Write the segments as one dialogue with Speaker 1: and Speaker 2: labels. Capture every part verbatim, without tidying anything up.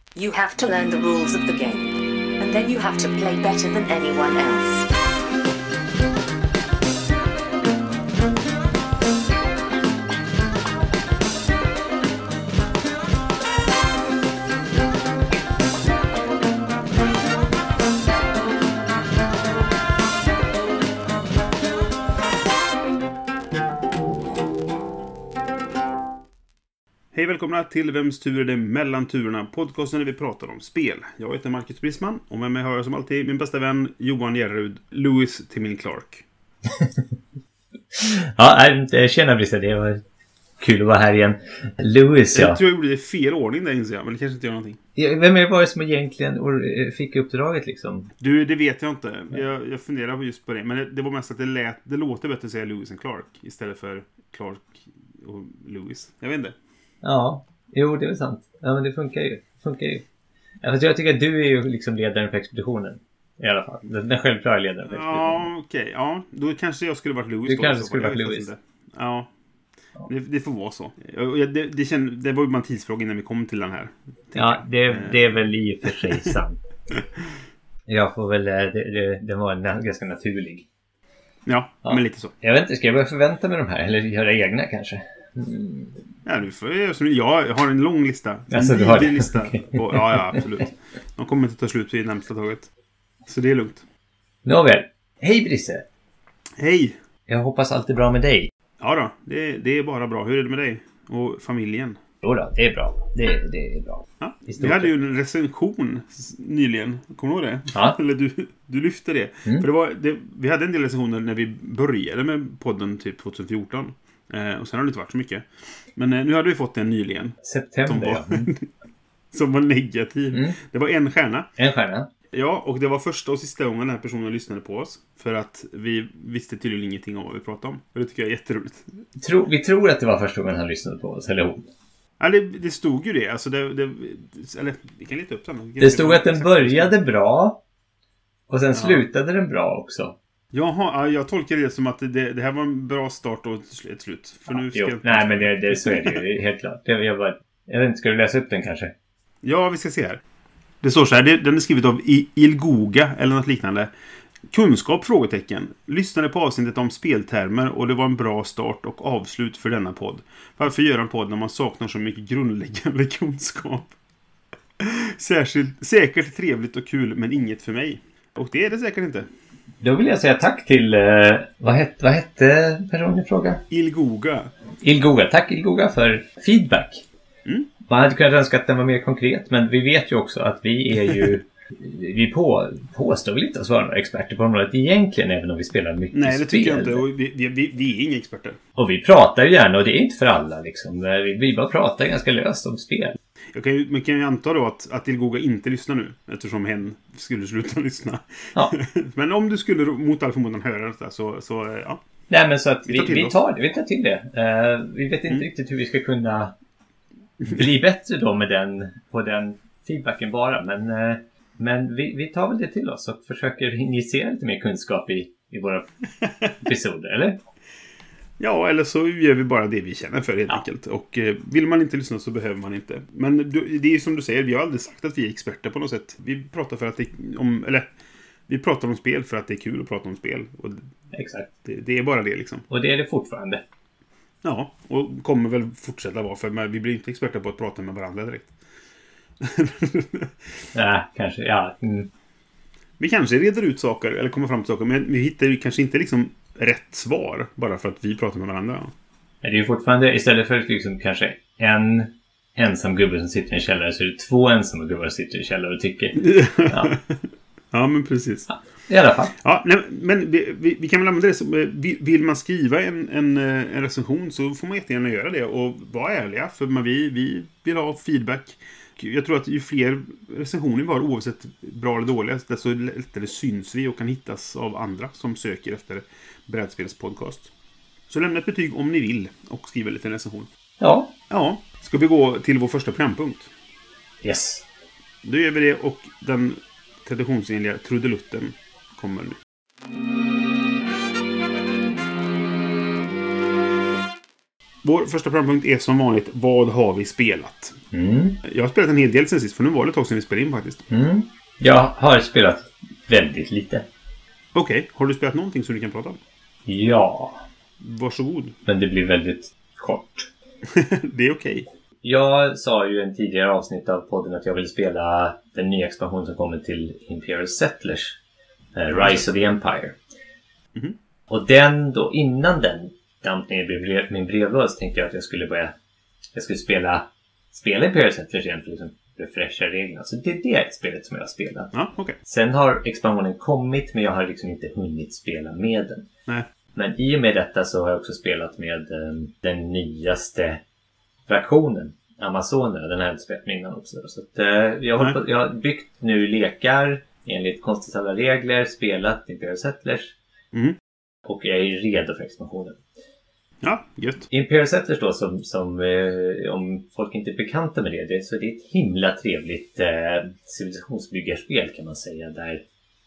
Speaker 1: You have to learn the rules of the game. And then you have to play better than anyone else.
Speaker 2: Hej, välkomna till Vems tur är det mellan turerna, podcasten där vi pratar om spel. Jag heter Marcus Brisman och med mig har jag som alltid min bästa vän Johan Järrud, Lewis till min Clark.
Speaker 3: Ja, tjena Brissa, det var kul att vara här igen. Lewis, ja.
Speaker 2: Jag tror jag gjorde det i fel ordning där, inser jag, men det kanske inte gör någonting.
Speaker 3: Vem är det var som egentligen fick uppdraget liksom?
Speaker 2: Du, det vet jag inte. Jag, jag funderar just på det, men det, det var mest att det, lät, det låter bättre att säga Lewis än Clark istället för Clark och Lewis. Jag vet inte.
Speaker 3: Ja, jo det är sant. Ja, men det funkar ju. Funkar ju. Ja, jag tycker att du är ju liksom ledaren för expeditionen. I alla fall. Den, den självklara ledaren för expeditionen.
Speaker 2: Ja, okej. Okay. Ja, då kanske jag skulle varit Lewis.
Speaker 3: Du
Speaker 2: då,
Speaker 3: kanske skulle varit Lewis.
Speaker 2: Ja, det, det får vara så. Det, det, det, känd, det var ju bara en tidsfråga innan vi kom till den här.
Speaker 3: Ja, det, det är väl i och för sig sant. Jag får väl... Det, det, det var en, ganska naturlig.
Speaker 2: Ja, ja, men lite så.
Speaker 3: Jag vet inte, ska jag börja förvänta mig de här? Eller göra egna kanske? Mm.
Speaker 2: Ja, du får, jag har en lång lista. En
Speaker 3: alltså, du har det.
Speaker 2: lista. På, ja, ja, absolut. De kommer inte ta slut vid närmsta taget. Så det är lugnt.
Speaker 3: Nåväl. Hej Brisse.
Speaker 2: Hej.
Speaker 3: Jag hoppas allt är bra med dig.
Speaker 2: Ja då, det, det är bara bra. Hur är det med dig? Och familjen?
Speaker 3: Jo då, det är bra. Det, det är bra.
Speaker 2: Ja, vi hade ju en recension nyligen. Kommer du ihåg det?
Speaker 3: Ja.
Speaker 2: Eller du, du lyfte det.
Speaker 3: Mm.
Speaker 2: För det var, det, vi hade en del recensioner när vi började med podden typ tjugohundrafjorton. Eh, och sen har det inte varit så mycket. Men eh, nu hade vi fått en nyligen.
Speaker 3: September,
Speaker 2: som var,
Speaker 3: ja. Mm.
Speaker 2: som var negativ. Mm. Det var en stjärna.
Speaker 3: En stjärna?
Speaker 2: Ja, och det var första och sista gången den här personen lyssnade på oss. För att vi visste tydligen ingenting om vad vi pratade om. Och det tycker jag är jätteroligt.
Speaker 3: Tro, vi tror att det var första gången han lyssnade på oss, eller hon?
Speaker 2: Ja, det, det stod ju det. Alltså det, det eller, vi kan leta upp den.
Speaker 3: Det stod att den började bra. Och sen ja. slutade den bra också.
Speaker 2: Jaha, jag tolkar det som att det, det här var en bra start och ett slut. För
Speaker 3: ja,
Speaker 2: nu ska
Speaker 3: jag... Nej, men det, det, så är det ju helt klart. Jag, jag, bara, jag vet inte, ska du läsa upp den kanske?
Speaker 2: Ja, vi ska se här. Det står så här, det, den är skrivet av I, Ilgoga eller något liknande. Kunskap, frågetecken. Lyssnade på avsnittet om speltermer och det var en bra start och avslut för denna podd. Varför göra en podd när man saknar så mycket grundläggande kunskap? Särskilt, säkert trevligt och kul, men inget för mig. Och det är det säkert inte.
Speaker 3: Då vill jag säga tack till, eh, vad, hette, vad hette personen i fråga?
Speaker 2: Ilgoga.
Speaker 3: Ilgoga, tack Ilgoga för feedback.
Speaker 2: Mm.
Speaker 3: Man hade kunnat önska att den var mer konkret, men vi vet ju också att vi är ju, vi på, påstår väl inte att vara några experter på området egentligen, även om vi spelar mycket spel.
Speaker 2: Nej, det tycker jag inte, och vi, vi, vi, vi är inga experter.
Speaker 3: Och vi pratar ju gärna, och det är inte för alla liksom. Vi, vi bara pratar ganska löst om spel.
Speaker 2: Jag kan ju, man kan ju anta då att, att Ilgoga inte lyssnar nu, eftersom hen skulle sluta lyssna.
Speaker 3: Ja.
Speaker 2: Men om du skulle mot all förmodan höra det så, så ja.
Speaker 3: Nej, men så att vi,
Speaker 2: vi,
Speaker 3: vi tar det, vi tar till det. Uh, vi vet inte mm. riktigt hur vi ska kunna bli bättre då med den, på den feedbacken bara. Men, uh, men vi, vi tar väl det till oss och försöker injicera lite mer kunskap i, i våra episoder, eller?
Speaker 2: Ja, eller så gör vi bara det vi känner för helt ja. enkelt. Och eh, vill man inte lyssna så behöver man inte. Men du, det är ju som du säger, vi har aldrig sagt att vi är experter på något sätt. Vi pratar för att det om, eller vi pratar om spel för att det är kul att prata om spel. Och
Speaker 3: exakt.
Speaker 2: Det, det är bara det liksom.
Speaker 3: Och det är det fortfarande.
Speaker 2: Ja, och kommer väl fortsätta vara, för vi blir inte experter på att prata med varandra direkt.
Speaker 3: Nej, kanske, ja. Mm.
Speaker 2: Vi kanske reder ut saker, eller kommer fram till saker, men vi hittar ju kanske inte liksom rätt svar bara för att vi pratar med varandra.
Speaker 3: Det är ju fortfarande, istället för liksom kanske en ensam gubbe som sitter i en källare, så är det två ensamma gubbar som sitter i en källare och tycker. Ja,
Speaker 2: ja men precis.
Speaker 3: Ja, i alla fall.
Speaker 2: Ja, nej, men vi, vi, vi kan väl använda det som, vill man skriva en, en, en recension så får man jättegärna göra det och vara ärliga, för man, vi, vi vill ha feedback. Jag tror att ju fler recensioner vi har, oavsett bra eller dåliga, desto lättare syns vi och kan hittas av andra som söker efter brädspelspodcast. Så lämna ett betyg om ni vill och skriv en liten recension.
Speaker 3: Ja.
Speaker 2: Ja, ska vi gå till vår första programpunkt?
Speaker 3: Yes.
Speaker 2: Då gör vi det och den traditionsenliga trudelutten kommer nu. Vår första programpunkt är som vanligt, vad har vi spelat?
Speaker 3: Mm.
Speaker 2: Jag har spelat en hel del sen sist, för nu var det ett tag sedan vi spelade in faktiskt.
Speaker 3: Mm. Jag har spelat väldigt lite.
Speaker 2: Okej, okay. Har du spelat någonting som du kan prata om?
Speaker 3: Ja.
Speaker 2: Varsågod.
Speaker 3: Men det blir väldigt kort.
Speaker 2: Det är okej. Okay.
Speaker 3: Jag sa ju i en tidigare avsnitt av podden att jag ville spela den nya expansion som kommer till Imperial Settlers. Uh, Rise of the Empire.
Speaker 2: Mm-hmm.
Speaker 3: Och den då, innan den damp ner i brev, min brevlåda, så tänkte jag att jag skulle börja jag skulle spela spela Imperial Settlers igen för liksom refresha reglerna. Så det är det spelet som jag har spelat.
Speaker 2: Ja, okay.
Speaker 3: Sen har expansionen kommit, men jag har liksom inte hunnit spela med den.
Speaker 2: Nej.
Speaker 3: Men i och med detta så har jag också spelat med um, den nyaste fraktionen, Amazonerna. Den har jag inte spelat med innan också. Så att, uh, jag, har på, jag har byggt nu lekar enligt konstens alla regler, spelat Imperial Settlers.
Speaker 2: Mm.
Speaker 3: Och jag är redo för expansionen.
Speaker 2: Ja, gött.
Speaker 3: Imperial Settlers då, som, som eh, om folk inte är bekanta med det, det så det är ett himla trevligt eh, civilisationsbyggarspel kan man säga. Där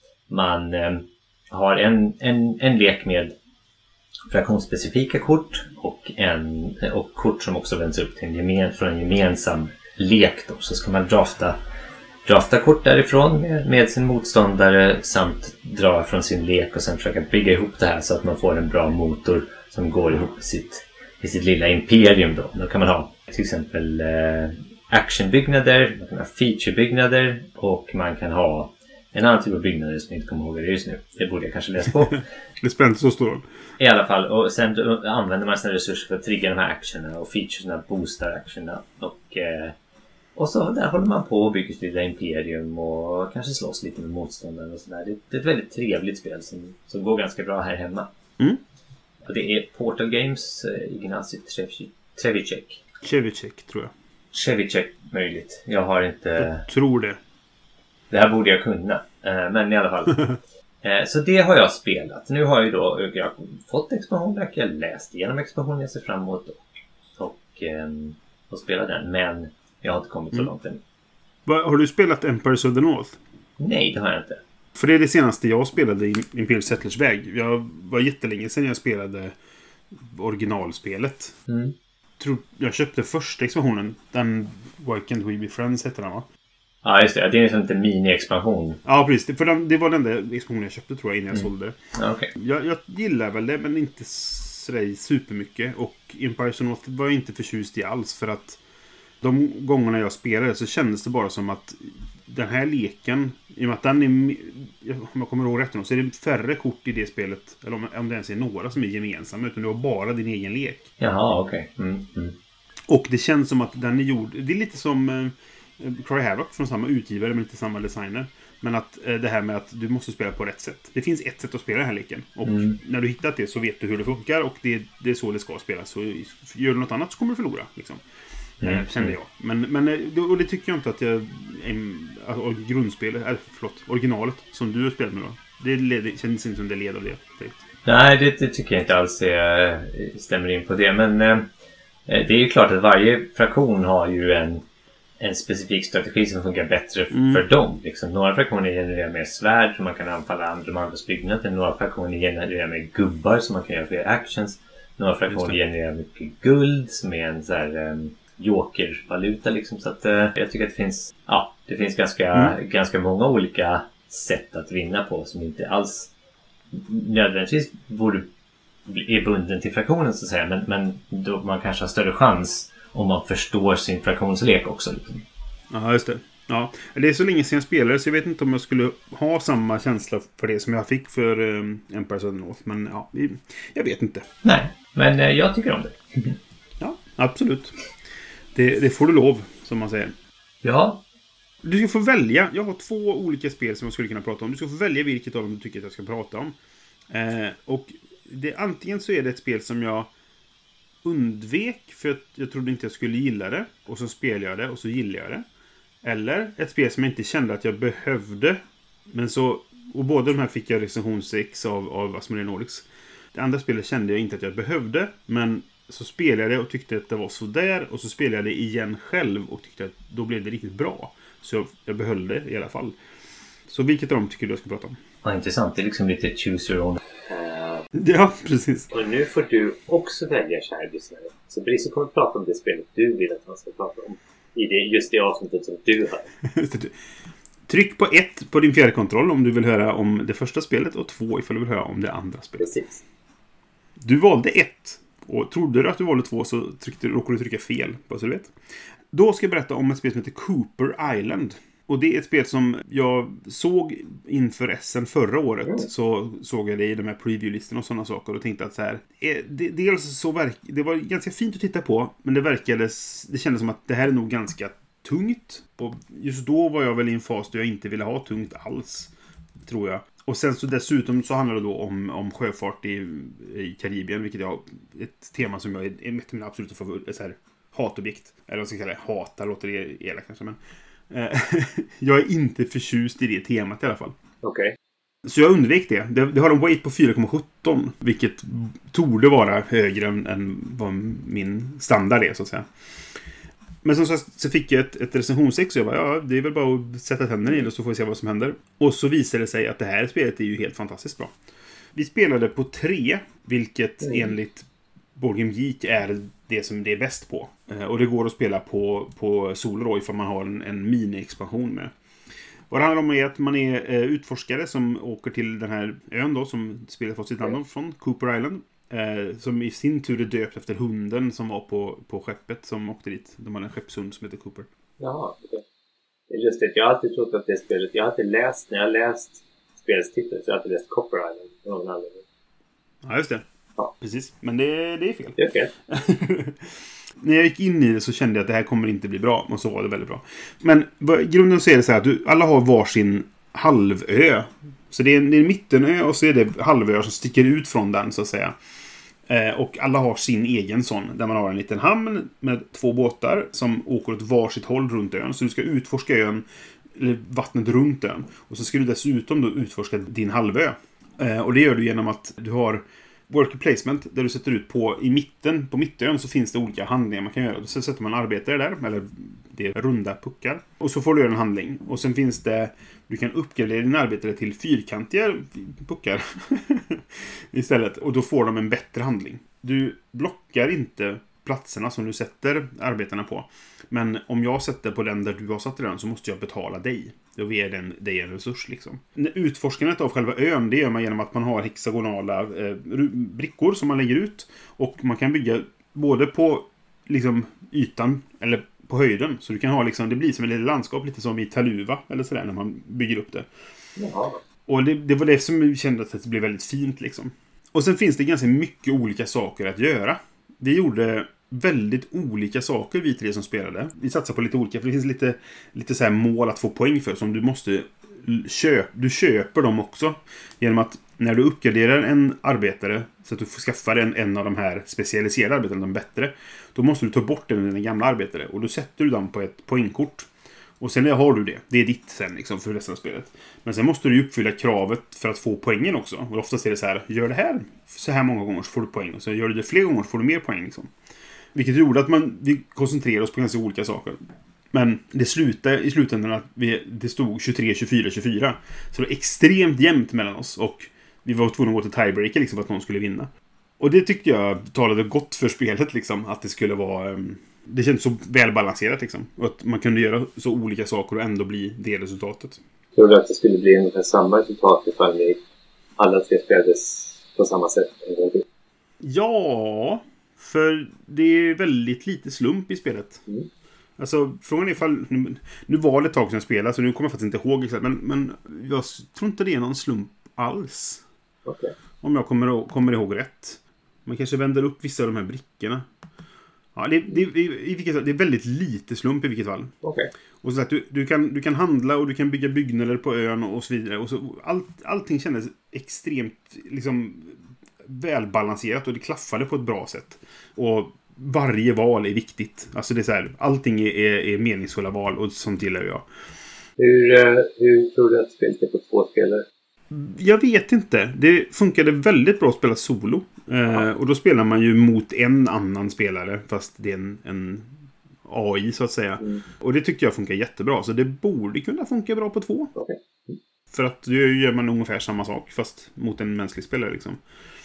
Speaker 3: man eh, har en, en, en lek med fraktionsspecifika kort och, en, och kort som också vänds upp till en gemen, från en gemensam lek då. Så ska man drafta drafta kort därifrån med, med sin motståndare samt dra från sin lek och sen försöka bygga ihop det här så att man får en bra motor som går ihop i sitt, i sitt lilla imperium då. Då kan man ha till exempel eh, actionbyggnader, man kan ha featurebyggnader och man kan ha en annan typ av byggnader som jag inte kommer ihåg det just nu. Det borde jag kanske läsa på.
Speaker 2: Det är spännande så står
Speaker 3: I alla fall, och sen använder man sina resurser för att trigga de här actionerna och featuresna boostar actionerna och eh, Och så där håller man på och bygger sitt lilla imperium och kanske slåss lite med motståndaren och sådär. Det, det är ett väldigt trevligt spel som, som går ganska bra här hemma.
Speaker 2: Mm.
Speaker 3: Och det är Portal Games, uh, Ignacy Trevicek.
Speaker 2: Trevicek, tror jag.
Speaker 3: Trevicek, möjligt. Jag har inte...
Speaker 2: Jag tror det.
Speaker 3: Det här borde jag kunna. Uh, men i alla fall. uh, så det har jag spelat. Nu har jag då jag har fått expansionen. Jag har läst igenom expansionen. Jag ser fram emot och, och, um, och spela den. Men... Jag har inte kommit så
Speaker 2: mm.
Speaker 3: långt än.
Speaker 2: Va, har du spelat Empires of the North?
Speaker 3: Nej, det har jag inte.
Speaker 2: För det är det senaste jag spelade i Imperial Settlers väg. Jag var jättelänge sedan jag spelade originalspelet.
Speaker 3: Mm.
Speaker 2: Tror, jag köpte första expansionen. Den Why Can't We Be Friends heter den, va?
Speaker 3: Ja, just det. Det är en sån där mini-expansion.
Speaker 2: Ja, precis. För den, det var den där expansionen jag köpte, tror jag, innan jag
Speaker 3: mm.
Speaker 2: sålde det.
Speaker 3: Ja, okay.
Speaker 2: jag, jag gillar väl det, men inte sådär supermycket. Och Empires of the North var jag inte förtjust i alls, för att de gångerna jag spelade så kändes det bara som att den här leken, i och med att den är, om jag kommer ihåg rätt nu, så är det färre kort i det spelet, eller om, om det ens är några som är gemensamma, utan det var bara din egen lek.
Speaker 3: Jaha, okej. Okay. Mm, mm.
Speaker 2: Och det känns som att den är gjord, det är lite som eh, Cry Havoc från samma utgivare men inte samma designer. Men att eh, det här med att du måste spela på rätt sätt. Det finns ett sätt att spela den här leken. Och mm. när du hittat det så vet du hur det funkar, och det, det är så det ska spelas. Så gör du något annat så kommer du förlora, liksom. Mm. Eh, kände jag. Men, men och det tycker jag inte att jag alltså, grundspelet, äh, förlåt, originalet som du har spelat med då. Det, led, det känns inte som det led av det. Direkt.
Speaker 3: Nej, det, det tycker jag inte alls är, stämmer in på det. Men eh, det är ju klart att varje fraktion har ju en, en specifik strategi som funkar bättre mm. för dem. Liksom, några fraktioner genererar mer svärd som man kan anfalla andra de andras byggnader. Några fraktioner genererar mer gubbar som man kan göra fler actions. Några fraktioner genererar mycket guld som är en så här... Um, jokervaluta liksom, så att eh, jag tycker att det finns ja, det finns ganska, mm. ganska många olika sätt att vinna på som inte alls nödvändigtvis borde är bunden till fraktionen så att säga, men, men då man kanske har större chans om man förstår sin fraktionslek också liksom.
Speaker 2: Ja, just det. Ja, det är så länge sedan jag spelade så jag vet inte om jag skulle ha samma känsla för det som jag fick för um, Empires of the North, men ja, jag vet inte.
Speaker 3: Nej, men eh, jag tycker om det.
Speaker 2: Ja, absolut. Det, det får du lov, som man säger.
Speaker 3: Ja.
Speaker 2: Du ska få välja. Jag har två olika spel som jag skulle kunna prata om. Du ska få välja vilket av dem du tycker att jag ska prata om. Eh, och det, antingen så är det ett spel som jag undvek för att jag trodde inte jag skulle gilla det. Och så spelade jag det och så gillade jag det. Eller ett spel som jag inte kände att jag behövde. Men så, och båda de här fick jag recension sex av, av Asmodee Nordics. Det andra spelet kände jag inte att jag behövde, men så spelade jag det och tyckte att det var så där. Och så spelade jag det igen själv och tyckte att då blev det riktigt bra. Så jag, jag behöll det i alla fall. Så vilket av dem tycker du jag ska prata om?
Speaker 3: Ja, intressant. Det är liksom lite choose your own.
Speaker 2: Ja, precis.
Speaker 3: Och nu får du också välja, kära lyssnare. Så Brisse kommer att prata om det spelet du vill att han ska prata om. I det, just det avsnittet som du har.
Speaker 2: Tryck på ett på din fjärrkontroll om du vill höra om det första spelet och två ifall du vill höra om det andra spelet.
Speaker 3: Precis.
Speaker 2: Du valde ett. Och trodde du att du valde två så tryckte, råkade du trycka fel. Bara så du vet. Då ska jag berätta om ett spel som heter Cooper Island. Och det är ett spel som jag såg inför S N förra året. Mm. Så såg jag det i de här preview-listorna och sådana saker. Och tänkte att så här. Det, dels så verk, det var ganska fint att titta på. Men det verkades, det kändes som att det här är nog ganska tungt. Och just då var jag väl i en fas där jag inte ville ha tungt alls. Tror jag. Och sen så dessutom så handlar det då om, om sjöfart i, i Karibien. Vilket jag ett tema som jag är ett av mina absoluta favorit, så här, hatobjekt. Eller vad ska jag kalla det? Hata låter det elakt kanske. Men jag är inte förtjust i det temat i alla fall.
Speaker 3: Okej. Okay.
Speaker 2: Så jag undvek det. det. Det har en weight på fyra komma sjutton. Vilket torde vara högre än, än vad min standard är så att säga. Men som sagt så fick jag ett, ett recensionsex och jag bara, ja det är väl bara att sätta tänderna i det så får vi se vad som händer. Och så visade det sig att det här spelet är ju helt fantastiskt bra. Vi spelade på tre, vilket mm. enligt Board Game Geek är det som det är bäst på. Och det går att spela på, på solo då ifall man har en, en mini-expansion med. Vad det handlar om är att man är eh, utforskare som åker till den här ön då som spelet fått sitt namn från, Cooper Island. Eh, som i sin tur är döpt efter hunden som var på, på skeppet som åkte dit. De hade en skeppshund som heter Cooper.
Speaker 3: Jaha, det är just det. Jag har alltid trott att det spelet, jag har alltid läst, när jag har läst spelets titel så jag har alltid läst Cooper Island. Någon anledning.
Speaker 2: Ja, just det. Ja. Precis, men det, det är fel.
Speaker 3: Det är fel.
Speaker 2: När jag gick in i det så kände jag att det här kommer inte bli bra. Och så var det väldigt bra. Men i grunden så är det så här att du, alla har varsin halvö. Så det är en, det är en mittenö och så är det halvöar som sticker ut från den så att säga. Eh, och alla har sin egen sån. Där man har en liten hamn med två båtar som åker åt varsitt håll runt ön. Så du ska utforska ön, eller vattnet runt ön. Och så ska du dessutom då utforska din halvö. Eh, och det gör du genom att du har worker placement där du sätter ut på i mitten, på mittön så finns det olika handlingar man kan göra. Så sätter man arbetare där, eller det är runda puckar. Och så får du göra en handling. Och sen finns det, du kan uppgradera din arbetare till fyrkantiga puckar istället. Och då får de en bättre handling. Du blockar inte platserna som du sätter arbetarna på. Men om jag sätter på den där du har satt den så måste jag betala dig. Då ger den dig en resurs liksom. Utforskandet av själva ön det gör man genom att man har hexagonala eh, brickor som man lägger ut. Och man kan bygga både på liksom, ytan eller på höjden. Så du kan ha liksom, det blir som ett litet landskap lite som i Taluva eller sådär när man bygger upp det.
Speaker 3: Jaha.
Speaker 2: Och det, det var det som vi kände att det blev väldigt fint liksom. Och sen finns det ganska mycket olika saker att göra. Vi gjorde väldigt olika saker vi tre som spelade. Vi satsar på lite olika, för det finns lite, lite så här mål att få poäng för som du måste köpa. Du köper dem också genom att när du uppgraderar en arbetare så att du får skaffa en, en av de här specialiserade arbetarna, de bättre, då måste du ta bort den, den gamla arbetare och då sätter du dem på ett poängkort. Och sen har du det. Det är ditt sen liksom för resten av spelet. Men sen måste du uppfylla kravet för att få poängen också. Och oftast är det så här, gör det här så här många gånger så får du poäng. Och så gör du det fler gånger så får du mer poäng liksom. Vilket gjorde att man, vi koncentrerade oss på ganska olika saker. Men det slutade i slutändan att vi, det stod tjugotre, tjugofyra, tjugofyra. Så det var extremt jämnt mellan oss. Och vi var tvungna att gå till tiebreaker liksom, för att någon skulle vinna. Och det tyckte jag talade gott för spelet liksom. Att det skulle vara... Det känns så välbalanserat liksom. Och att man kunde göra så olika saker och ändå bli det resultatet.
Speaker 3: Tror du att det skulle bli ungefär samma resultat ifall ni alla tre spelades på samma sätt?
Speaker 2: Ja, för det är väldigt lite slump i spelet. Mm. Alltså, frågan är ifall... Nu, nu var det ett tag sedan jag spelade, så nu kommer jag faktiskt inte ihåg exakt. Men, men jag tror inte det är någon slump alls.
Speaker 3: Okay.
Speaker 2: Om jag kommer, kommer ihåg rätt. Man kanske vänder upp vissa av de här brickorna. Ja, det, det, i vilket fall, det är väldigt lite slump i vilket fall.
Speaker 3: Okay.
Speaker 2: Och så att du, du, kan, du kan handla och du kan bygga byggnader på ön och så vidare. Och så, all, allting kändes extremt liksom, välbalanserat och det klaffade på ett bra sätt. Och varje val är viktigt. Alltså det är så här, allting är, är, är meningsfulla val och sånt gillar jag.
Speaker 3: Hur, hur tror du att spelet är på två spelare?
Speaker 2: Jag vet inte. Det funkade väldigt bra att spela solo. Eh, och då spelar man ju mot en annan spelare. Fast det är en, en A I så att säga. Mm. Och det tyckte jag funkar jättebra. Så det borde kunna funka bra på två.
Speaker 3: Okay. Mm.
Speaker 2: För att då gör man ungefär samma sak. Fast mot en mänsklig spelare liksom.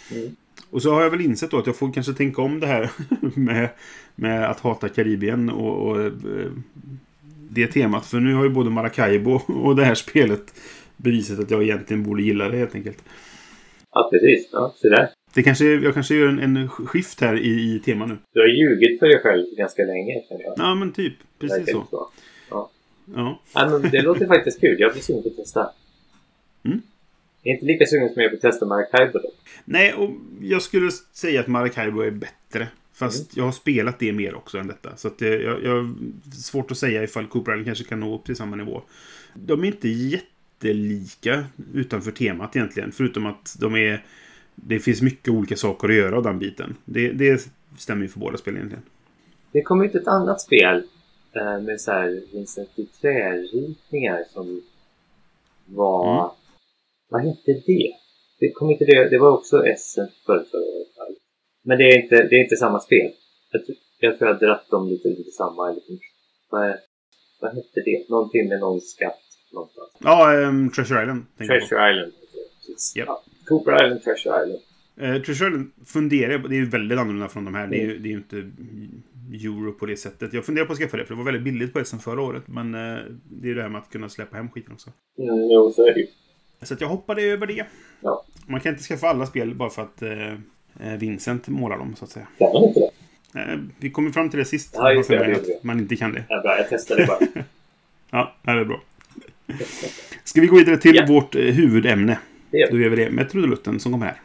Speaker 3: Mm.
Speaker 2: Och så har jag väl insett då att jag får kanske tänka om det här med, med att hata Karibien och, och eh, det temat. För nu har ju både Maracaibo och det här spelet bevisat att jag egentligen borde gilla det helt enkelt.
Speaker 3: Ja, precis. Ja, så där.
Speaker 2: Det kanske, jag kanske gör en, en skift här i, i tema nu.
Speaker 3: Du har ljugit för dig själv ganska länge, känner jag.
Speaker 2: Ja, men typ. Precis så.
Speaker 3: så. Ja.
Speaker 2: Ja.
Speaker 3: Ja, men det låter faktiskt kul. Jag blir sugen på att testa.
Speaker 2: Mm.
Speaker 3: Jag är inte lika sugen som jag på att testa Maracaibo då.
Speaker 2: Nej, och jag skulle säga att Maracaibo är bättre. Fast
Speaker 3: Mm.
Speaker 2: jag har spelat det mer också än detta. Så att det, jag, jag har svårt att säga ifall Cooper Island kanske kan nå upp till samma nivå. De är inte jättelika utanför temat egentligen. Förutom att de är... Det finns mycket olika saker att göra av den biten. Det, det stämmer ju för båda spelen egentligen.
Speaker 3: Det kom ut ett annat spel eh, med så här Vincent i träritningar som var...
Speaker 2: Mm.
Speaker 3: Vad hette det? Det kom inte det. Det var också S M för förra året. Men det är inte, det är inte samma spel. Jag, jag tror jag har dratt dem lite, lite samma. Lite, vad, vad hette det? Någonting med någon skatt någonstans.
Speaker 2: Ja, um, Treasure Island.
Speaker 3: Treasure Island.
Speaker 2: Yep.
Speaker 3: Ja, Cooper Island, Treasure Island.
Speaker 2: Uh, Treasure Island funderar jag på. Det är ju väldigt annorlunda från de här. Mm. Det är ju det är ju inte euro på det sättet. Jag funderar på att skaffa det. För det var väldigt billigt på S M förra året. Men uh, det är ju det här med att kunna släppa hem skiten också.
Speaker 3: Mm, jo, så är det ju.
Speaker 2: Så att jag hoppade över det.
Speaker 3: Ja.
Speaker 2: Man kan inte skaffa alla spel bara för att uh, Vincent målar dem, så att säga.
Speaker 3: Kan man inte det?
Speaker 2: Uh, vi kom fram till det sist.
Speaker 3: Ja, just det,
Speaker 2: det,
Speaker 3: det, det.
Speaker 2: man inte kan det.
Speaker 3: Ja, bra. Jag testade bara.
Speaker 2: Ja, det är bra. Ska vi gå vidare till
Speaker 3: ja.
Speaker 2: vårt uh, huvudämne?
Speaker 3: Det gör vi.
Speaker 2: Då gör vi det med trudelutten som kommer här.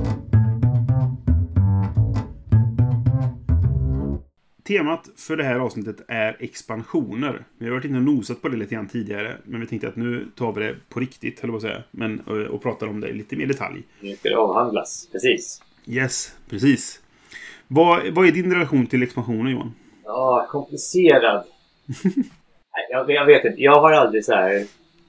Speaker 2: Temat för det här avsnittet är expansioner. Vi har varit inne och nosat på det lite grann tidigare. Men vi tänkte att nu tar vi det på riktigt, höll jag på att säga. Men, och, och pratar om det lite mer detalj.
Speaker 3: Nu ska det avhandlas, precis.
Speaker 2: Yes, precis. Vad, vad är din relation till expansioner, Johan?
Speaker 3: Ja, komplicerad. Nej, jag, jag vet inte. Jag har aldrig så här...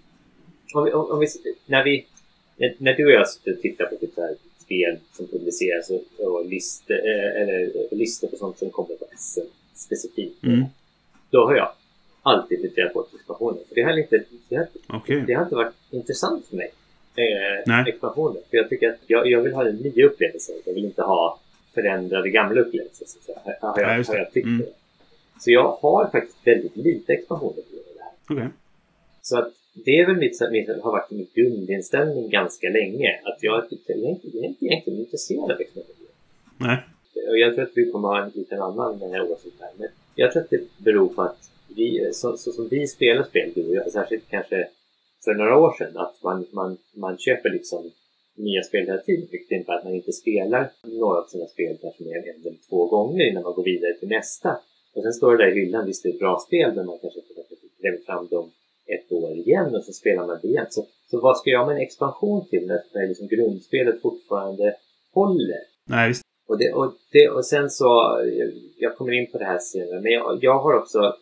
Speaker 3: Om vi, om, om vi, när, vi, när du och jag sitter och tittar på typ så här spel som publiceras och, och listor, eller listor på sånt som kommer på S M specifikt.
Speaker 2: Mm.
Speaker 3: Då har jag alltid funderat på expansioner. För det har inte, det har,
Speaker 2: okay.
Speaker 3: det har inte varit intressant för mig. Eh,
Speaker 2: Nej.
Speaker 3: Expansioner. För jag tycker att jag, jag vill ha en ny upplevelse. Jag vill inte ha förändrade gamla upplevelser. Så har, har, jag, har jag tyckt
Speaker 2: mm.
Speaker 3: det. Så jag har faktiskt väldigt lite expansioner på det här.
Speaker 2: Okej. Okay.
Speaker 3: Så att det är väl mitt, mitt, har varit min grundinställning ganska länge. Att jag, jag, är inte, jag är inte egentligen intresserad av expansioner.
Speaker 2: Nej.
Speaker 3: Och jag tror att vi kommer ha en liten annan den här åsikt här. Men jag tror att det beror på att vi, så, så som vi spelar spel, särskilt kanske för några år sedan, att man, man, man köper liksom nya spel hela tiden. Vilket innebär att man inte spelar några av sina spel kanske mer än en eller två gånger innan man går vidare till nästa. Och sen står det där i hyllan, visst det är ett bra spel, men man kanske kräver fram dem ett år igen och så spelar man det igen. Så, så vad ska jag med en expansion till när, när liksom grundspelet fortfarande håller?
Speaker 2: Nej, visst.
Speaker 3: Och, det, och, det, och sen så, jag kommer in på det här senare, men jag, jag har också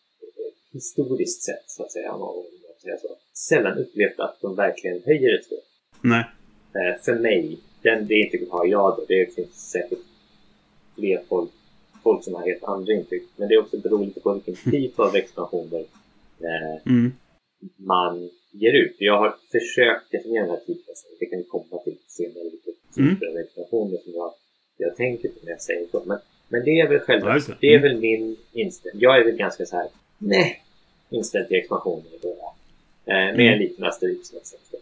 Speaker 3: historiskt sett, så att säga, om jag säger så, sällan upplevt att de verkligen höjer ett spel.
Speaker 2: Nej.
Speaker 3: Eh, för mig, den, det intrycket har jag då. Det finns säkert fler folk, folk som har helt andra intryck. Men det är också beroende lite på vilken typ av expansioner eh,
Speaker 2: mm.
Speaker 3: man ger ut. Jag har försökt definiera den här typen. Det kan komma till senare vilka typer mm. av expansioner som jag, jag tänker på när jag säger så. Men, men det är väl själva, ja, det. det är väl min inställning. Jag är väl ganska så här, nej, inställd till expansioner bara. Eh, med mm. en liten asterix.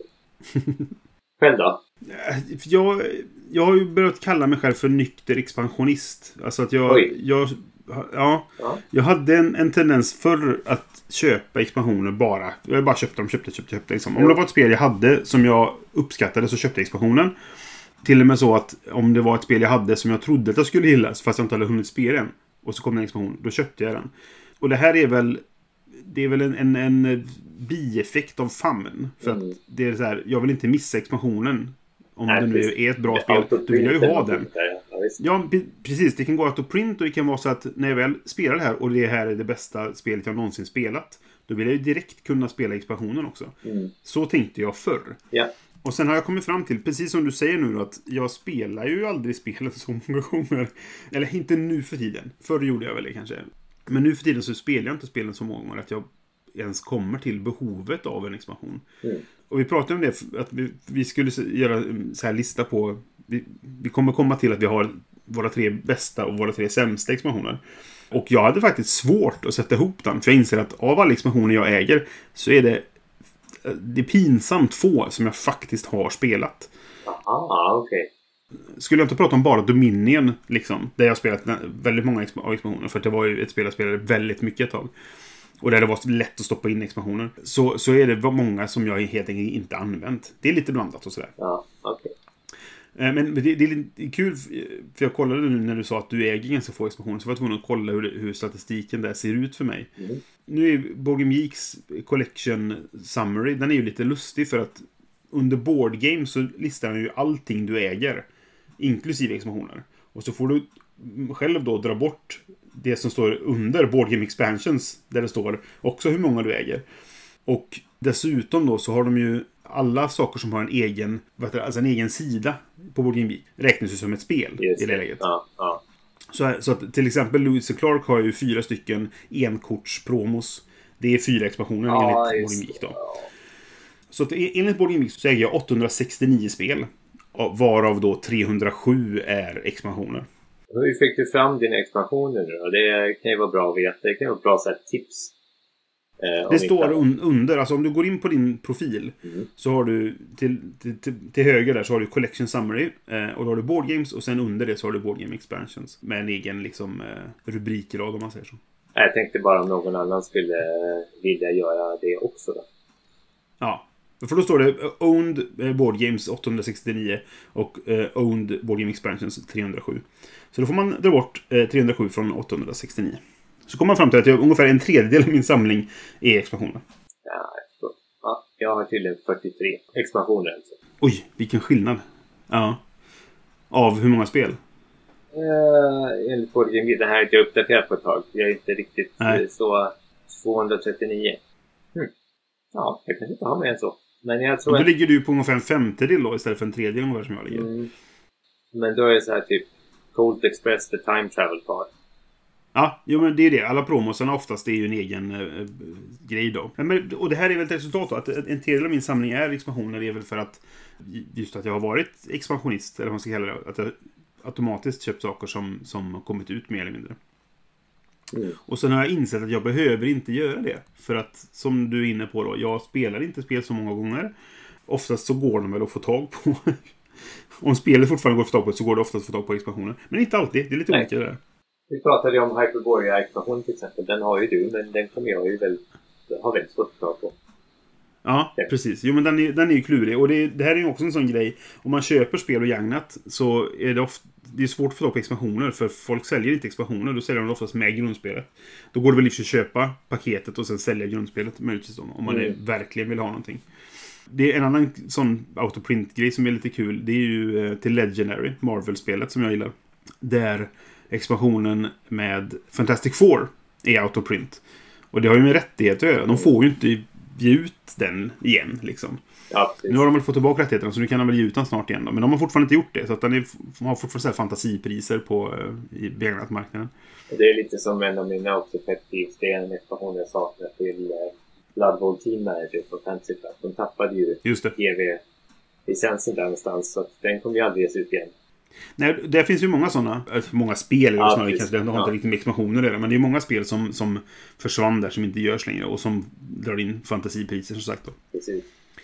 Speaker 3: Själv då?
Speaker 2: Jag, jag har ju börjat kalla mig själv för nykter expansionist. Alltså att jag... jag ja, ja. Jag hade en, en tendens för att köpa expansioner bara. Jag bara köpte dem, köpte, köpte, köpte. Liksom. Om ja. det var ett spel jag hade som jag uppskattade så köpte jag expansionen. Till och med så att om det var ett spel jag hade som jag trodde att jag skulle gillas fast jag inte hade hunnit spela den. Och så kom en expansion, då köpte jag den. Och det här är väl... Det är väl en, en, en bieffekt av famn. För mm. att det är så här, jag vill inte missa expansionen. Om Nej, det nu precis. är ett bra spel, då vill jag ju ha den. Där, ja, ja, precis. Det kan gå autoprint och det kan vara så att när jag väl spelar det här och det här är det bästa spelet jag någonsin spelat, då vill jag ju direkt kunna spela expansionen också. Mm. Så tänkte jag förr.
Speaker 3: Ja.
Speaker 2: Och sen har jag kommit fram till, precis som du säger nu, att jag spelar ju aldrig spelet så många gånger. Eller inte nu för tiden. Förr gjorde jag väl det kanske. Men nu för tiden så spelar jag inte spelen så många gånger att jag ens kommer till behovet av en expansion. Mm. Och vi pratade om det, att vi, vi skulle göra så här lista på vi, vi kommer komma till att vi har våra tre bästa och våra tre sämsta expansioner. Och jag hade faktiskt svårt att sätta ihop den. För jag inser att av alla expansioner jag äger så är det, det är pinsamt få som jag faktiskt har spelat.
Speaker 4: Ah, okej. Okay.
Speaker 2: Skulle jag inte prata om bara Dominion, liksom, där jag har spelat väldigt många av expansioner. För det var ju ett spel jag spelade väldigt mycket ett tag. Och där det var lätt att stoppa in expansioner. Så, så är det många som jag helt enkelt inte använt. Det är lite blandat och sådär.
Speaker 4: Ja, okej. Okay.
Speaker 2: Men det, det är kul, för jag kollade nu när du sa att du äger ganska få expansioner, så var jag tvungen att kolla hur, hur statistiken där ser ut för mig.
Speaker 4: Mm.
Speaker 2: Nu är Board Game Geeks Collection Summary, den är ju lite lustig för att under Board Game så listar den ju allting du äger, inklusive expansioner. Och så får du själv då dra bort det som står under Board Game Expansions, där det står också hur många du äger. Och dessutom då så har de ju alla saker som har en egen, alltså en egen sida på Board Game Geek räknas ju som ett spel i det läget.
Speaker 4: Ja, ja.
Speaker 2: Så, så att till exempel Lewis och Clark har ju fyra stycken enkortspromos. Det är fyra expansioner
Speaker 4: ja,
Speaker 2: enligt Board Game Geek då. Ja. Så att enligt Board Game Geek så äger jag åttahundrasextionio spel, varav då trehundrasju är expansioner.
Speaker 4: Hur fick du fram dina expansioner nu då? Det kan ju vara bra att veta. Det kan ju vara bra så här tips.
Speaker 2: Eh, det står un- under, alltså om du går in på din profil mm. så har du till, till, till, till höger där så har du Collection Summary eh, och då har du Board Games och sen under det så har du Board Game Expansions med en egen liksom eh, rubrikrad om man säger så.
Speaker 4: Jag tänkte bara om någon annan skulle vilja göra det också då.
Speaker 2: Ja, för då står det Owned Board Games åttahundrasextionio och eh, Owned Board Game Expansions trehundrasju. Så då får man dra bort eh, trehundrasju från åttahundrasextionio. Så kommer man fram till att jag, ungefär en tredjedel av min samling är expansioner.
Speaker 4: Ja, jag förstår. Ja, jag har tydligen fyrtiotre expansioner alltså.
Speaker 2: Oj, vilken skillnad. Ja. Av hur många spel?
Speaker 4: Uh, enligt Board Game Geek, det här är inte uppdaterat på ett tag. Jag är inte riktigt Nej. så tvåhundratrettionio. Hmm. Ja, jag kanske inte har mer än så. Men jag tror
Speaker 2: då
Speaker 4: att...
Speaker 2: ligger du på ungefär en femtedel då istället för en tredjedel ungefär som jag ligger.
Speaker 4: Mm. Men då är det så här typ Colt Express, The Time Travel Car.
Speaker 2: Ja, jo, men det är det. Alla promosarna oftast är ju en egen äh, grej då. Men, och det här är väl ett resultat då. Att en tredjedel av min samling är expansioner. Det är väl för att just att jag har varit expansionist. Eller vad man ska kalla det. Att jag automatiskt köpt saker som, som har kommit ut mer eller mindre. Mm. Och sen har jag insett att jag behöver inte göra det. För att, som du är inne på då, jag spelar inte spel så många gånger. Oftast så går de väl att få tag på. Om spelet fortfarande går att få tag på så går det oftast att få tag på expansioner. Men inte alltid, det är lite
Speaker 4: Nej.
Speaker 2: olika det där.
Speaker 4: Vi pratade om Hyperborea-expansion till exempel. Den har ju du, men den kommer jag ju väl ha väldigt svårt att ta på.
Speaker 2: Ja, okay. Precis. Jo, men den är, den är ju klurig. Och det, det här är ju också en sån grej. Om man köper spel och Jagnat så är det ofta, det är svårt att få tag på expansioner. För folk säljer inte expansioner. Då säljer de oftast med grundspelet. Då går det väl i och för sig att köpa paketet och sen sälja grundspelet möjligtvis då, om man mm. är, verkligen vill ha någonting. Det är en annan sån autoprint-grej som är lite kul. Det är ju till Legendary, Marvel-spelet som jag gillar. Där expansionen med Fantastic Four är autoprint. Och det har ju med rättigheter att göra. De får ju inte ge ut den igen liksom.
Speaker 4: Ja,
Speaker 2: nu har de väl fått tillbaka rättigheterna så nu kan de väl ge ut den snart igen då. Men de har fortfarande inte gjort det. Så att den är, har fortfarande så här fantasipriser på, i begagnatmarknaden.
Speaker 4: Det är lite som en av mina också perspektiv. Det är en expansion jag saknar till Blood Bowl Team Manager från Fantasy Flight. De tappade ju G V-licensen där någonstans. Så att den kommer ju aldrig ges ut igen.
Speaker 2: Nej, det finns ju många sådana, många spel ja, snarare, kanske, det har
Speaker 4: ja.
Speaker 2: inte riktigt med expansioner där, men det är många spel som, som försvann där som inte görs längre och som drar in fantasipriser som sagt då.
Speaker 4: Precis.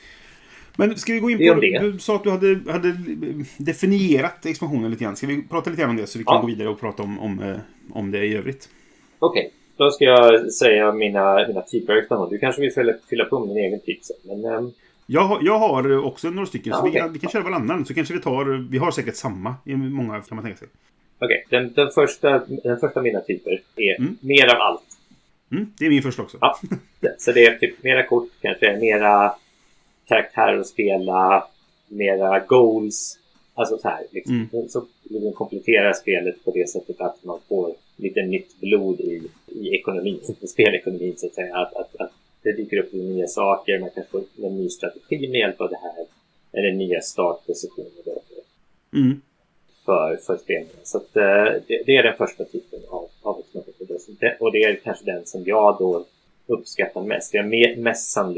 Speaker 2: Men ska vi gå in på, du sa att du hade, hade definierat expansionen lite grann. Ska vi prata lite grann om det så vi kan ja. gå vidare och prata om, om, om det i övrigt?
Speaker 4: Okej, okay. Då ska jag säga mina, mina typer av expansion. Du kanske vill fylla, fylla på min egen typ sen, men... Um...
Speaker 2: Jag har, jag har också några stycken, ja, så okay. vi, vi kan köra varannan. Så kanske vi tar, vi har säkert samma i många, kan man tänka sig.
Speaker 4: Okej, okay. den, den, första, den första av mina typer är mm. mer av allt.
Speaker 2: Mm, det är min första också.
Speaker 4: Ja, så det är typ mera kort, kanske mera karaktärer att spela, mera goals. Alltså så här, liksom. Mm. Så liksom kompletterar spelet på det sättet att man får lite nytt blod i, i ekonomin, i spelekonomin så att säga. Att, att, att det dyker upp nya saker, man kan få en ny strategi med hjälp av det här. Eller nya startpositioner då för,
Speaker 2: mm.
Speaker 4: för, för spelningen. Så att, det, det är den första typen av, av expansion. Och det är kanske den som jag då uppskattar mest. Jag är mest sannolik att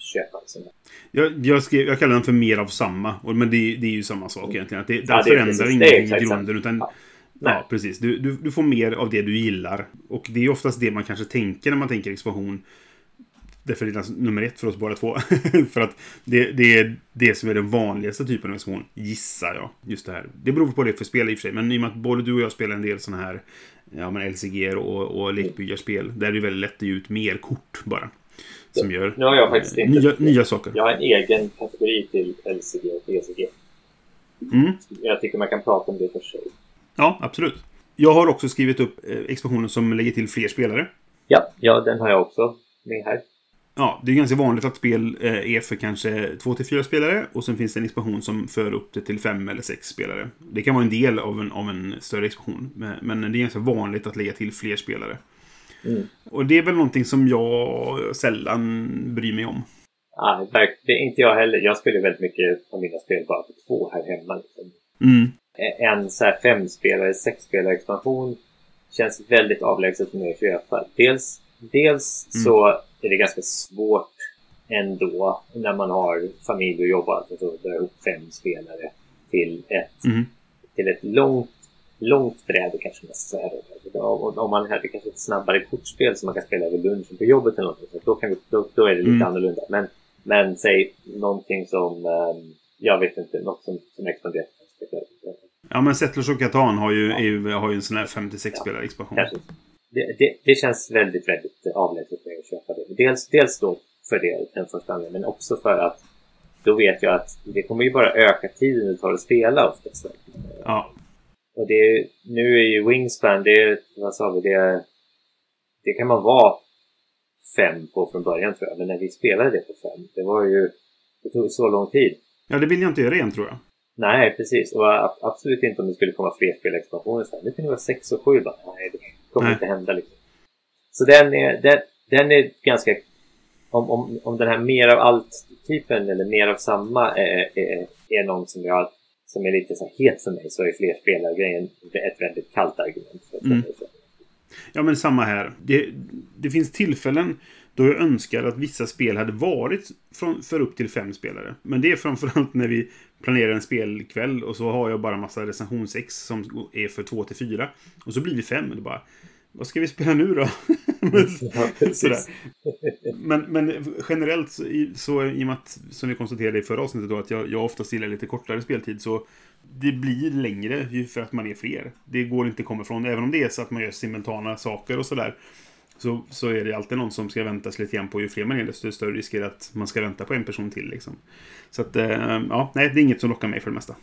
Speaker 4: köpa en sån här.
Speaker 2: Jag, jag, skrev, jag kallar den för mer av samma. Och, men det, det är ju samma sak egentligen. Att det, det
Speaker 4: Ja, det är
Speaker 2: förändrar
Speaker 4: precis.
Speaker 2: ingenting
Speaker 4: Det är
Speaker 2: i grunden. Utan,
Speaker 4: ja.
Speaker 2: ja, precis. Du, du, du får mer av det du gillar. Och det är oftast det man kanske tänker när man tänker expansion. Därför är det nummer ett för oss båda två. För att det, det är det som är den vanligaste typen av expansion, gissar jag. Just det här. Det beror på det för spel i och för sig. Men i och med att både du och jag spelar en del såna här ja, men L C G och, och lekbyggarspel. Där är det väldigt lätt att ge ut mer kort bara. Som gör
Speaker 4: nu har jag faktiskt inte
Speaker 2: nya, nya saker.
Speaker 4: Jag har en egen kategori till L C G och E C G.
Speaker 2: Mm.
Speaker 4: Jag tycker man kan prata om det för sig.
Speaker 2: Ja, absolut. Jag har också skrivit upp eh, expansionen som lägger till fler spelare.
Speaker 4: Ja, ja, den har jag också med här.
Speaker 2: Ja, det är ganska vanligt att spel eh, är för kanske två till fyra spelare. Och sen finns det en expansion som för upp det till fem eller sex spelare. Det kan vara en del av en, av en större expansion. Men, men det är ganska vanligt att lägga till fler spelare.
Speaker 4: Mm.
Speaker 2: Och det är väl någonting som jag sällan bryr mig om.
Speaker 4: Ah, det är inte jag heller. Jag spelar väldigt mycket av mina spel bara på två här hemma. Liksom.
Speaker 2: Mm.
Speaker 4: En så här fem spelare, sex spelare expansion känns väldigt avlägset för mig att köpa. Dels, dels mm. så är det ganska svårt ändå när man har familj och jobbar att dra ihop fem spelare till ett,
Speaker 2: mm.
Speaker 4: till ett långt, långt bräde kanske man ska säga. Om, om man hade kanske ett snabbare kortspel som man kan spela över lunchen på jobbet eller något, så då, kan vi, då, då är det lite mm. annorlunda. Men, men säg någonting som, um, jag vet inte, något som, som expanderar.
Speaker 2: Ja, men Settlers och Catan har ju, ja. är, har ju en sån här femtiosex ja, spelare expansion.
Speaker 4: Det, det, det känns väldigt, väldigt avlägset med att köpa det. Dels, dels då för det, den första anledningen, men också för att då vet jag att det kommer ju bara öka tiden det tar att spela oftast.
Speaker 2: Ja.
Speaker 4: Och det, nu är ju Wingspan, det, vad sa vi, det, det kan man vara fem på från början tror jag. Men när vi spelade det på fem, det var ju, det tog så lång tid.
Speaker 2: Ja, det vill jag inte göra igen tror jag.
Speaker 4: Nej, precis. Och absolut inte om det skulle komma fler spelexpansioner. Nu kan det vara sex och sju bara. Nej, det kommer Nej. inte hända liksom. Så den är, den, den är ganska... Om, om, om den här mer av allt-typen eller mer av samma är, är, är någon som, jag, som är lite så här het för mig, så är fler spelare-grejen ett väldigt kallt argument för, för
Speaker 2: mm.
Speaker 4: mig.
Speaker 2: Ja, men samma här. Det, det finns tillfällen då jag önskar att vissa spel hade varit från, för upp till fem spelare. Men det är framförallt när vi planerar en spelkväll och så har jag bara massa recensionsex som är för två till fyra. Och så blir det fem. Och det bara, vad ska vi spela nu då? Sådär. Men, men generellt så, så i och med att, som vi konstaterade i förra avsnittet då, att jag, jag ofta gillar lite kortare speltid, så det blir längre för att man är fler. Det går inte att komma ifrån. Även om det är så att man gör simultana saker och sådär, så, så är det alltid någon som ska vänta sig lite grann på. Ju fler man är, desto större risk är det att man ska vänta på en person till liksom. Så att, ja, nej, det är inget som lockar mig för det mesta.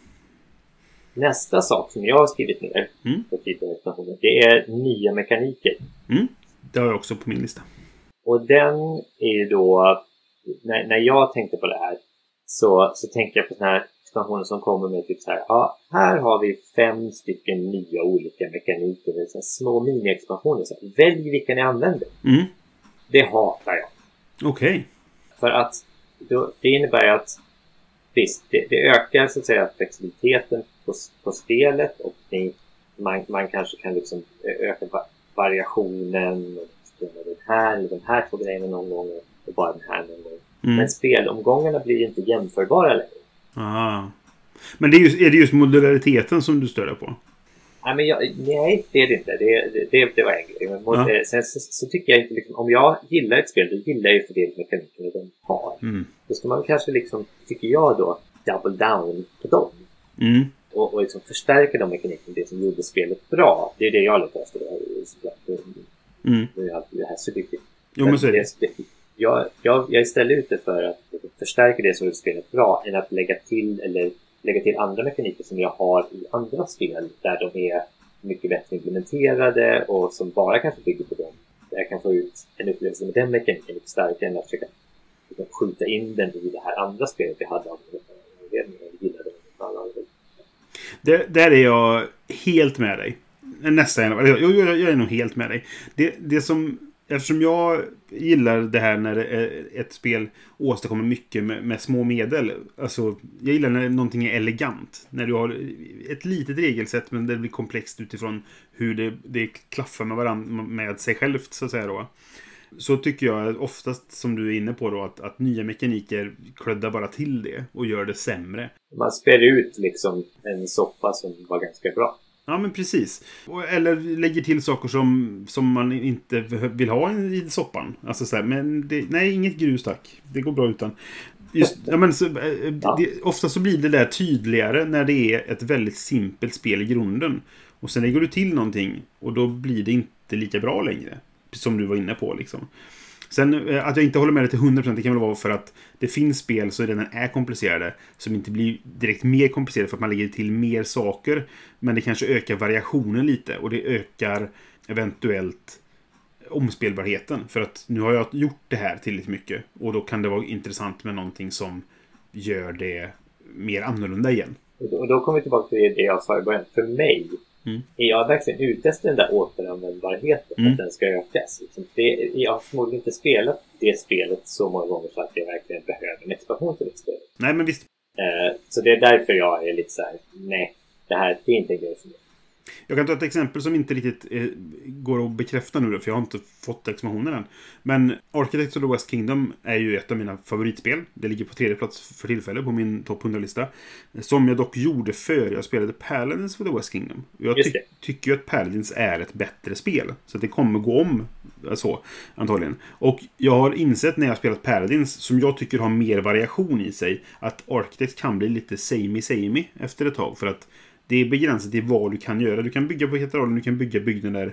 Speaker 4: Nästa sak som jag har skrivit ner
Speaker 2: mm.
Speaker 4: på typen av expansioner, det är nya mekaniker.
Speaker 2: Mm. Det har jag också på min lista.
Speaker 4: Och den är ju då, när, när jag tänkte på det här, så, så tänkte jag på såna här expansioner som kommer med typ så här, ja, här har vi fem stycken nya olika mekaniker, eller så små mini-expansioner. Så här, välj vilka ni använder.
Speaker 2: Mm.
Speaker 4: Det hatar jag.
Speaker 2: Okej. Okay.
Speaker 4: För att då, det innebär att visst, det, det ökar så att säga flexibiliteten på, på spelet, och ni, man, man kanske kan liksom öka variationen och spela den här eller den här två grejerna någon gång och bara den här någon gång. Mm. Men spelomgångarna blir inte jämförbara längre.
Speaker 2: Ah. Men det är, just, är det just modulariteten som du stör på?
Speaker 4: Nej, men jag, nej, det är det inte. Det, det, det, det var en grej. Men mod- ja. Sen så, så tycker jag inte liksom, om jag gillar ett spel, då gillar jag ju fördelningsmekanikerna de har.
Speaker 2: Mm.
Speaker 4: Då ska man kanske liksom, tycker jag då, double down på dem.
Speaker 2: Mm.
Speaker 4: Och, och liksom förstärka de mekanikerna, det som gjorde spelet bra. Det är det jag letar efter.
Speaker 2: Mm.
Speaker 4: Det är alltid det här subjektivt.
Speaker 2: Jo, men så är det.
Speaker 4: det jag, jag, jag är istället ute för att förstärka det som gjorde spelet bra, än att lägga till eller lägga till andra mekaniker som jag har i andra spel där de är mycket bättre implementerade och som bara kanske bygger på dem. Där jag kan få ut en upplevelse med den mekaniken mycket starkare än att försöka skjuta in den i det här andra spelet jag hade av
Speaker 2: det. Där är jag helt med dig. Nästan, jag, jag, jag är nog helt med dig. Det, det som, eftersom jag gillar det här när ett spel åstadkommer mycket med, med små medel. Alltså, jag gillar när någonting är elegant. När du har ett litet regelsätt, men det blir komplext utifrån hur det, det klaffar med varandra, med sig självt så att säga då. så tycker jag oftast, som du är inne på då, att, att nya mekaniker kluddar bara till det och gör det sämre.
Speaker 4: Man spär ut liksom en soppa som var ganska bra.
Speaker 2: Ja, men precis. Eller lägger till saker som, som man inte vill ha i soppan. Alltså så här, men det, nej, inget grus tack. Det går bra utan. Just, ja, men så, det, ofta så blir det där tydligare när det är ett väldigt simpelt spel i grunden. Och sen lägger du till någonting och då blir det inte lika bra längre. Som du var inne på liksom. Sen att jag inte håller med dig till hundra procent, det kan väl vara för att det finns spel så redan är komplicerade som inte blir direkt mer komplicerade för att man lägger till mer saker, men det kanske ökar variationen lite och det ökar eventuellt omspelbarheten, för att nu har jag gjort det här tillräckligt mycket och då kan det vara intressant med någonting som gör det mer annorlunda igen.
Speaker 4: Och då kommer vi tillbaka till det jag sa i början. För mig
Speaker 2: Mm.
Speaker 4: är jag verkligen ute efter den där återanvändbarheten,
Speaker 2: Mm.
Speaker 4: att den ska ökas. Liksom. Det, jag har förmodligen inte spelat det spelet så många gånger så att jag verkligen behöver en expansion till det spelet.
Speaker 2: Nej, men visst.
Speaker 4: Eh, så det är därför jag är lite så här: nej, det här det är inte en grej för mig.
Speaker 2: Jag kan ta ett exempel som inte riktigt eh, går att bekräfta nu då, för jag har inte fått expansionen än. Men Architects of the West Kingdom är ju ett av mina favoritspel. Det ligger på tredje plats för tillfället på min topp hundra-lista. Som jag dock gjorde för jag spelade Paladins for the West Kingdom. Jag ty- tycker ju att Paladins är ett bättre spel. Så att det kommer gå om så, antagligen. Och jag har insett när jag har spelat Paladins, som jag tycker har mer variation i sig, att Architects kan bli lite samey-samey efter ett tag. För att det är begränsat i vad du kan göra. Du kan bygga på katedralen, du kan bygga byggnader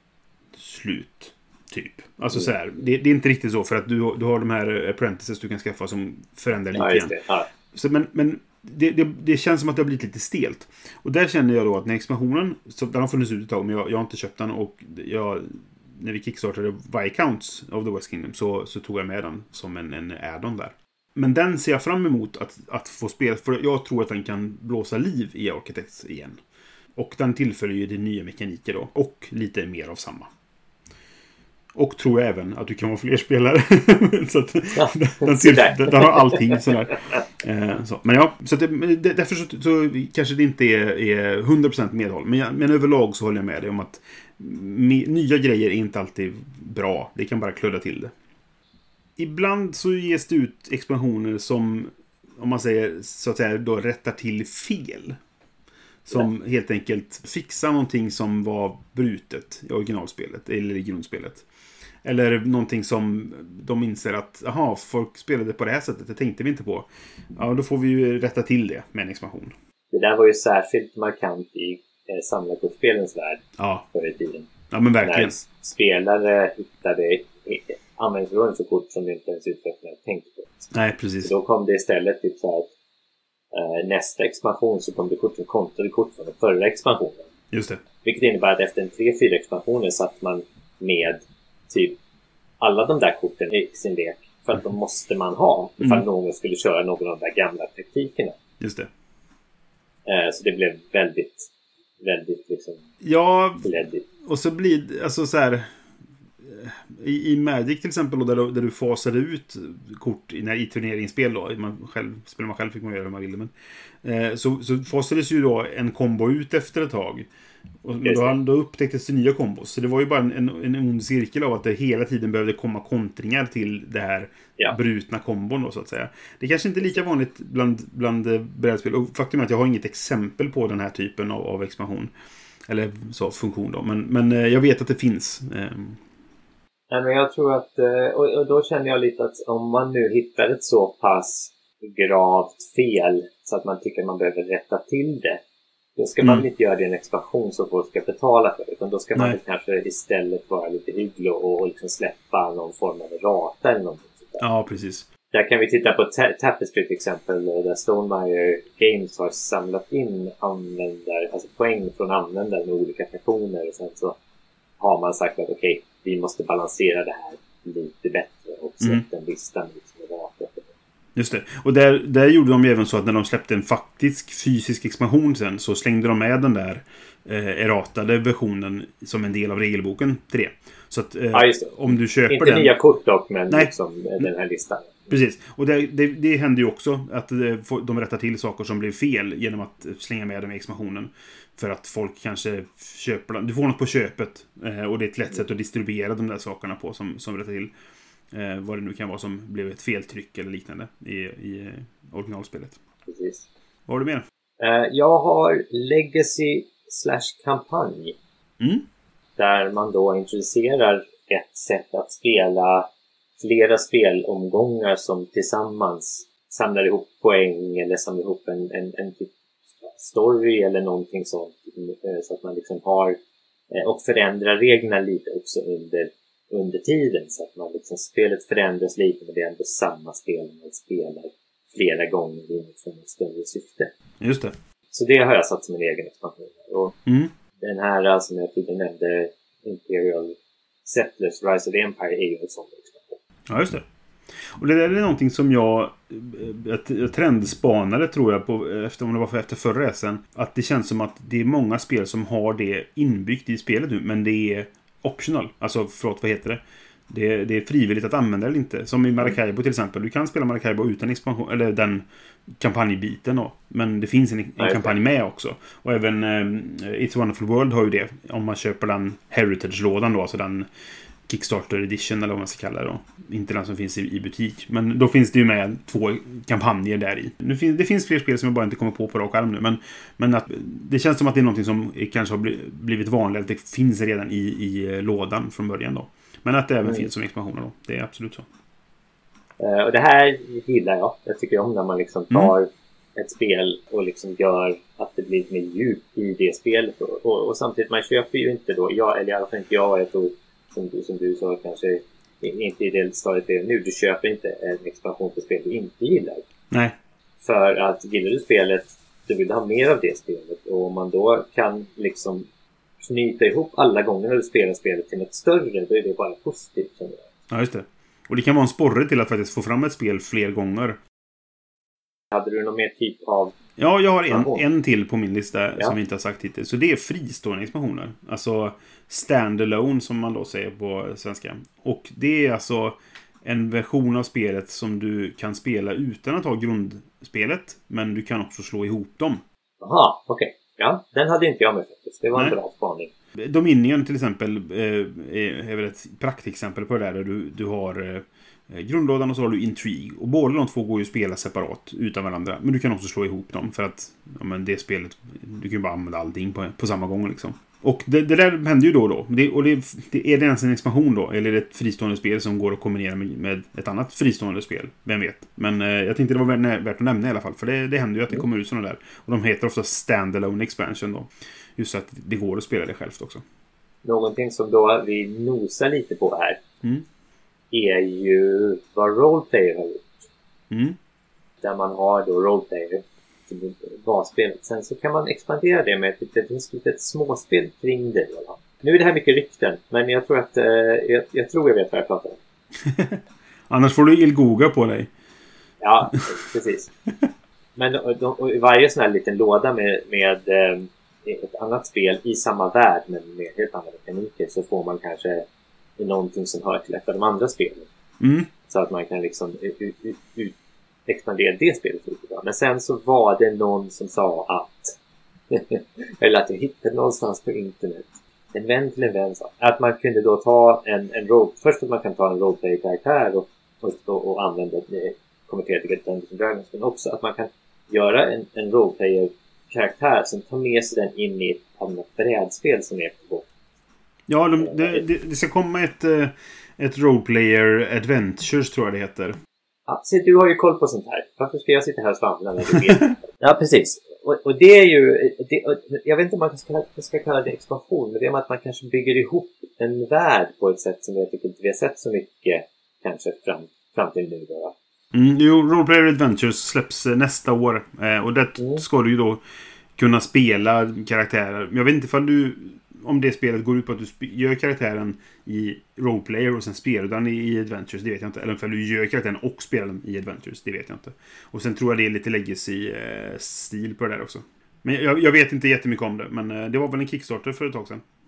Speaker 2: slut, typ. Alltså så här, det, det är inte riktigt så, för att du, du har de här apprentices du kan skaffa som förändrar lite
Speaker 4: Ja, just det.
Speaker 2: igen.
Speaker 4: Ja.
Speaker 2: Så, men men det, det, det känns som att det har blivit lite stelt. Och där känner jag då att när expansionen, så den har funnits ut ett tag, men jag, jag har inte köpt den, och jag, när vi kickstartade Viscounts of the West Kingdom så, så tog jag med den som en, en add-on där. Men den ser jag fram emot att, att få spela, för jag tror att den kan blåsa liv i Architects igen. Och den tillföljer ju det nya mekaniker då, och lite mer av samma. Och tror jag även att du kan vara fler spelare. Så att
Speaker 4: Ja,
Speaker 2: den, ser, den, den har allting sådär. Eh, så. Men ja, så att det, därför så, så kanske det inte är, är hundra procent medhåll. Men, jag, men överlag så håller jag med dig om att me, nya grejer är inte alltid bra. Det kan bara kludda till det. Ibland så ges det ut expansioner som, om man säger så att säga, då rättar till fel. Som ja. helt enkelt fixar någonting som var brutet i originalspelet eller i grundspelet. Eller någonting som de inser att aha, folk spelade på det här sättet, det tänkte vi inte på. Ja, då får vi ju rätta till det med en expansion.
Speaker 4: Det där var ju särskilt markant i eh, samlarkortspelens värld
Speaker 2: ja.
Speaker 4: förr i tiden.
Speaker 2: Ja, men verkligen.
Speaker 4: När spelare hittade användningsområden för kort som inte ens utvecklare tänkt på.
Speaker 2: Nej, precis.
Speaker 4: Så då kom det istället typ så här att eh, nästa expansion så kom det kort som kontade kort från den förra expansionen.
Speaker 2: Just det.
Speaker 4: Vilket innebär att efter en tre fyra expansioner satt man med typ alla de där korten i sin lek. För att de måste man ha ifall mm. någon skulle köra någon av de där gamla taktikerna.
Speaker 2: Just det.
Speaker 4: Eh, så det blev väldigt, väldigt liksom...
Speaker 2: Ja,
Speaker 4: leddigt.
Speaker 2: Och så blir alltså så här... I, i Magic till exempel då, där, du, där du fasade ut kort i, när, i turneringsspel då, man själv, spelar man själv fick man göra hur man ville, men eh, så, så fasades ju då en kombo ut efter ett tag, och då, då upptäcktes det nya kombos, så det var ju bara en, en, en ond cirkel av att det hela tiden behövde komma kontringar till det här ja. brutna kombon då, så att säga. Det är kanske inte lika vanligt bland, bland brädspel, och faktum är att jag har inget exempel på den här typen av, av expansion eller så funktion då, men, men jag vet att det finns. eh,
Speaker 4: Nej, men jag tror att, och, och då känner jag lite att om man nu hittar ett så pass gravt fel så att man tycker att man behöver rätta till det, då ska mm. man inte göra det en expansion som folk ska betala för, utan då ska man kanske istället vara lite hygglig och, och liksom släppa någon form av rata eller någonting sådär.
Speaker 2: Ja, precis.
Speaker 4: Där kan vi titta på ta- Tapestry till exempel, där Stonemaier Games har samlat in användare, alltså poäng från användare med olika fraktioner, och sen så har man sagt att okej, okay, vi måste balansera det här lite bättre och sätta mm. en lista med rata.
Speaker 2: Just det. Och där, där gjorde de ju även så att när de släppte en faktisk fysisk expansion sen, så slängde de med den där eh, erratade versionen som en del av regelboken till det. Så att eh, ja, om du köper
Speaker 4: inte
Speaker 2: den...
Speaker 4: nya kort dock, men
Speaker 2: Nej.
Speaker 4: liksom den här listan.
Speaker 2: Precis, och det, det, det händer ju också att de rättar till saker som blev fel genom att slänga med dem i expansionen. För att folk kanske köper, du får något på köpet och det är ett lätt sätt att distribuera de där sakerna på som, som rättar till eh, vad det nu kan vara som blev ett feltryck eller liknande i, i originalspelet.
Speaker 4: Precis.
Speaker 2: Vad har du mer?
Speaker 4: Uh, jag har Legacy slash kampanj.
Speaker 2: Mm.
Speaker 4: Där man då introducerar ett sätt att spela flera spelomgångar som tillsammans samlar ihop poäng eller samlar ihop en, en, en typ story eller någonting sånt, så att man liksom har och förändrar reglerna lite också under, under tiden, så att man liksom, spelet förändras lite, men det är ändå samma spel man spelar flera gånger inför ett större syfte.
Speaker 2: Just det.
Speaker 4: Så det har jag satt som en egen expansion. Och
Speaker 2: mm.
Speaker 4: den här som jag tidigare nämnde, Imperial Settlers Rise of the Empire, är ju en sån expansion.
Speaker 2: Ja, just det. Och det där är någonting som jag, jag trendspanade tror jag på, efter, om det var för efter förra resan, att det känns som att det är många spel som har det inbyggt i spelet nu, men det är optional. Alltså, förlåt, vad heter det? Det är, det är frivilligt att använda eller inte. Som i Maracaibo till exempel. Du kan spela Maracaibo utan expansion, eller den kampanjbiten då. Men det finns en, en ja, kampanj med också. Och även um, It's a Wonderful World har ju det. Om man köper den Heritage-lådan då, alltså den Kickstarter Edition eller vad man ska kalla det då. Inte den som finns i, i butik. Men då finns det ju med två kampanjer där i. Nu finns, det finns fler spel som jag bara inte kommer på på rak arm nu. Men, men att, det känns som att det är någonting som kanske har blivit vanligt. Att det finns redan i, i lådan från början då. Men att det även mm. finns som expansioner då. Det är absolut så.
Speaker 4: Uh, och det här gillar jag. Jag tycker om när man liksom tar mm. ett spel och liksom gör att det blir mer djup i det spelet. Och, och, och samtidigt, man köper ju inte då, jag, eller i alla fall inte jag, jag tror som du, som du sa kanske inte i det stadiet det är nu. Du köper inte en expansion till spel du inte gillar.
Speaker 2: Nej.
Speaker 4: För att gillar du spelet, du vill ha mer av det spelet. Och om man då kan liksom knyta ihop alla gånger när du spelar spelet till något större, då är det bara positivt.
Speaker 2: Ja, just det. Och det kan vara en sporre till att faktiskt få fram ett spel fler gånger.
Speaker 4: Hade du någon mer typ av...
Speaker 2: Ja, jag har en, en till på min lista
Speaker 4: ja.
Speaker 2: som vi inte har sagt hittills. Så det är fristående expansioner. Alltså standalone som man då säger på svenska. Och det är alltså en version av spelet som du kan spela utan att ha grundspelet. Men du kan också slå ihop dem.
Speaker 4: Aha, okej. Okay. Ja, den hade inte jag med faktiskt. Det var Nej. en bra spaning.
Speaker 2: Dominion till exempel är väl ett praktexempel på det där. Där du, du har grundlådan och så har du Intrigue. Och båda de två går ju att spela separat utan varandra. Men du kan också slå ihop dem för att ja, men det spelet, du kan ju bara använda allting på, på samma gång liksom. Och det, det där händer ju då och då. Det, och det, det, är det ens en expansion då? Eller är det ett fristående spel som går att kombinera med, med ett annat fristående spel? Vem vet? Men eh, jag tänkte det var värt, värt att nämna i alla fall. För det, det händer ju att det kommer ut sådana där. Och de heter ofta standalone expansion då. Just så att det går att spela det självt också. Någonting
Speaker 4: som då vi nosar lite på här.
Speaker 2: Mm.
Speaker 4: Är ju vad roleplayer har gjort.
Speaker 2: Mm.
Speaker 4: Där man har då roleplayer som basspelet. Sen så kan man expandera det med att det finns lite ett småspel kring det. Då. Nu är det här mycket rykten, men jag tror att eh, jag, jag tror jag vet vad jag pratar om.
Speaker 2: Annars får du Ilgoga på dig.
Speaker 4: Ja, precis. Men de, de, i varje sån här liten låda med, med eh, ett annat spel i samma värld men med helt andra mekaniker så får man kanske någonting som hör till ett av de andra spelen.
Speaker 2: Mm.
Speaker 4: Så att man kan liksom ut, ut, ut, expandera det spelet lite bra. Men sen så var det någon som sa att eller att jag hittade någonstans på internet en vän till en vän sa att man kunde då ta en, en role, först att man kan ta en roleplay-karaktär och, och, och använda det kommentera till Dungeons and Dragons, men också att man kan göra en, en roleplayer-karaktär som tar med sig den in i ett annat brädspel som är på.
Speaker 2: Ja, de, det, det, det ska komma ett, ett roleplayer adventures tror jag det heter.
Speaker 4: Ja, så du har ju koll på sånt här. Varför ska jag sitta här och svamla när du vet? Ja, precis. Och, och det är ju... Det, jag vet inte om man ska, ska kalla det expansion, men det är att man kanske bygger ihop en värld på ett sätt som jag tycker inte vi har sett så mycket kanske fram, fram till nu då.
Speaker 2: Mm, jo, Roleplayer Adventures släpps nästa år. Eh, och det mm. ska du ju då kunna spela karaktärer. Jag vet inte ifall du... Om det spelet går ut på att du sp- gör karaktären i roleplayer och sen spelar den i Adventures, det vet jag inte. Eller för du gör karaktären och spelar den i Adventures, det vet jag inte. Och sen tror jag det är lite legacy-stil på det där också. Men jag, jag vet inte jättemycket om det, men det var väl en Kickstarter för ett tag sedan.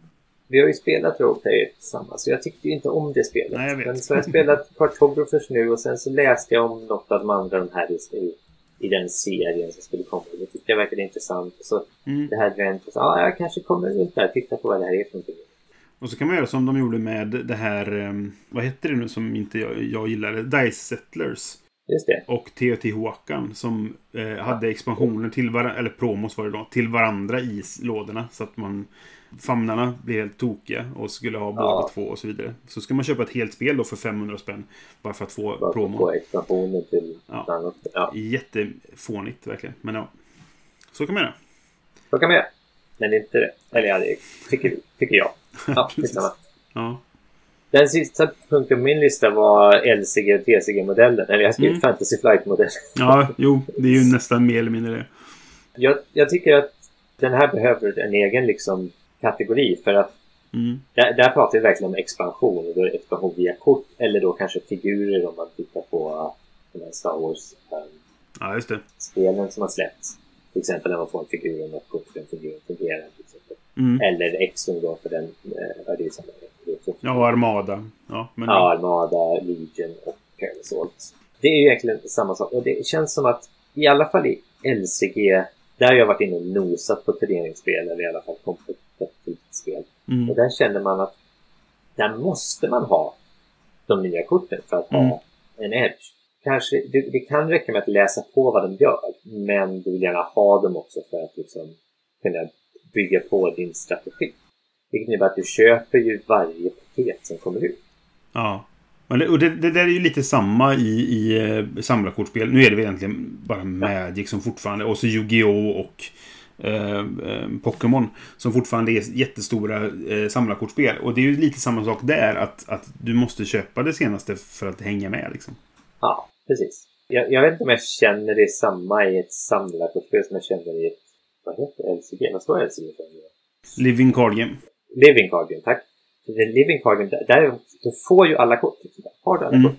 Speaker 4: vi har ju spelat Roleplayer tillsammans, så jag tyckte ju inte om det spelet.
Speaker 2: Nej, jag vet.
Speaker 4: Men så har jag spelat Cartographers nu, och sen så läste jag om något av de andra de här i, i den serien som skulle komma. Det tyckte jag verkade intressant. Så
Speaker 2: Mm.
Speaker 4: det här Advent, så ja, jag kanske kommer runt där och titta på vad det här är för någonting.
Speaker 2: Och så kan man göra som de gjorde med det här, um, vad heter det nu som inte jag, jag gillade, Dice Settlers.
Speaker 4: Just det.
Speaker 2: Och Teotihuacan som eh, hade expansioner till varandra, eller promos var det då, till varandra i lådorna. Så att man, famnarna blev helt tokiga och skulle ha båda
Speaker 4: Ja.
Speaker 2: två och så vidare. Så ska man köpa ett helt spel då för femhundra spänn bara för att få
Speaker 4: Bara för att
Speaker 2: promo.
Speaker 4: få expansioner till
Speaker 2: Ja.
Speaker 4: ett annat. Ja,
Speaker 2: Jättefånigt verkligen. Men ja, så kan man göra.
Speaker 4: så kan man göra. Men inte det. Eller ja, det tycker, tycker jag. Ja,
Speaker 2: Precis.
Speaker 4: detsamma.
Speaker 2: Ja.
Speaker 4: Den sista punkten på min lista var L C G och T C G-modellen. Eller jag skrev
Speaker 2: Mm.
Speaker 4: Fantasy Flight-modellen.
Speaker 2: Ja, jo, det är ju nästan mer eller mindre det.
Speaker 4: Jag, jag tycker att den här behöver en egen liksom, kategori. För att
Speaker 2: Mm.
Speaker 4: där, där pratar vi verkligen om expansion. Och då är det expansion via kort. Eller då kanske figurer om man tittar på uh, den här Star Wars-spelen
Speaker 2: Ja, just det.
Speaker 4: som har släppts. Till exempel när man får en figur och något kort för en figur fungerar. Till exempel.
Speaker 2: Mm.
Speaker 4: Eller X-Wing då för den. Uh, ja, det är samma.
Speaker 2: Ja, Armada. Ja, men
Speaker 4: Ja, Armada, Legion och Assault. Det är ju egentligen samma sak. Och det känns som att i alla fall i L C G, där har jag varit inne och nosat på turneringsspel, eller i alla fall kompetitivt spel.
Speaker 2: Mm.
Speaker 4: Och där känner man att där måste man ha de nya korten för att
Speaker 2: Mm.
Speaker 4: ha en edge. Kanske, det, det kan räcka med att läsa på vad de gör, men du vill gärna ha dem också för att liksom kunna bygga på din strategi. Vilket innebär att du köper ju varje paket som kommer ut.
Speaker 2: Ja. Men det, och det, det där är ju lite samma i, i eh, samlarkortspel. Nu är det väl egentligen bara Magic som fortfarande, och så Yu-Gi-Oh! Och eh, eh, Pokémon som fortfarande är jättestora eh, samlarkortspel. Och det är ju lite samma sak där, att, att du måste köpa det senaste för att hänga med liksom.
Speaker 4: Ja, precis. Jag, jag vet inte om jag känner det samma i ett samlarkortspel som jag känner i ett, vad heter L C G? Vad står L C G för?
Speaker 2: Living Card Game.
Speaker 4: Living Card Game, tack. Den Living Card Game, där, där du får ju alla kort. Liksom. Har du alla
Speaker 2: Mm.
Speaker 4: kort.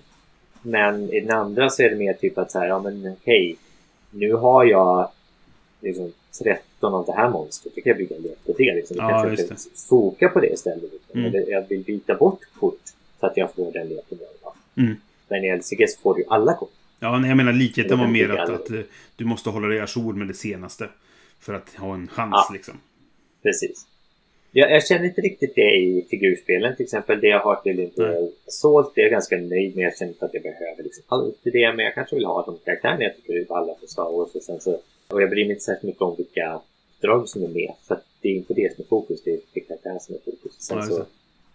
Speaker 4: Men i den andra så är det mer typ att så här, ja men okej, nu har jag liksom tretton av det här monstret. Då kan jag bygga en lek på det. Liksom. Jag
Speaker 2: Ja,
Speaker 4: kanske
Speaker 2: just
Speaker 4: inte
Speaker 2: det.
Speaker 4: foka på det istället. Liksom.
Speaker 2: Mm.
Speaker 4: Eller jag vill byta bort kort så att jag får den leken jag vill ha.
Speaker 2: Mm.
Speaker 4: Men i L C G så får du alla kort.
Speaker 2: Ja, nej, jag menar likheten
Speaker 4: Det
Speaker 2: var
Speaker 4: kan
Speaker 2: mer
Speaker 4: bygga
Speaker 2: att,
Speaker 4: alla.
Speaker 2: att eh, du måste hålla dig ajour med det senaste för att ha en chans
Speaker 4: Ja.
Speaker 2: liksom.
Speaker 4: Precis. Jag, jag känner inte riktigt det i figurspelen. Till exempel det jag har till Imperial Assault, det är jag ganska nöjd med. Jag känner inte att jag behöver liksom alltid det. Men jag kanske vill ha de karaktärerna jag tycker är alla för Star Wars. Och, sen så, och jag bryr mig inte särskilt mycket om vilka drag som är med. För att det är inte det som är fokus. Det är vilka karaktärer som är fokus. Sen
Speaker 2: Ja,
Speaker 4: så
Speaker 2: just det.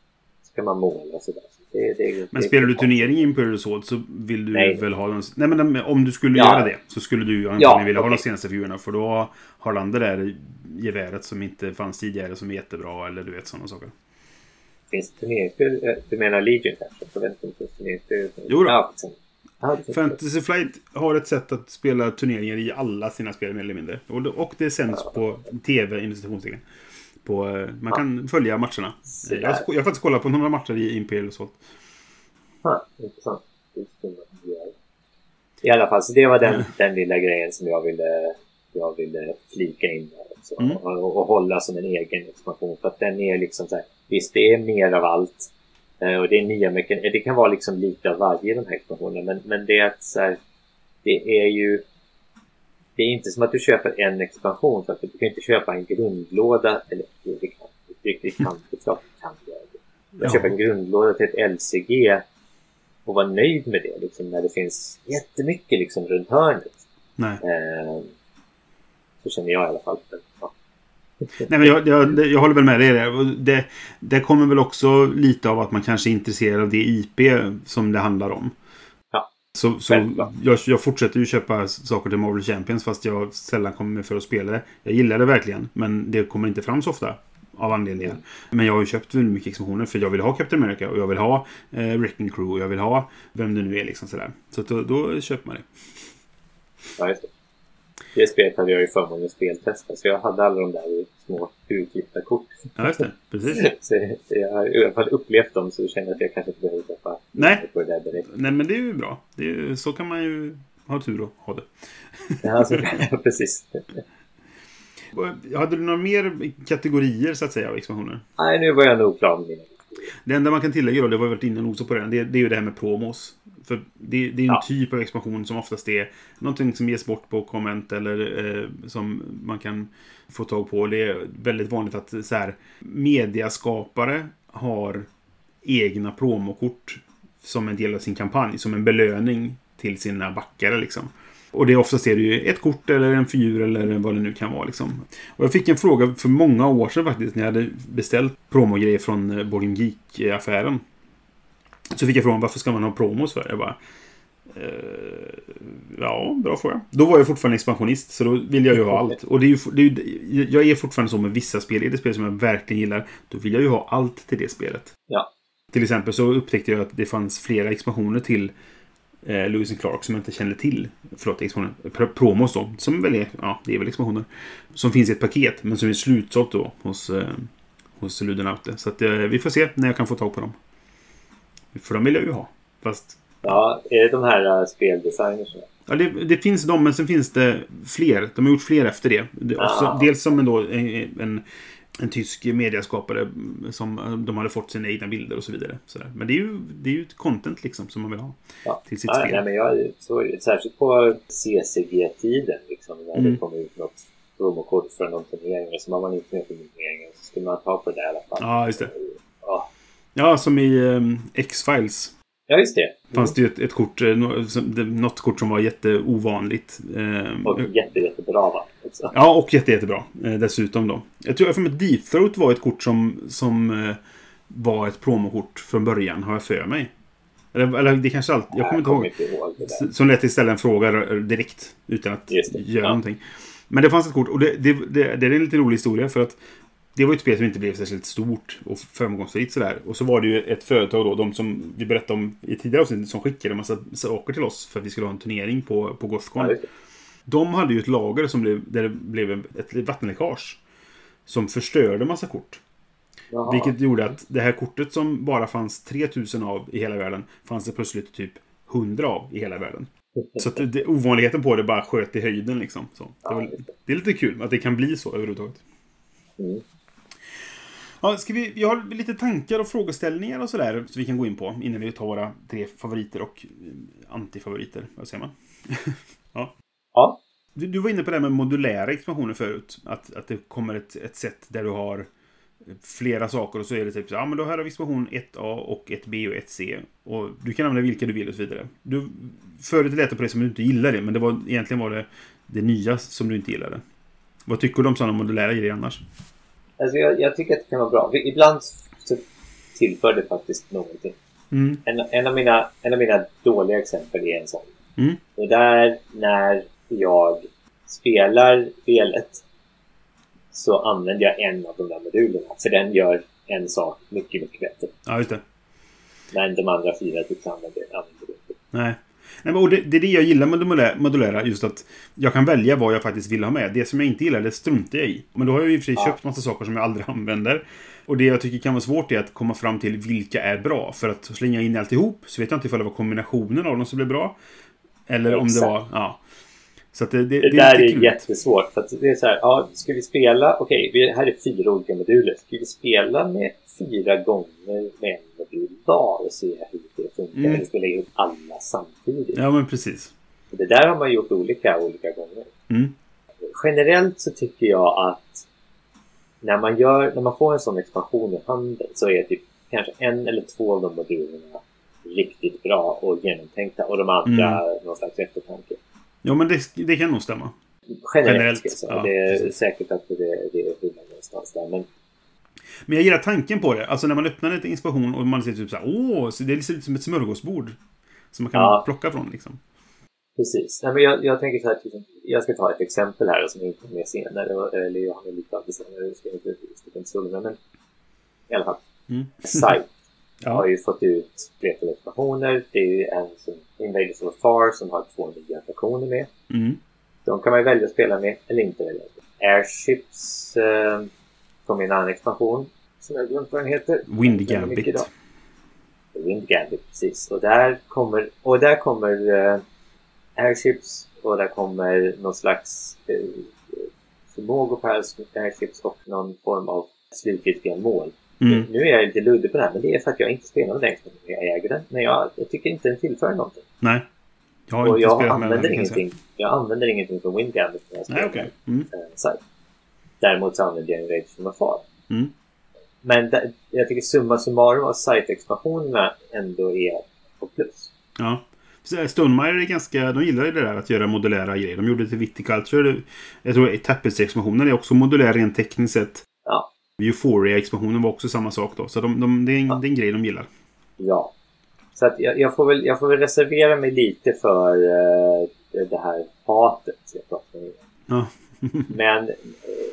Speaker 4: ska man måla och sådär. Så det, det,
Speaker 2: Men
Speaker 4: det,
Speaker 2: spelar
Speaker 4: det,
Speaker 2: du turnering i Imperial Assault så vill du
Speaker 4: Nej.
Speaker 2: väl ha den... Nej, men om du skulle
Speaker 4: Ja.
Speaker 2: göra det så skulle du ju antagligen
Speaker 4: Ja,
Speaker 2: vilja ha
Speaker 4: okej.
Speaker 2: de senaste figurerna. För då har han det där geväret som inte fanns tidigare som är jättebra, eller du vet sådana saker.
Speaker 4: Finns det turneringsspel? Eh, Du menar Legion kanske? Jag vet inte om det finns turneringsspel.
Speaker 2: Jo då.
Speaker 4: Ja, sen, ja, det finns det.
Speaker 2: Fantasy Flight har ett sätt att spela turneringar i alla sina spel mer eller mindre. Och det, och det sänds på tv, institutionstecken. På, eh, man kan följa matcherna.
Speaker 4: Så
Speaker 2: Jag har,
Speaker 4: där.
Speaker 2: jag har faktiskt kollat på några matcher i Imperial Assault.
Speaker 4: Ja, intressant. Det är synd att de gör. I alla fall, så det var den, den lilla grejen som jag ville, jag ville flika in där också.
Speaker 2: Mm.
Speaker 4: Och, och hålla som en egen expansion. För att den är liksom så här, visst det är mer av allt. eh, Och det är nya mekanismer. Det kan vara liksom lite av varje de här expansionerna. Men, men det är att så här, det är ju, det är inte som att du köper en expansion. För att du kan inte köpa en grundlåda. Eller det kan, det, det kan, det är klart du kan göra det. Jag
Speaker 2: Ja.
Speaker 4: köper en grundlåda till ett L C G och vara nöjd med det liksom, när det finns jättemycket liksom, runt hörnet.
Speaker 2: Nej.
Speaker 4: Eh, så känner jag i alla fall. Ja.
Speaker 2: Nej, men jag, jag, jag håller väl med dig där. Och det, det kommer väl också lite av att man kanske är intresserad av det I P som det handlar om.
Speaker 4: Ja.
Speaker 2: Så, så
Speaker 4: Självklart.
Speaker 2: jag, jag fortsätter ju köpa saker till Marvel Champions fast jag sällan kommer med för att spela det. Jag gillar det verkligen, men det kommer inte fram så ofta av anledningar. Men jag har ju köpt väldigt mycket expansioner för jag vill ha Captain America och jag vill ha eh, Wrecking Crew och jag vill ha vem det nu är liksom sådär. Så då, då köper man det.
Speaker 4: Ja, just det. Det spelet hade jag ju förmånen att speltesta, så jag hade alla de där i små utklippta kort.
Speaker 2: Ja, just det. Precis.
Speaker 4: Så jag har i alla fall upplevt dem, så jag känner att jag kanske inte behöver köpa
Speaker 2: Nej.
Speaker 4: på det där direkt.
Speaker 2: Nej, men det är ju bra. Det är, så kan man ju ha tur och ha det.
Speaker 4: Ja, alltså, precis.
Speaker 2: Hade du några mer kategorier så att säga av expansioner?
Speaker 4: Nej, nu var jag nog klar med mina.
Speaker 2: Det enda man kan tillägga då, det var varit innan också på det, det, det är ju det här med promos. För det, det är en ja. typ av expansion som oftast är någonting som ges bort på komment eller eh, som man kan få tag på. Det är väldigt vanligt att så här, mediaskapare har egna promokort som en del av sin kampanj, som en belöning till sina backare liksom. Och det är oftast är det ju ett kort eller en figur eller vad det nu kan vara liksom. Och jag fick en fråga för många år sedan faktiskt när jag hade beställt promogrejer från Board Game Geek-affären. Så fick jag frågan, varför ska man ha promos för? Jag bara, eh, ja, bra fråga. Då var jag fortfarande expansionist, så då vill jag ju ha allt. Och det är ju, det är ju, jag är fortfarande så med vissa spel. Är det spel som jag verkligen gillar, då vill jag ju ha allt till det spelet.
Speaker 4: Ja.
Speaker 2: Till exempel så upptäckte jag att det fanns flera expansioner till eh, Lewis and Clark som jag inte kände till. Förlåt, expansioner. Promos då. Som väl är, ja, det är väl expansioner. Som finns i ett paket, men som är slutsålt då hos, eh, hos Ludonaute. Så att eh, vi får se när jag kan få tag på dem. För de vill jag ju ha. Fast...
Speaker 4: Ja, är det de här uh, speldesigners?
Speaker 2: Ja, det, det finns de, men sen finns det fler. De har gjort fler efter det. det också, dels som en, då, en, en, en tysk mediaskapare som de hade fått sina egna bilder och så vidare. Sådär. Men det är ju det är ju ett content liksom som man vill ha
Speaker 4: ja.
Speaker 2: till sitt
Speaker 4: ja,
Speaker 2: spel.
Speaker 4: Nej, men jag såg särskilt på C C G-tiden liksom, när mm. det kom ut något promokort från någon turnering, så man var inte med på turneringen, så skulle man ta på det i alla fall.
Speaker 2: Ja, just det.
Speaker 4: Ja.
Speaker 2: Ja, som i um, X-Files.
Speaker 4: Ja, just det. Mm.
Speaker 2: Fanns det ju ett, ett kort, något kort som var jätteovanligt. Um,
Speaker 4: och jätte, jättebra va? Också.
Speaker 2: Ja, och jätte, jättebra eh, dessutom då. Jag tror att Deep Throat var ett kort som, som eh, var ett promokort från början, har jag för mig. Eller, eller det kanske allt, jag kommer inte ihåg.
Speaker 4: Inte ihåg det där.
Speaker 2: Som lät istället en fråga direkt, utan att göra ja. någonting. Men det fanns ett kort, och det, det, det, det är en lite rolig historia, för att det var ett spel som inte blev särskilt stort och framgångsrikt sådär. Och så var det ju ett företag då, de som vi berättade om i tidigare avsnitt, som skickade en massa saker till oss för att vi skulle ha en turnering på, på Gothcon. Ja, de hade ju ett lager som blev, där det blev ett vattenläckage som förstörde massa kort. Jaha. Vilket gjorde att det här kortet som bara fanns tre tusen av i hela världen, fanns det plötsligt typ hundra av i hela världen. Så att det, ovanligheten på det bara sköt i höjden liksom. Så det, var, det är lite kul att det kan bli så överhuvudtaget. Mm. Ja, ska vi, jag har lite tankar och frågeställningar och sådär så vi kan gå in på innan vi tar våra tre favoriter och antifavoriter. Vad säger man? ja.
Speaker 4: Ja.
Speaker 2: Du, du var inne på det med modulära expansioner förut. Att, att det kommer ett, ett sätt där du har flera saker och så är det typ så, ja men då här har vi expansion ett A och ett B och ett C. Och du kan använda vilka du vill och så vidare. Du, förut lät det på det som du inte gillade det, men det var, egentligen var det det nya som du inte gillade. Vad tycker du om sådana modulära grejer annars?
Speaker 4: Alltså jag, jag tycker att det kan vara bra. Ibland så tillför det faktiskt någonting. Mm. En, en, av mina, en av mina dåliga exempel är en sån. Mm. Och där när jag spelar spelet så använder jag en av de där modulerna. För den gör en sak mycket, mycket bättre.
Speaker 2: Ja, just det.
Speaker 4: Men de andra fyra typ använder, använder det inte.
Speaker 2: Nej. Nej, och det, det är det jag gillar med modulära, just att jag kan välja vad jag faktiskt vill ha med. Det som jag inte gillar, det struntar jag i. Men då har jag ju i och för sig ja. köpt massa saker som jag aldrig använder. Och det jag tycker kan vara svårt är att komma fram till vilka är bra. För att slänga in alltihop så vet jag inte ifall det var kombinationen av dem som blev bra. Eller Exakt. om det var... Ja. Så att det, det,
Speaker 4: det,
Speaker 2: det
Speaker 4: där
Speaker 2: är,
Speaker 4: är jättesvårt. För att det är så här, ja, ska vi spela... Okej, okay, här är fyra olika moduler. Ska vi spela med fyra gånger med en modul var och se hur det funkar? Mm. Eller ska vi lägga ut alla samtidigt?
Speaker 2: Ja, men precis.
Speaker 4: Det där har man gjort olika, olika gånger. Mm. Generellt så tycker jag att när man, gör, när man får en sån expansion i handen så är typ kanske en eller två av de modulerna riktigt bra och genomtänkta och de andra mm. någon slags eftertanke.
Speaker 2: Ja, men det, det kan nog stämma.
Speaker 4: Generellt, Generellt ska jag säga. Ja, det är precis. Säkert att det, det är skillnad någonstans där. Men...
Speaker 2: men jag gillar tanken på det. Alltså när man öppnar en inspiration och man ser typ så här, åh, så det är lite som ett smörgåsbord som man kan ja. plocka från liksom.
Speaker 4: Precis. Nej, men jag, jag tänker så här, liksom, jag ska ta ett exempel här som jag inte kommer med senare, eller jag har lite av det senare, jag ska inte inte stolna, men i alla fall. Mm. Site ja. har ju fått ut flera expansioner. Det är ju en som Invaders of Far som har två nya fraktioner med. Mm. De kan man ju välja att spela med eller inte välja. Airships eh, kom i en annan expansion som jag glömt vad den heter.
Speaker 2: Wind Gambit.
Speaker 4: Wind Gambit, precis. Och där kommer, och där kommer eh, Airships och där kommer någon slags eh, förmågor på airships och någon form av slutgiltiga mål.
Speaker 2: Mm.
Speaker 4: Nu, nu är jag lite luddig på det här, men det är för att jag inte spelar med den expansionen. Jag äger den, men jag, jag tycker inte den tillför någonting.
Speaker 2: Nej. Jag har
Speaker 4: och
Speaker 2: inte
Speaker 4: jag
Speaker 2: spelat
Speaker 4: använder
Speaker 2: med den,
Speaker 4: ingenting. Jag använder ingenting från Windgambit när jag spelar.
Speaker 2: Nej, okay. mm.
Speaker 4: äh, Däremot så använder jag en Rage from Afar.
Speaker 2: Mm.
Speaker 4: Men där, jag tycker summa summarum av site-expansionerna ändå är på plus.
Speaker 2: Ja. Stonemaier är ganska, de gillar ju det där att göra modulära grejer. De gjorde det till Viticulture. Jag tror att Tapestry-expansionen är också modulär rent tekniskt sett.
Speaker 4: Ja.
Speaker 2: Euphoria-expansionen var också samma sak då. Så de, de, det, är en, ja. det är en grej de gillar.
Speaker 4: Ja. Så att jag, jag, får väl, jag får väl reservera mig lite för uh, det här hatet jag pratar om.
Speaker 2: Ja.
Speaker 4: Men uh,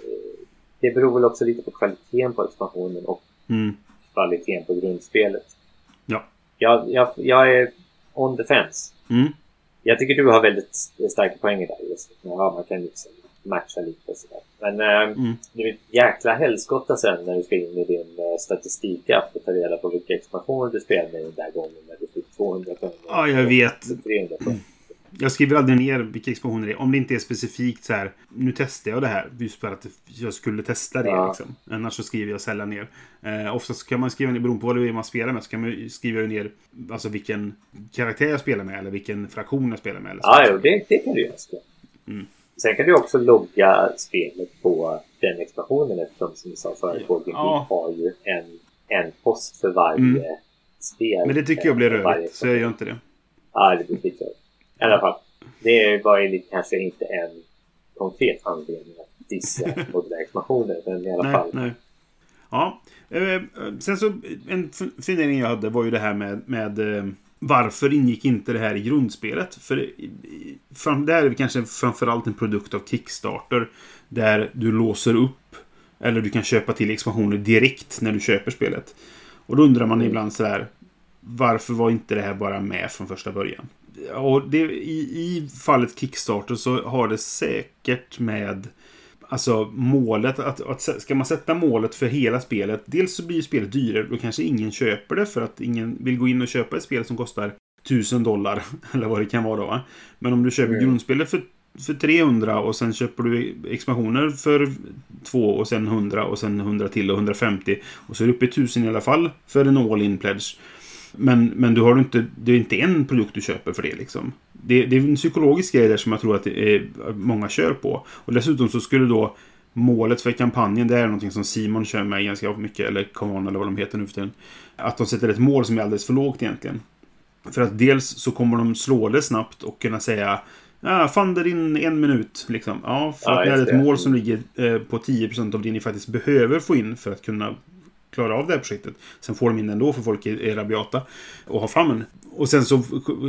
Speaker 4: det beror väl också lite på kvaliteten på expansionen och mm. kvaliteten på grundspelet.
Speaker 2: Ja.
Speaker 4: Jag, jag, jag är on the fence.
Speaker 2: Mm.
Speaker 4: Jag tycker du har väldigt starka poänger där. Just. Ja, man kan liksom matcha lite och sådär. Men äh, mm. det är ett jäkla helskotta sen när du ska in i din äh, statistikapp och ta reda på vilka expansioner du spelar med den där gången när du fick tvåhundra poäng.
Speaker 2: Ja, jag vet.
Speaker 4: trehundra poäng.
Speaker 2: Jag skriver aldrig ner vilka expansioner det är. Om det inte är specifikt så här, nu testar jag det här. Just för att jag skulle testa det. Ja. Liksom. Annars så skriver jag sällan ner. Eh, oftast kan man skriva ner, beroende på vad det är man spelar med, så kan man skriva ner alltså vilken karaktär jag spelar med. Eller vilken fraktion jag spelar med. Eller så.
Speaker 4: Ja, jo, det, det kan du göra. Mm. Sen kan du också logga spelet på den expansionen. Eftersom som vi sa förut, ja. Vi har ju en, en post för varje mm. spel.
Speaker 2: Men det tycker jag blir rörigt, så jag gör inte det.
Speaker 4: Ja, det blir lite rörigt. I alla fall, det var ju kanske inte en konkret anledning att dissa modulära expansioner, men i alla
Speaker 2: nej,
Speaker 4: fall.
Speaker 2: Nej. Ja, eh, sen så en fundering jag hade var ju det här med, med eh, varför ingick inte det här i grundspelet? För fram, det här är kanske framförallt en produkt av Kickstarter där du låser upp eller du kan köpa till expansioner direkt när du köper spelet. Och då undrar man mm. ibland så här, varför var inte det här bara med från första början? Och det, i, i fallet Kickstarter så har det säkert med alltså målet att, att ska man sätta målet för hela spelet, dels så blir spelet dyrare, då kanske ingen köper det för att ingen vill gå in och köpa ett spel som kostar tusen dollar eller vad det kan vara då, va? Men om du köper mm. grundspelet för, för trehundra och sen köper du expansioner för två och sen hundra och sen hundra till och hundrafemtio och så är det uppe i tusen i alla fall för en all-in pledge. Men, men du har inte, det är inte en produkt du köper för det liksom. Det, det är en psykologisk grej där som jag tror att det är, många kör på. Och dessutom så skulle då målet för kampanjen, det är någonting som Simon kör med ganska mycket, eller Common eller vad de heter nu för tiden. Att de sätter ett mål som är alldeles för lågt egentligen. För att dels så kommer de slå det snabbt och kunna säga ja, fan det in en minut liksom. Ja, för ja, att det är ett det. mål som ligger eh, på tio procent av det ni faktiskt behöver få in för att kunna klara av det här projektet. Sen får de in ändå för folk är, är rabiata och har fram en. Och sen så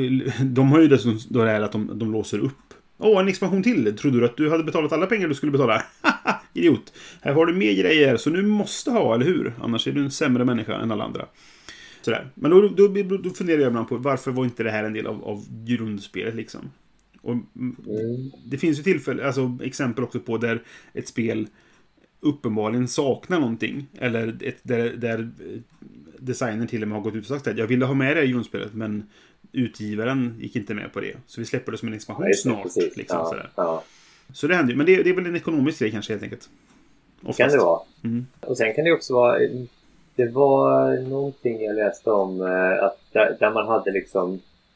Speaker 2: de har ju dessutom då det här att de, de låser upp. Åh, en expansion till. Trodde du att du hade betalat alla pengar du skulle betala? Idiot. Här har du mer grejer så nu måste ha, eller hur? Annars är du en sämre människa än alla andra. Sådär. Men då, då, då, då funderar jag ibland på varför var inte det här en del av, av grundspelet liksom. Och mm. det finns ju tillfälle, alltså exempel också på där ett spel uppenbarligen saknar någonting. Eller ett, där, där designern till och med har gått ut och sagt att jag ville ha med det i grundspelet men utgivaren gick inte med på det. Så vi släpper det som en expansion ja, snart. Liksom,
Speaker 4: ja,
Speaker 2: sådär.
Speaker 4: Ja.
Speaker 2: Så det händer ju. Men det, det är väl en ekonomisk grej kanske helt enkelt.
Speaker 4: Oftast. Kan det vara. Mm. Och sen kan det också vara det var någonting jag läste om att där, där man hade liksom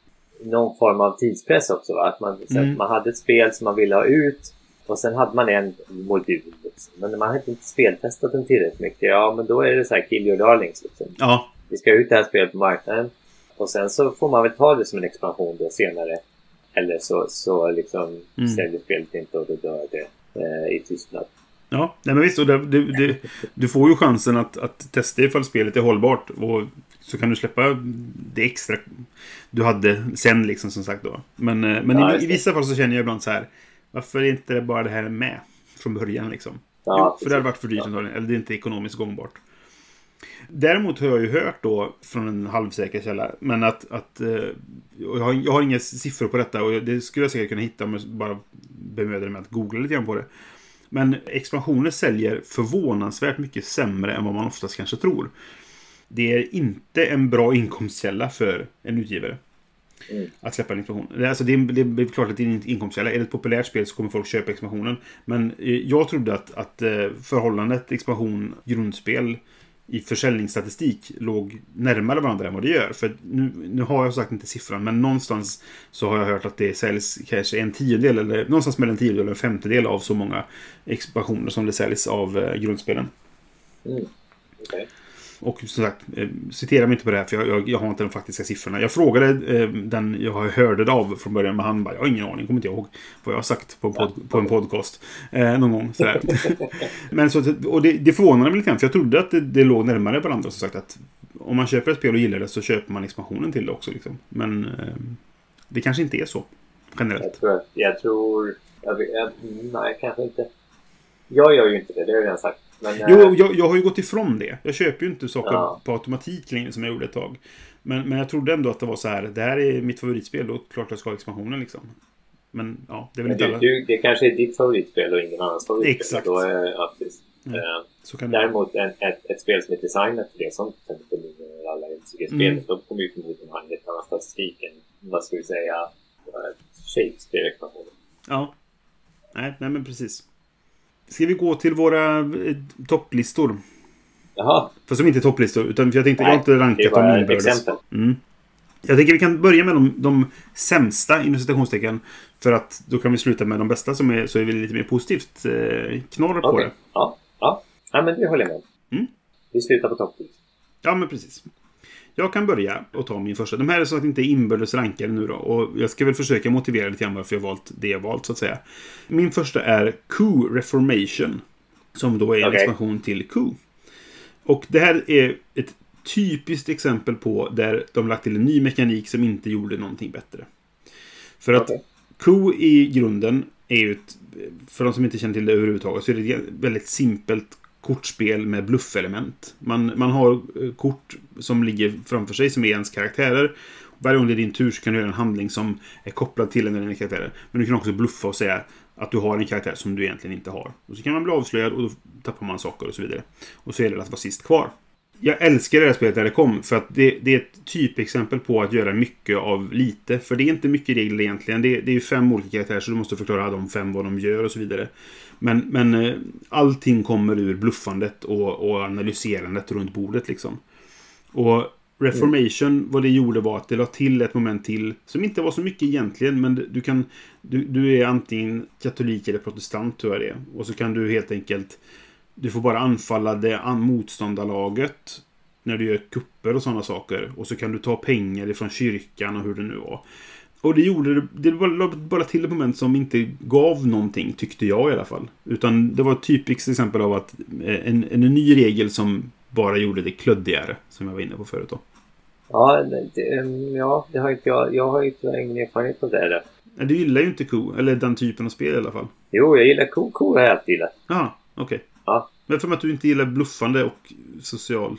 Speaker 4: någon form av tidspress också. Va? Att man, så mm. att man hade ett spel som man ville ha ut och sen hade man en modul liksom. Men man hade inte speltestat den tillräckligt mycket. Ja, men då är det så här kill your darlings liksom.
Speaker 2: Ja.
Speaker 4: Vi ska ut det här spelet på marknaden och sen så får man väl ta det som en expansion då senare. Eller så, så liksom mm. säljer spelet inte och då dör det eh, i tystnad.
Speaker 2: Ja, nej men visst. Och det, det, det, du får ju chansen att, att testa ifall spelet är hållbart. Och så kan du släppa det extra du hade sen liksom som sagt då. Men, men ja, i, i vissa fall så känner jag ibland så här. Varför är inte det bara det här med från början liksom?
Speaker 4: Ja,
Speaker 2: jo, för det har varit för dyrt ja. Eller det är inte ekonomiskt gångbart. Däremot har jag ju hört då från en halvsäker källa, men att, att jag, har, jag har inga siffror på detta och det skulle jag säkert kunna hitta om jag bara bemödade mig att googla lite grann på det. Men expansioner säljer förvånansvärt mycket sämre än vad man oftast kanske tror. Det är inte en bra inkomstkälla för en utgivare.
Speaker 4: Mm.
Speaker 2: Att släppa en expansion. Det, alltså det, är, det är klart att det är en inkomstkälla. Är det ett populärt spel så kommer folk köpa expansionen. Men eh, jag trodde att, att eh, förhållandet expansion, grundspel i försäljningsstatistik låg närmare varandra än vad det gör. För nu, nu har jag sagt inte siffran, men någonstans så har jag hört att det säljs kanske en tiondel eller någonstans mellan en tiondel och en femtedel av så många expansioner som det säljs av eh, grundspelen.
Speaker 4: Mm. Okay.
Speaker 2: Och som sagt, eh, citera mig inte på det här för jag, jag, jag har inte de faktiska siffrorna. Jag frågade eh, den jag hörde det av från början, men han bara, jag har ingen aning, kommer inte ihåg vad jag har sagt på, pod, på en podcast eh, någon gång. Sådär. Men så, och det, det förvånade mig lite grann, för jag trodde att det, det låg närmare varandra. Som sagt, att om man köper ett spel och gillar det så köper man expansionen till det också. Liksom. Men eh, det kanske inte är så generellt.
Speaker 4: Jag tror, jag tror jag, jag, nej, kanske inte. Jag gör ju inte det, det har jag redan sagt. Men,
Speaker 2: jo, jag, jag har ju gått ifrån det. Jag köper ju inte saker
Speaker 4: ja.
Speaker 2: på automatik längre som jag gjorde ett tag. Men, men jag trodde ändå att det var så här, det här är mitt favoritspel och klart jag ska ha expansionen liksom. Men ja, det är väl inte
Speaker 4: du,
Speaker 2: alla...
Speaker 4: du, det kanske är ditt favoritspel och ingen annans favoritspel.
Speaker 2: Exakt.
Speaker 4: Då är, ja,
Speaker 2: ja,
Speaker 4: uh,
Speaker 2: så kan det
Speaker 4: däremot en, ett, ett spel som är designat för det, som till exempel alla M C G-spel, mm. då kommer ju förmodligen ha en helt annan statistik än, vad ska vi säga, Shakespeare-expansionen.
Speaker 2: Ja, nej, nej men precis. Ska vi gå till våra eh, topplistor?
Speaker 4: Jaha.
Speaker 2: För som inte är topplistor, utan för jag tänkte,
Speaker 4: nej,
Speaker 2: jag har inte rankat dem inbördes. Mm. Jag tänker vi kan börja med de, de sämsta inom citationstecken, för att då kan vi sluta med de bästa som är, så är vi lite mer positivt eh, knorr på
Speaker 4: okay.
Speaker 2: det.
Speaker 4: Ja, ja. Ja, men det håller jag med.
Speaker 2: Mm.
Speaker 4: Vi slutar på topplistor.
Speaker 2: Ja, men precis. Jag kan börja och ta min första. De här är så att inte inbördes rankade nu då. Och jag ska väl försöka motivera lite grann varför jag valt det jag valt så att säga. Min första är Coup Reformation. Som då är en okay. expansion till Coup. Och det här är ett typiskt exempel på där de lagt till en ny mekanik som inte gjorde någonting bättre. För att okay. Coup i grunden är ju ett, för de som inte känner till det överhuvudtaget, så är det ett väldigt simpelt kortspel med bluffelement. Man, man har kort som ligger framför sig som är ens karaktärer. Varje gång det är din tur så kan du göra en handling som är kopplad till en av dina karaktärer. Men du kan också bluffa och säga att du har en karaktär som du egentligen inte har. Och så kan man bli avslöjad och då tappar man saker och så vidare. Och så är det att vara sist kvar. Jag älskar det här spelet när det kom, för att det, det är ett typexempel på att göra mycket av lite. För det är inte mycket regler egentligen. Det, det är ju fem olika karaktärer så du måste förklara de fem vad de gör och så vidare. Men, men allting kommer ur bluffandet och, och analyserandet runt bordet liksom. Och Reformation, mm. vad det gjorde var att det la till ett moment till som inte var så mycket egentligen, men du kan du, du är antingen katolik eller protestant, tror jag det. Och så kan du helt enkelt, du får bara anfalla det motståndarlaget när du gör kupper och sådana saker. Och så kan du ta pengar ifrån kyrkan och hur det nu var. Och det gjorde det, det var bara till ett moment som inte gav någonting, tyckte jag i alla fall. Utan det var ett typiskt exempel av att en, en ny regel som bara gjorde det klöddigare, som jag var inne på förut då.
Speaker 4: Ja, det, ja, det har inte jag, jag har inte ingen erfarenhet av det här.
Speaker 2: Nej, du gillar ju inte Coup, eller den typen av spel i alla fall.
Speaker 4: Jo, jag gillar Coup, Coup har jag alltid gillat.
Speaker 2: Ja, okej. Okay.
Speaker 4: Ja.
Speaker 2: Men för att du inte gillar bluffande och social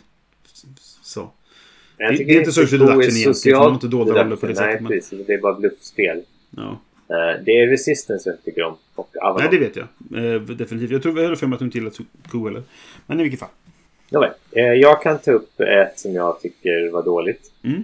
Speaker 2: så.
Speaker 4: Jag
Speaker 2: det, det är inte social deduction egentligen, för man har inte dolda roller på det
Speaker 4: nej,
Speaker 2: sättet.
Speaker 4: Nej, precis. Men... det är bara bluffspel.
Speaker 2: Ja.
Speaker 4: Uh, det är Resistance jag tycker om. Och Avalon.
Speaker 2: Nej, det vet jag. Uh, definitivt. Jag tror vi hörde för mig att du inte gillar Coup eller. Men i vilket fall.
Speaker 4: Ja, uh, jag kan ta upp ett som jag tycker var dåligt.
Speaker 2: Mm.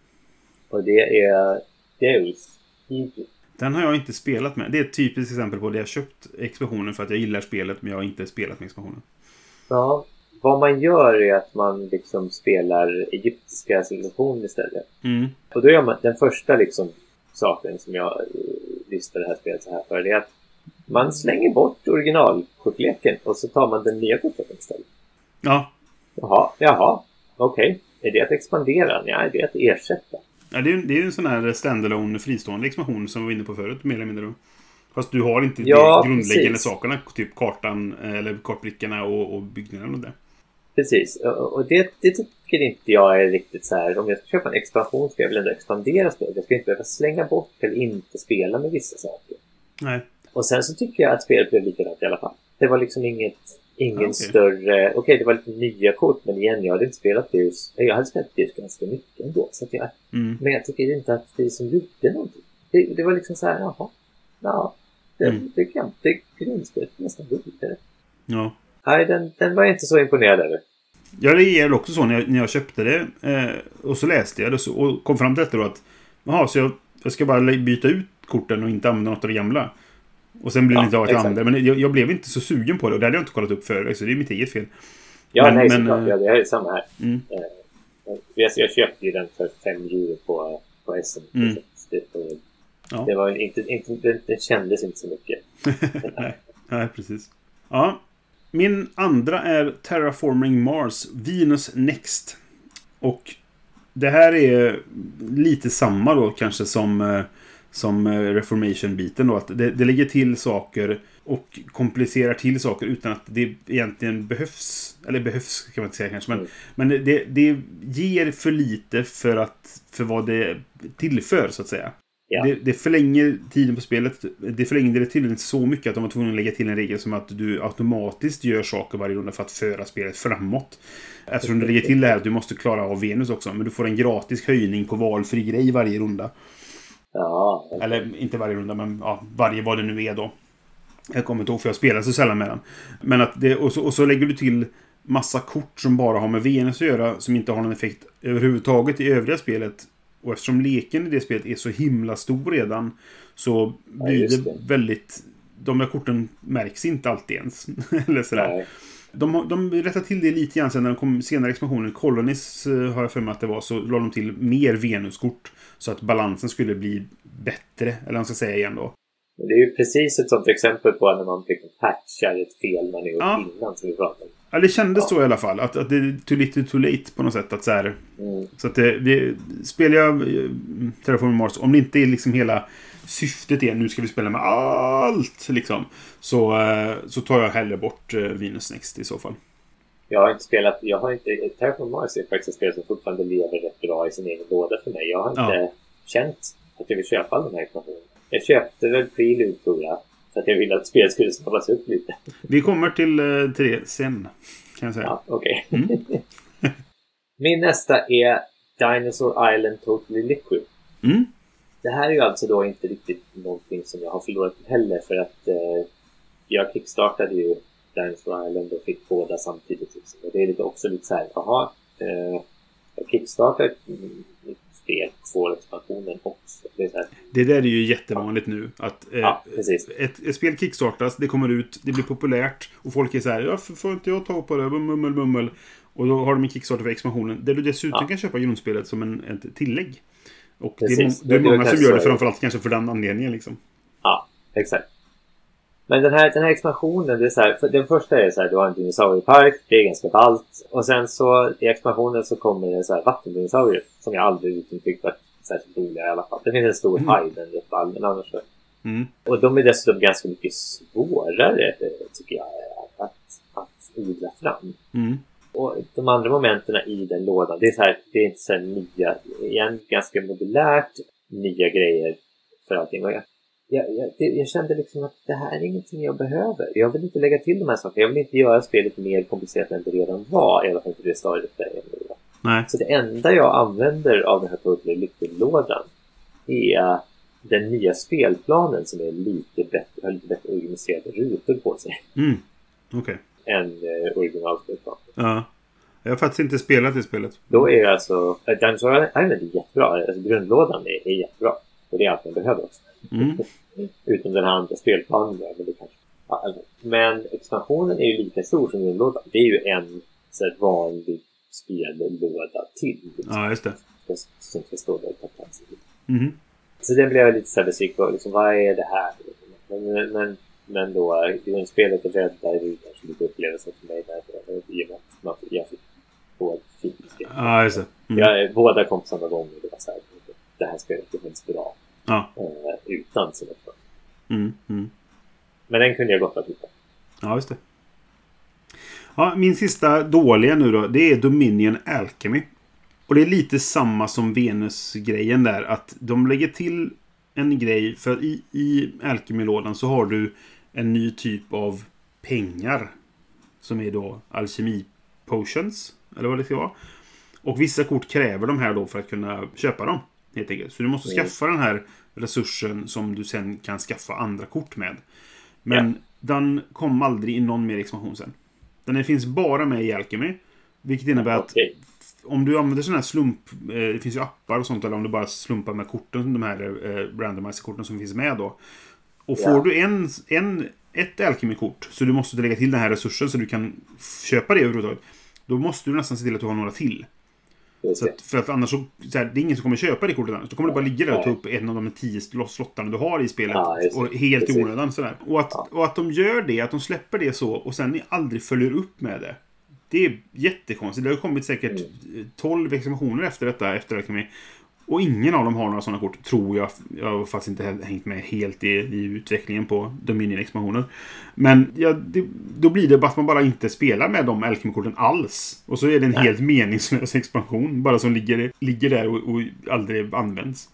Speaker 4: Och det är Deus Egypt.
Speaker 2: Den har jag inte spelat med. Det är ett typiskt exempel på det jag köpt expansionen för att jag gillar spelet, men jag har inte spelat med expansionen.
Speaker 4: Ja, vad man gör är att man liksom spelar egyptiska civilisationer istället.
Speaker 2: Mm.
Speaker 4: Och då gör man den första liksom saken som jag listar det här spelet så här för, det är att man slänger bort originalkortleken och så tar man den nya kortleken istället.
Speaker 2: Ja.
Speaker 4: Jaha, jaha. Okej. Okay. Är det att expandera? Nej, det är att ersätta.
Speaker 2: Ja, det är, det är ju en sån här standalone fristående expansion som vi var inne på förut, mer eller mindre. Fast du har inte
Speaker 4: ja,
Speaker 2: de grundläggande
Speaker 4: precis.
Speaker 2: sakerna, typ kartan eller kartbrickorna och, och byggnaden och det.
Speaker 4: Precis, och det, det tycker inte jag är riktigt så här. Om jag ska köpa en expansion ska jag väl ändå expandera spelet. Jag ska inte behöva slänga bort eller inte spela med vissa saker.
Speaker 2: Nej.
Speaker 4: Och sen så tycker jag att spelet blev likadant i alla fall. Det var liksom inget, ingen okay. större... Okej, okay, det var lite nya kort, men igen, jag hade inte spelat Deus. Jag hade spelat Deus ganska mycket ändå. Så att jag,
Speaker 2: mm.
Speaker 4: Men jag tycker inte att det som gjorde någonting. Det, det var liksom så här, jaha. Ja, det, mm. det kan det grundspelet nästan roligare.
Speaker 2: Ja.
Speaker 4: Nej, den, den var jag inte så imponerad över.
Speaker 2: Jag reagerade också så när jag, när jag köpte det. Eh, och så läste jag det så, och kom fram till detta då att Jaha, så jag, jag ska bara byta ut korten och inte använda något av det gamla. Och sen blir det
Speaker 4: ja,
Speaker 2: inte av att jag använder. Men jag, jag blev inte så sugen på det. Och det hade jag inte kollat upp för. Så det är mitt eget fel.
Speaker 4: Ja,
Speaker 2: men,
Speaker 4: nej,
Speaker 2: men,
Speaker 4: såklart. Ja, det är samma här.
Speaker 2: Mm.
Speaker 4: Jag, jag köpte ju den för fem euro på, på S M.
Speaker 2: Mm.
Speaker 4: Det,
Speaker 2: ja.
Speaker 4: det var inte, inte det, det kändes inte så mycket.
Speaker 2: nej, nej, precis. Ja. Min andra är Terraforming Mars, Venus Next. Och det här är lite samma då kanske som, som Reformation-biten då. Att det, det lägger till saker och komplicerar till saker utan att det egentligen behövs. Eller behövs kan man inte säga kanske. Men, mm. men det, det ger för lite för, att, för vad det tillför så att säga. Ja. Det, det förlänger tiden på spelet. Det förlänger det tydligen så mycket att de var tvungna att lägga till en regel som att du automatiskt gör saker varje runda för att föra spelet framåt. Eftersom du lägger till det här att du måste klara av Venus också. Men du får en gratis höjning på valfri grej varje runda.
Speaker 4: Ja. Okay.
Speaker 2: Eller inte varje runda, men ja, varje vad det nu är då. Jag kommer inte ihåg för jag spelar så sällan med den. Men att det, och, så, och så lägger du till massa kort som bara har med Venus att göra. Som inte har någon effekt överhuvudtaget i övriga spelet. Och eftersom leken i det spelet är så himla stor redan så blir ja, det, det väldigt... De där korten märks inte alltid ens. Eller sådär. De, de rättar till det lite grann sen när de kom senare expansionen. Colonies har jag för mig att det var. Så la de till mer Venuskort. Så att balansen skulle bli bättre. Eller vad man ska säga igen då.
Speaker 4: Det är ju precis ett sånt exempel på när man liksom patchar ett fel man är
Speaker 2: ja.
Speaker 4: innan som vi pratade om.
Speaker 2: Ja, det kändes
Speaker 4: ja.
Speaker 2: så i alla fall. Att, att det är too little too late på något sätt. Att så här,
Speaker 4: mm.
Speaker 2: så att det, det, spelar jag Terraforming Mars, om det inte är liksom hela syftet är nu ska vi spela med allt liksom, så, så tar jag hellre bort Venus Next i så fall.
Speaker 4: Jag har inte spelat, jag har inte, Terraforming Mars är faktiskt ett spel som fortfarande lever rätt bra i sin egen låda för mig. Jag har inte ja. känt att jag vill köpa alla de här expansionerna. Jag köpte väl Prelude tror jag. Så att jag ville att spelet skulle snabbas upp lite.
Speaker 2: Vi kommer till, till det sen, kan jag säga.
Speaker 4: Ja, okej. Okay.
Speaker 2: Mm.
Speaker 4: Min nästa är Dinosaur Island Totally Liquid.
Speaker 2: Mm.
Speaker 4: Det här är ju alltså då inte riktigt någonting som jag har förlorat heller. För att eh, jag kickstartade ju Dinosaur Island och fick båda samtidigt. Liksom. Och det är lite också lite så här, jaha, eh, jag kickstartade ett spel, får expansionen också. Det, är så här.
Speaker 2: Det där är ju jättevanligt nu. Att eh,
Speaker 4: ja,
Speaker 2: ett, ett spel kickstartas, det kommer ut, det blir populärt. Och folk är så här, ja, får inte jag ta på det? Mummel, mummel. Och då har de en kickstarter för expansionen. Där du dessutom ja. kan köpa grundspelet som en, ett tillägg. Och det är, det är många som gör det framförallt kanske för den anledningen liksom.
Speaker 4: Ja, exakt. Men den här, den här expansionen, det är så här, för den första är så här, du har en dinosauriepark, det är ganska ballt. Och sen så i expansionen så kommer det så här vattendinosaurier som jag aldrig utan tyckte var särskilt roliga i alla fall. Det finns en stor mm. haj den rätt ball, men annars så.
Speaker 2: Mm.
Speaker 4: Och de är dessutom ganska mycket svårare tycker jag att, att odla fram.
Speaker 2: Mm. Och
Speaker 4: de andra momenten i den lådan, det är så här, det är inte så här nya, igen ganska modulärt, nya grejer för allting. Och jag, jag, jag, det, jag kände liksom att det här är ingenting jag behöver. Jag vill inte lägga till de här sakerna. Jag vill inte göra spelet mer komplicerat än det redan var, i alla fall inte det stadiet där jag nu.
Speaker 2: Nej.
Speaker 4: Så det enda jag använder av den här Totally Liquid-lådan är den nya spelplanen som är lite bättre, har lite bättre organiserade rutor på sig.
Speaker 2: Mm. Okej. Okay.
Speaker 4: Än uh, originalspelplanen.
Speaker 2: Ja. Jag har faktiskt inte spelat i spelet.
Speaker 4: Då är alltså Dinosaur Island är jättebra. Alltså, grundlådan är, är jättebra. Och det är allt man behöver också.
Speaker 2: Mm.
Speaker 4: Utom den här andra spelplanen. Men, det kanske, ja, men expansionen är ju lika stor som grundlådan. Det är ju en så här, vanlig spellåda till. Liksom,
Speaker 2: ja, just det.
Speaker 4: Som ska stå där på plats.
Speaker 2: Mm.
Speaker 4: Så den blev jag lite så här besviken på. Liksom, vad är det här? Men, men, men då, grundspelet räddar ju kanske lite upplevelser för mig där. I och med att man, jag fick båda fint.
Speaker 2: Ja, just det. Mm.
Speaker 4: Jag, båda kom på samma gång. Det var så här, det här spelet det finns bra.
Speaker 2: Ja.
Speaker 4: Uh, utan sina plan.
Speaker 2: Mm, mm.
Speaker 4: Men den kunde jag gott ha tittat.
Speaker 2: Ja, just det. Ja, min sista dåliga nu då, det är Dominion Alchemy. Och det är lite samma som Venus-grejen där. Att de lägger till en grej. För i, i Alchemy-lådan så har du en ny typ av pengar. Som är då alkemi potions. Eller vad det ska vara. Och vissa kort kräver de här då för att kunna köpa dem. Helt enkelt. Så du måste mm. skaffa den här resursen som du sen kan skaffa andra kort med. Men yeah. den kom aldrig i någon mer expansion sen. Den finns bara med i Alchemy. Vilket innebär okay. om du använder sådana här slump, eh, det finns ju appar och sånt, eller om du bara slumpar med korten, de här eh, randomizer-korten som finns med då. Och får ja. du en, en, ett Alchemy-kort, så du måste lägga till den här resursen så du kan köpa det överhuvudtaget, då måste du nästan se till att du har några till. Så att, för att annars så, så här, det är ingen som kommer köpa det kortet annars. Då kommer du bara ligga där och ta upp en av de tio slottarna du har i spelet. Ja, och helt i onödan sådär. Och att, ja. och att de gör det, att de släpper det så och sen aldrig följer upp med det. Det är jättekonstigt. Det har kommit säkert tolv expansioner efter detta, efter Alchemy. Och ingen av dem har några sådana kort, tror jag. Jag har faktiskt inte hängt med helt i, i utvecklingen på Dominion-expansioner. Men ja, det, då blir det bara att man bara inte spelar med de Alchemy-korten alls. Och så är det en Nej. helt meningslös expansion. Bara som ligger, ligger där och, och aldrig används.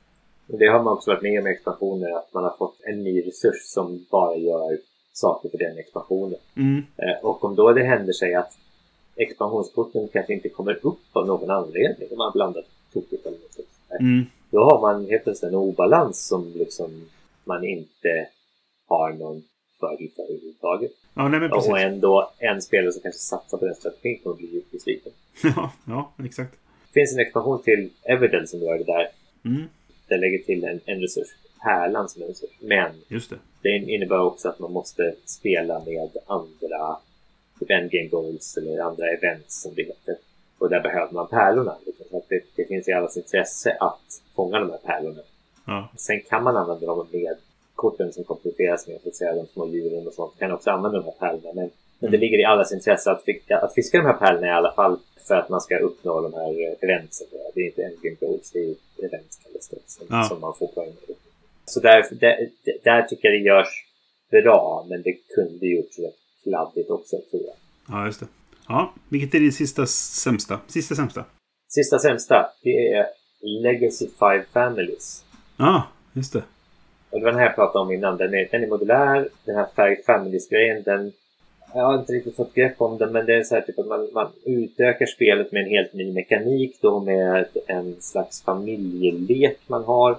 Speaker 4: Det har man också varit med om expansioner. Att man har fått en ny resurs som bara gör saker för den expansionen. Mm. Och om då det händer sig att expansionskorten kanske inte kommer upp av någon anledning. Om man blandat tokigt eller något. Mm. Då har man helt plötsligt en obalans som liksom man inte har någon fördel för överhuvudtaget.
Speaker 2: Ja, nej, men precis.
Speaker 4: Och ändå en spelare som kanske satsar på den strategin kommer bli djupt besviken.
Speaker 2: Ja, ja, exakt.
Speaker 4: Det finns en expansion till Evidence som gör det där.
Speaker 2: Mm.
Speaker 4: Den lägger till en, en resurs. Pärlan som en resurs. Men
Speaker 2: just det.
Speaker 4: Det innebär också att man måste spela med andra endgame goals eller andra events som det heter. Och där behöver man pärlorna. Så att det, det finns i allas intresse att fånga de här pärlorna.
Speaker 2: Ja.
Speaker 4: Sen kan man använda dem med korten som kompletteras med, så att säga, de små djuren och sånt. Kan också använda de här pärlorna. Men, mm. men det ligger i allas intresse att, fiska, att fiska de här pärlorna i alla fall för att man ska uppnå de här eventsen. Det är inte endgame goals, det är events kallas det, som, ja. som man får poäng med. Så där, där, där tycker jag det görs bra, men det kunde gjorts rätt kladdigt också, tror jag.
Speaker 2: Ja, just det. Ja, vilket är det sista sämsta? Sista sämsta?
Speaker 4: Sista sämsta, det är Legacy five Families.
Speaker 2: Ja, just det.
Speaker 4: Och det var den här jag pratade om innan. Den är, den är modulär. Den här five Families-grejen, den... Jag har inte riktigt fått grepp om den, men det är så här typ att man, man utökar spelet med en helt ny mekanik då, med en slags familjelek man har.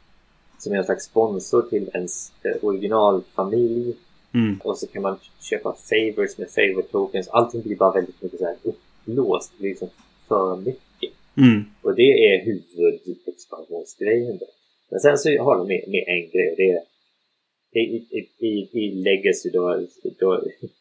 Speaker 4: Som är en slags sponsor till ens originalfamilj.
Speaker 2: Mm.
Speaker 4: Och så kan man köpa favors med favor tokens. Allting blir bara väldigt mycket så här upplåst. Det blir liksom för mycket.
Speaker 2: Mm.
Speaker 4: Och det är huvudexpansionsgrejen då. Men sen så har de med, med en grej. Och det är i, i, i, i Legacy då, då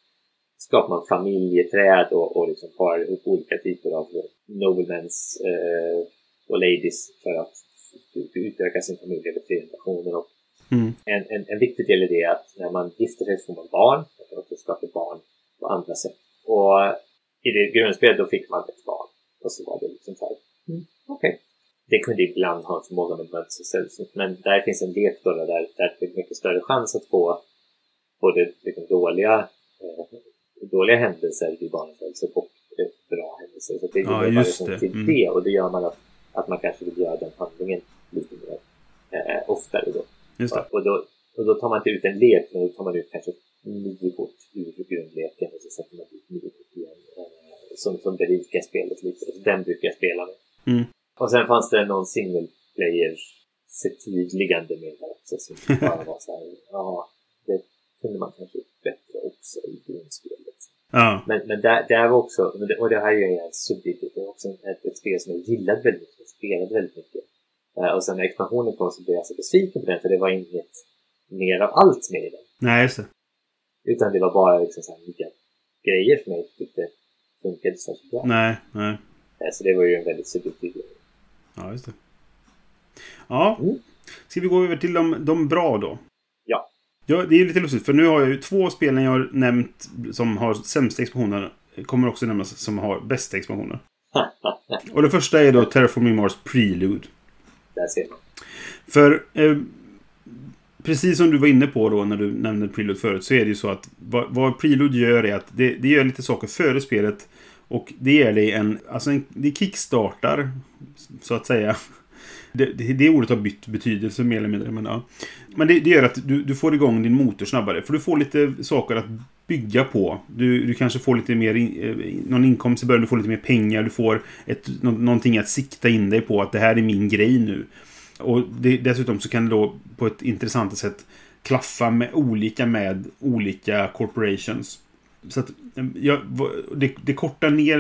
Speaker 4: skapar man familjeträd och, och liksom har ihop olika typer av noblemans eh, och ladies för att utöka sin familj över tre generationer. Och
Speaker 2: mm.
Speaker 4: en, en, en viktig del är det att när man gifter sig får man barn. Man kan också skapa barn på andra sätt. Och i det grundspelet då fick man ett barn. Och så var det liksom så här. Mm. Okej. Okay. Det kunde ibland ha en förmåga med mönster. Men där finns en lek då där, där det är mycket större chans att få både liksom dåliga, eh, dåliga händelser vid barnafödelse och eh, bra händelser. Så det är
Speaker 2: ja, just det.
Speaker 4: till mm. det. Och det gör man att, att man kanske vill göra den handlingen lite mer eh, oftare då.
Speaker 2: Just det.
Speaker 4: Och, och, då, och då tar man inte ut en lek, men då tar man ut kanske nio kort ur grundleken och så sätter man ut nio kort igen eh, som, som berikar spelet lite. Så den brukar jag spela med.
Speaker 2: Mm.
Speaker 4: Och sen fanns det någon single player förtydligande med det också som bara var så här, ja, det kunde man kanske bättre också i grundspelet.
Speaker 2: Ja.
Speaker 4: Men, men där, där var också, och det här är ju en subjektivt, det var också ett, ett spel som jag gillade väldigt mycket, jag spelade väldigt mycket. Och sen när expansionen kom så blev jag så besviken på den, för det var inget mer av allt med den.
Speaker 2: Nej, just det.
Speaker 4: Utan det var bara liksom så här mycket grejer som jag inte tyckte funkade så bra.
Speaker 2: Nej, nej.
Speaker 4: Så det var ju en väldigt subjektiv grej.
Speaker 2: Ja, just det. Ja,
Speaker 4: mm.
Speaker 2: Ska vi gå över till de, de bra då?
Speaker 4: Ja.
Speaker 2: Ja, det är lite lustigt, för nu har jag ju två spel jag har nämnt som har sämsta expansioner, kommer också nämnas som har bästa expansioner. Och det första är då Terraforming Mars Prelude.
Speaker 4: Där ser man.
Speaker 2: För eh, precis som du var inne på då när du nämnde Prelude förut, så är det ju så att vad, vad Prelude gör är att det, det gör lite saker före spelet. Och det ger dig en, alltså en, det kickstartar så att säga. Det, det, det ordet har bytt betydelse mer eller mindre, men ja. Men det, det gör att du, du får igång din motor snabbare, för du får lite saker att bygga på. Du, du kanske får lite mer in, någon inkomst i början, du får lite mer pengar, du får ett, nå, någonting att sikta in dig på, att det här är min grej nu. Och det, dessutom så kan det då på ett intressant sätt klaffa med olika med olika corporations. Så att ja, det, det kortar ner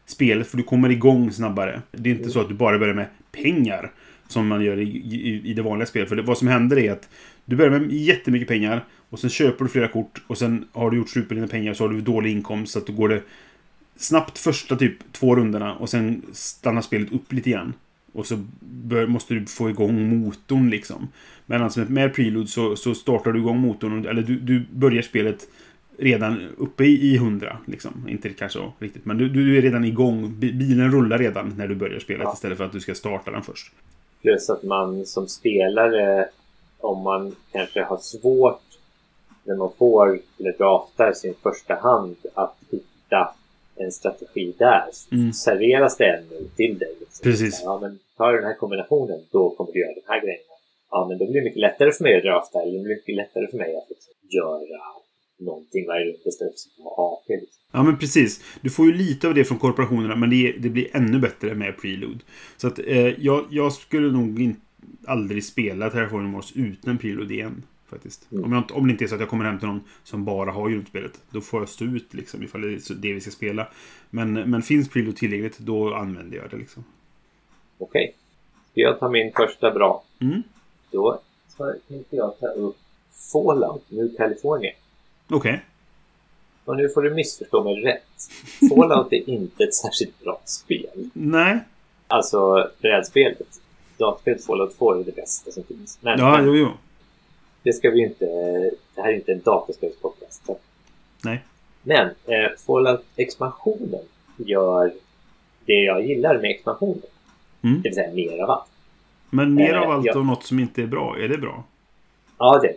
Speaker 2: spelet, för du kommer igång snabbare. Det är inte mm. så att du bara börjar med pengar som man gör i, i, i det vanliga spelet. För det, vad som händer är att du börjar med jättemycket pengar och sen köper du flera kort och sen har du gjort slut på dina pengar, så har du dålig inkomst, så att då går det snabbt första typ två rundorna och sen stannar spelet upp lite grann. Och så bör, måste du få igång motorn liksom. Men alltså med Prelude så, så startar du igång motorn, eller du, du börjar spelet redan uppe i, i hundra liksom. Inte kanske så riktigt, men du, du är redan igång. Bilen rullar redan när du börjar spelet, ja. Istället för att du ska starta den först.
Speaker 4: Plus att man som spelare, om man kanske har svårt när man får eller draftar sin första hand att hitta en strategi där, mm. serveras det ännu till dig. Liksom.
Speaker 2: Precis.
Speaker 4: Ja, men tar du den här kombinationen, då kommer du göra de här grejerna. Ja, men då blir det mycket lättare för mig att drafta, eller det blir mycket lättare för mig att liksom göra någonting varje runda istället för att ha A P. Liksom.
Speaker 2: Ja, men precis. Du får ju lite av det från korporationerna, men det, det blir ännu bättre med Prelude. Så att eh, jag, jag skulle nog inte aldrig spela Terraforming Mars utan Prelude igen. Faktiskt. Mm. Om, jag, om det inte är så att jag kommer hem till någon som bara har grundspelet, då får jag stå ut liksom, ifall det är det vi ska spela. Men, men finns Prelude tillgängligt, då använder jag det liksom.
Speaker 4: Okej. Okay. Ska jag ta min första bra?
Speaker 2: Mm.
Speaker 4: Då tänkte jag ta upp Fallout New California.
Speaker 2: Okej. Okay.
Speaker 4: Och nu får du missförstå mig rätt. Fallout är inte ett särskilt bra spel.
Speaker 2: Nej.
Speaker 4: Alltså, brädspelet. Dataspelet Fallout två är det bästa som finns. Men,
Speaker 2: ja,
Speaker 4: men,
Speaker 2: jo, jo.
Speaker 4: Det ska vi inte... Det här är inte en dataspelspodcast.
Speaker 2: Nej.
Speaker 4: Men eh, Fallout-expansionen gör det jag gillar med expansionen. Mm. Det vill säga mer av allt.
Speaker 2: Men mer av
Speaker 4: eh,
Speaker 2: allt
Speaker 4: jag...
Speaker 2: och något som inte är bra. Är det bra?
Speaker 4: Ja, det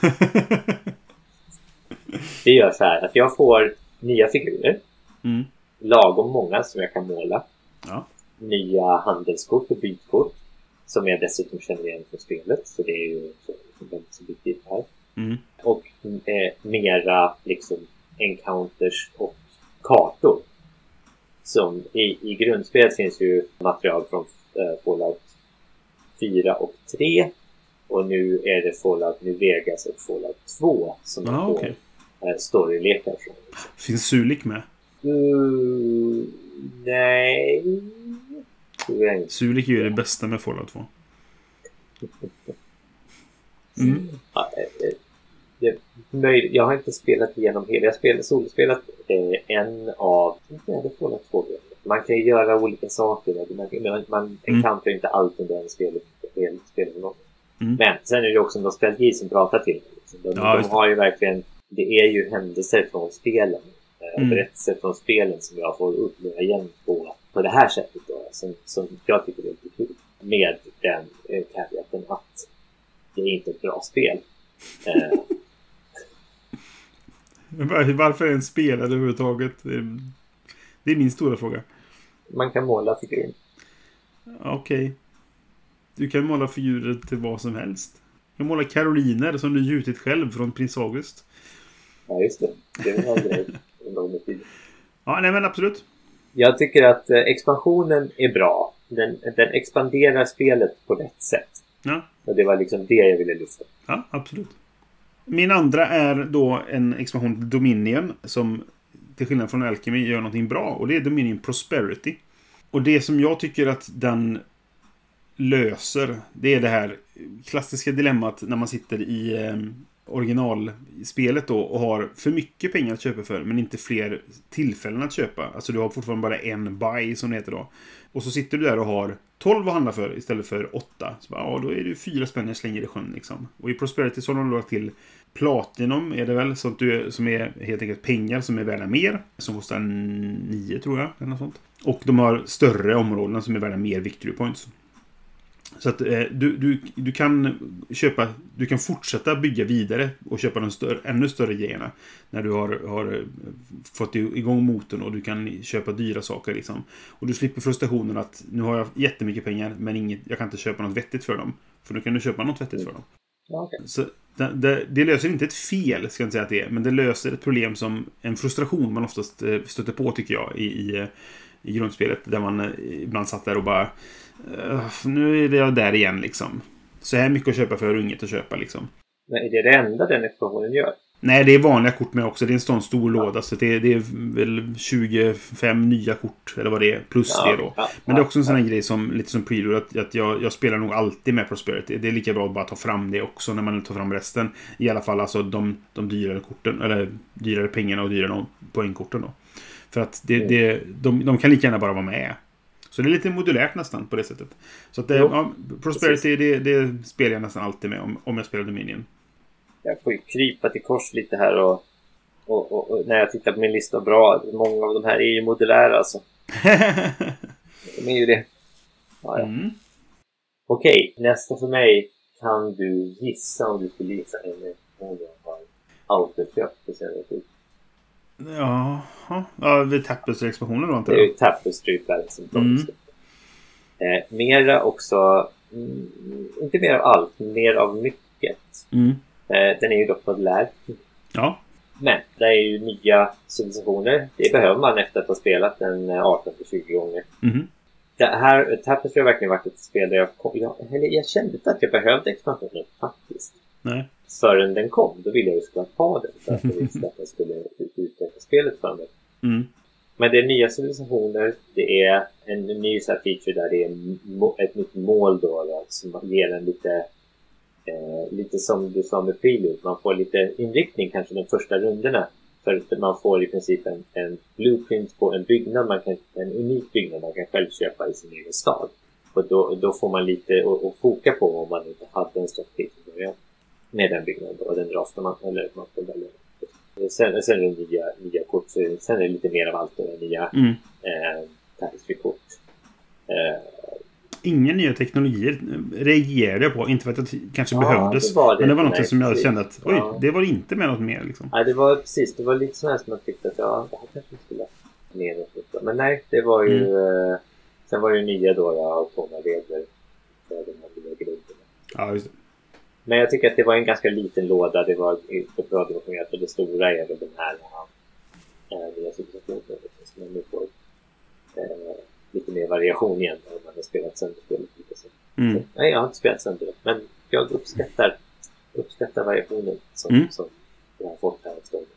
Speaker 4: Det gör så här att jag får nya figurer.
Speaker 2: Mm.
Speaker 4: Lagom många som jag kan måla.
Speaker 2: Ja.
Speaker 4: Nya handelskort och bytkort. Som jag dessutom känner igen från spelet. Så det är ju så, väldigt så viktigt här.
Speaker 2: Mm.
Speaker 4: Och eh, mera liksom encounters och kartor. Som i, i grundspelet finns ju material från eh, Fallout fyra och tre. Och nu är det Fallout New Vegas och Fallout två som
Speaker 2: ah,
Speaker 4: får
Speaker 2: okay.
Speaker 4: eh, storylekar från.
Speaker 2: Finns Sulik med?
Speaker 4: Uh, nej.
Speaker 2: Sulik är ju det bästa med Fallout två. Mm.
Speaker 4: Ja, det, det, jag har inte spelat igenom hela. Jag har spelat, solospelat eh, en av det Fallout två. Man kan ju göra olika saker. Man, man mm. encounter inte allt under en spelet. spelet mm. Men sen är det också nostalgi som pratar till. De, ja, de har ju verkligen, det är ju händelser från spelen. Mm. Berättelser från spelen som jag får uppleva igen på, på det här sättet då, som, som jag tycker är lite kul. Med den eh, caveaten att det är inte ett bra spel. Eh.
Speaker 2: Varför är en spel överhuvudtaget? Det är min stora fråga.
Speaker 4: Man kan måla figurer.
Speaker 2: Okej. Okay. Du kan måla figurer till vad som helst. Du kan måla karoliner som du gjutit själv från Prins August.
Speaker 4: Ja, just det. Det är en grej.
Speaker 2: Ja, nej men absolut.
Speaker 4: Jag tycker att eh, expansionen är bra. Den, den expanderar spelet på rätt sätt.
Speaker 2: Ja.
Speaker 4: Och det var liksom det jag ville lyfta.
Speaker 2: Ja, absolut. Min andra är då en expansion till Dominion som till skillnad från Alchemy gör någonting bra. Och det är Dominion Prosperity. Och det som jag tycker att den löser, det är det här klassiska dilemmat när man sitter i eh, originalspelet då och har för mycket pengar att köpa för men inte fler tillfällen att köpa. Alltså du har fortfarande bara en buy som det heter då. Och så sitter du där och har tolv att handla för istället för åtta. Så bara, ja, då är det fyra spänn jag slänger i sjön liksom. Och i Prosperity så har de lagt till Platinum är det väl, så att du, som är helt enkelt pengar som är värda mer. Som kostar nio tror jag, eller något sånt. Och de har större områden som är värda mer victory points. Så att eh, du, du, du kan köpa, du kan fortsätta bygga vidare och köpa de större, ännu större grejerna när du har, har fått igång motorn och du kan köpa dyra saker liksom. Och du slipper frustrationen att nu har jag jättemycket pengar men inget, jag kan inte köpa något vettigt för dem. För nu kan du köpa något vettigt för dem.
Speaker 4: Okay.
Speaker 2: Så det, det, det löser inte ett fel, ska jag inte säga att det är, men det löser ett problem som en frustration man oftast stöter på tycker jag i, i, i grundspelet där man ibland satt där och bara Uh, nu är det där igen liksom. Så här mycket att köpa för och inget att köpa liksom.
Speaker 4: Men är det det enda den expansionen gör?
Speaker 2: Nej, det är vanliga kort med också. Det är en sån stor ja. låda. Så det är, det är väl tjugofem nya kort. Eller vad det är. Plus ja, det då. Ja, Men det är också en sån här ja. grej som lite som Prelude. Att, att jag, jag spelar nog alltid med Prosperity. Det är lika bra att bara ta fram det också när man tar fram resten. I alla fall alltså de, de dyrare korten. Eller dyrare pengarna och dyrare poängkorten då. För att det, mm. det, de, de kan lika gärna bara vara med. Så det är lite modulärt nästan på det sättet. Så att det, ja, Prosperity det, det spelar jag nästan alltid med om, om jag spelar Dominion.
Speaker 4: Jag får ju krypa till kors lite här och, och, och, och när jag tittar på min lista bra, många av de här är ju modulära alltså. De är ju det. Ja, ja. Mm. Okej, nästa för mig. Kan du gissa om du skulle gissa en om jag har autoköpt på senare tid?
Speaker 2: Ja, ja vid Tapestry-expansionen då inte
Speaker 4: det? Det är ju Tapestry som mm. eh, Mera också mm, inte mer av allt, mer av mycket. Mm. Eh, den är ju dock modulär.
Speaker 2: Ja.
Speaker 4: Men det är ju nya civilisationer. Det behöver man efter att ha spelat en arton till tjugo gånger. Mm. Det här Tapestry har verkligen varit ett spel där jag, jag, eller jag kände inte att jag behövde expansionen faktiskt.
Speaker 2: Nej.
Speaker 4: Förrän den kom, då ville jag ju såklart ha den så att jag visste att jag skulle utveckla spelet för mig. Mm. Men det är nya civilisationer, det är en ny så här feature där det är ett nytt mål då, då som ger en lite eh, lite som du sa med Prelude, man får lite inriktning kanske de första rundorna för att man får i princip en, en blueprint på en byggnad, man kan, en unik byggnad man kan själv köpa i sin egen stad. Och då, då får man lite att foka på om man inte hade en strategi från början med den byggnaden då, och den draftar man eller man får välja. Sen, sen är det nya, nya kort, så sen är det lite mer av allt det nya mm. eh, Tapestry-kort. Eh,
Speaker 2: Ingen nya teknologier reagerade jag på, inte för att det kanske ja, behövdes, det det. Men det var något som jag kände att oj, ja. det var inte med något mer liksom.
Speaker 4: Nej, det var precis, det var lite så här som jag tyckte att ja, det här kanske skulle ha mer något. Men nej, det var ju mm. eh, sen var det ju nya då, jag har två regler för de här nya grunderna.
Speaker 2: Ja, just det.
Speaker 4: Men jag tycker att det var en ganska liten låda. Det var inte bra dimensionerat. Och det stora är väl den här äh, nya civilisationen. Så man nu får äh, lite mer variation igen om man har spelat sönder spelet. Mm. Så, nej, jag har inte spelat sönder. Men jag uppskattar, uppskattar variationen som, mm. som jag har fått här ett stund.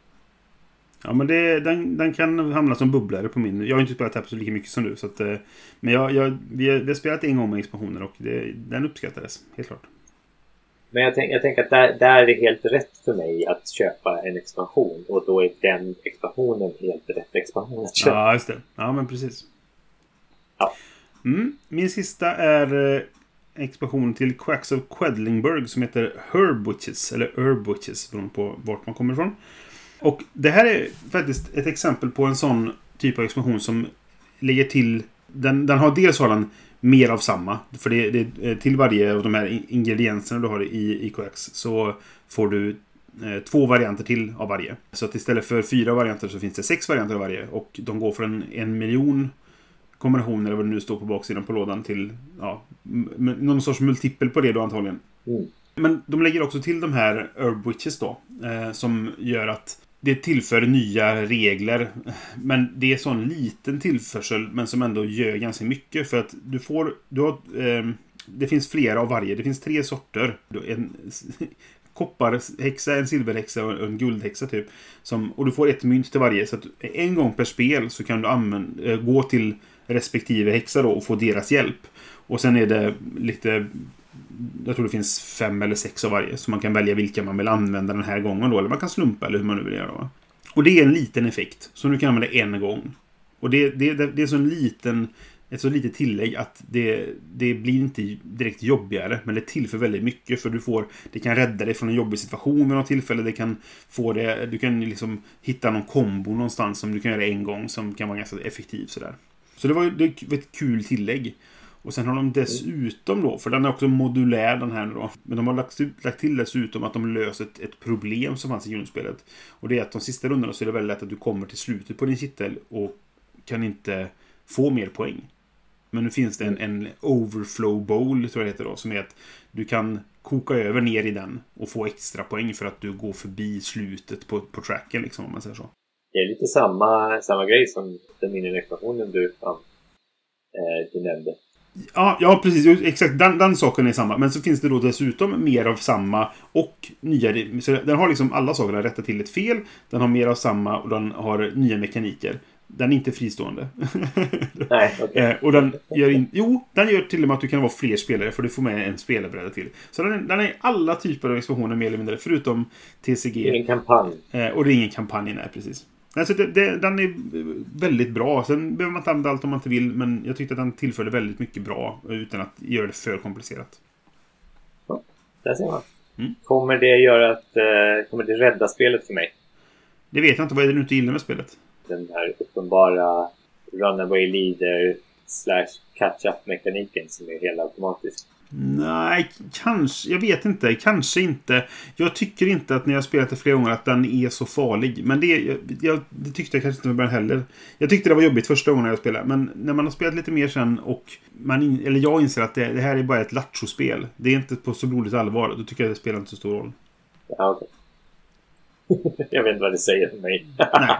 Speaker 2: Ja, men det, den, den kan hamna som bubblare på min. Jag har inte spelat Tapestry lika mycket som du. Så att, men jag, jag, vi, har, vi har spelat en gång med expansioner och det, den uppskattades, helt klart.
Speaker 4: Men jag, tänk, jag tänker att där, där är det helt rätt för mig att köpa en expansion. Och då är den expansionen helt rätt expansion att köpa.
Speaker 2: Ja, just det. Ja, men precis.
Speaker 4: Ja.
Speaker 2: Mm. Min sista är eh, expansion till Quacks of Quedlingburg som heter Herb Witches. Eller Herb Witches, beroende på vart man kommer ifrån. Och det här är faktiskt ett exempel på en sån typ av expansion som lägger till... Den, den har dels har den mer av samma. För det, det, till varje av de här ingredienserna du har i, i Quacks så får du eh, två varianter till av varje. Så att istället för fyra varianter så finns det sex varianter av varje. Och de går från en miljon kombinationer, eller vad det nu står på baksidan på lådan, till ja, m- någon sorts multipel på det då antagligen. Mm. Men de lägger också till de här Herb Witches då. Eh, som gör att det tillför nya regler. Men det är sån liten tillförsel, men som ändå gör ganska mycket. För att du får... Du har, eh, det finns flera av varje. Det finns tre sorter. En kopparhäxa, en silverhäxa och en guldhäxa typ. Som, och du får ett mynt till varje. Så att en gång per spel så kan du använda, eh, gå till respektive häxa då och få deras hjälp. Och sen är det lite... Jag tror det finns fem eller sex av varje. Så man kan välja vilka man vill använda den här gången då. Eller man kan slumpa eller hur man nu vill göra. Va? Och det är en liten effekt. Som du kan använda en gång. Och det, det, det, det är så en liten, ett så litet tillägg att det, det blir inte direkt jobbigare. Men det tillför väldigt mycket. För du får, det kan rädda dig från en jobbig situation vid något tillfälle. Det kan få det, du kan liksom hitta någon kombo någonstans som du kan göra en gång. Som kan vara ganska effektiv sådär. Så det var, det var ett kul tillägg. Och sen har de dessutom då, för den är också modulär den här nu då. Men de har lagt, lagt till dessutom att de löser ett, ett problem som fanns i grundspelet. Och det är att de sista rundorna så är det väldigt lätt att du kommer till slutet på din kittel och kan inte få mer poäng. Men nu finns det en, en overflow bowl tror jag det heter då, som är att du kan koka över ner i den och få extra poäng för att du går förbi slutet på, på tracken liksom, om man säger så.
Speaker 4: Det är lite samma, samma grej som den mini-expansionen du, ja, eh, du nämnde.
Speaker 2: Ja, ja precis. Exakt, den, den saken är samma. Men så finns det då dessutom mer av samma och nya. Så den har liksom alla saker att rätta till ett fel. Den har mer av samma och den har nya mekaniker. Den är inte fristående.
Speaker 4: Nej, okay.
Speaker 2: Och den gör in, jo, den gör till och med att du kan vara fler spelare, för du får med en spelarbräda till. Så den är, den är alla typer av expansioner mer eller mindre, förutom T C G.
Speaker 4: Ingen kampanj.
Speaker 2: Och det är ingen kampanj, nej, precis. Alltså det, det, den är väldigt bra. Sen behöver man inte använda allt om man inte vill, men jag tyckte att den tillförde väldigt mycket bra utan att göra det för komplicerat.
Speaker 4: Ja, där ser man.
Speaker 2: Mm.
Speaker 4: Kommer det göra att eh, kommer det rädda spelet för mig?
Speaker 2: Det vet jag inte. Vad är det du inte gillar med spelet?
Speaker 4: Den här uppenbara runaway leader slash catch-up-mekaniken som är helt automatisk.
Speaker 2: Nej, kanske. Jag vet inte. Kanske inte. Jag tycker inte att när jag spelat det flera gånger att den är så farlig. Men det, jag, jag, det tyckte jag kanske inte med början heller. Jag tyckte det var jobbigt första gången jag spelade. Men när man har spelat lite mer sen och man in, eller jag inser att det, det här är bara ett lattjo-spel. Det är inte på så blodigt allvar. Då tycker jag att det spelar inte så stor roll.
Speaker 4: Ja, okej. Okay. Jag vet inte vad det säger för mig.
Speaker 2: Nej.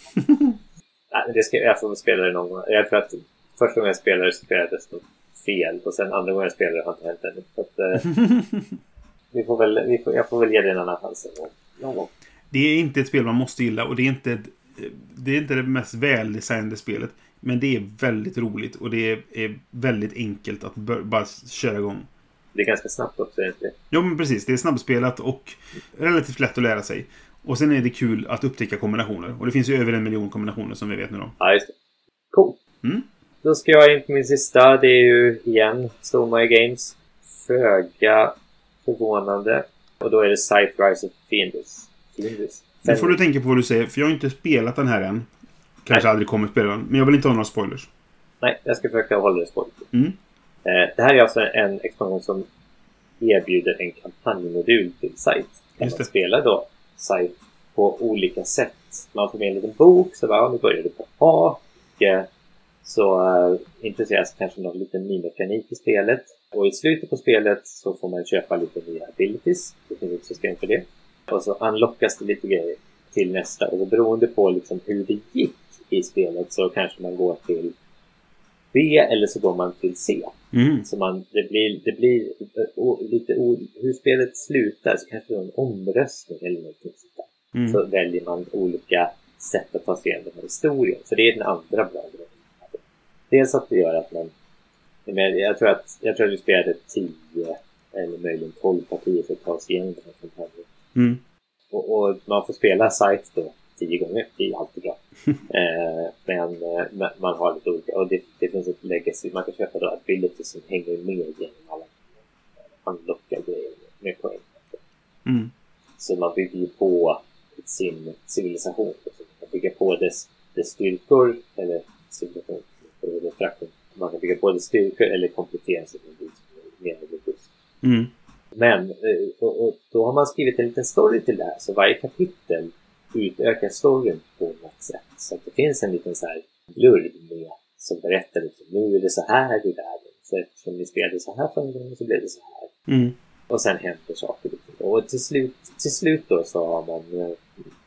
Speaker 4: Nej, det ska, jag får spela det någon gång. Jag tror att första gången jag spelade så spelade jag det fel. Och sen andra gången jag spelade har inte hänt ännu. Så att, eh, vi får väl, vi får, jag får väl ge det en annan chans någon gång.
Speaker 2: Det är inte ett spel man måste gilla. Och det är inte, ett, det, är inte det mest väldesignade spelet. Men det är väldigt roligt. Och det är, är väldigt enkelt att bör, bara köra igång.
Speaker 4: Det är ganska snabbt också, är det inte?
Speaker 2: Ja, men precis. Det är snabbspelat och relativt lätt att lära sig. Och sen är det kul att upptäcka kombinationer. Och det finns ju över en miljon kombinationer som vi vet nu då.
Speaker 4: Ja, just det. Cool.
Speaker 2: Mm.
Speaker 4: Då ska jag in på min sista. Det är ju igen Stormare Games. Föga förvånande. Och då är det Site Rise of Fiendus. Fiendus.
Speaker 2: Nu får du tänka på vad du säger. För jag har inte spelat den här än. Kanske Nej. aldrig kommer att spela den. Men jag vill inte ha några spoilers.
Speaker 4: Nej, jag ska försöka hålla det spoilers.
Speaker 2: Mm.
Speaker 4: Eh, det här är alltså en expansion som erbjuder en kampanjmodul till Site. Där man spelar då Site på olika sätt. Man får med en liten bok. Så bara, ja, nu börjar du på A. Och eh, så uh, intresseras kanske någon liten ny mekanik i spelet. Och i slutet på spelet så får man köpa lite nya abilities. Det finns ett system för det. Och så unlockas det lite grejer till nästa. Och så beroende på liksom hur det gick i spelet så kanske man går till B eller så går man till C.
Speaker 2: Mm.
Speaker 4: Så man, det blir, det blir uh, lite o, hur spelet slutar så kanske det är en omröstning eller något sånt där. Mm. Så väljer man olika sätt att ta sig igenom den här historien. Så det är den andra bra grejen. Dels att det gör att man jag tror att jag tror att vi spelade tio eller möjligen tolv partier för att ta sig igenom den här kampanjen.
Speaker 2: Mm.
Speaker 4: Och, och man får spela Site då tio gånger. Det är alltid bra. eh, men eh, man har lite olika. Och det, det finns ett legacy. Man kan köpa då abilities som hänger med genom alla unlockar grejer med poäng.
Speaker 2: Mm.
Speaker 4: Så man bygger ju på sin civilisation. Så man kan bygga på dess, dess styrkor eller civilisation. Eller fraktion. Man kan bygga både styrkor eller komplettera sig med mer eller plus.
Speaker 2: Mm.
Speaker 4: Men och, och då har man skrivit en liten story till det här. Så varje kapitel utökar storyn på något sätt. Så att det finns en liten så här blurb med som berättar liksom, nu är det så här i världen. Så eftersom ni spelade så här förra gången så blev det så här.
Speaker 2: Mm.
Speaker 4: Och sen händer saker. Och till slut, till slut då så har man uh,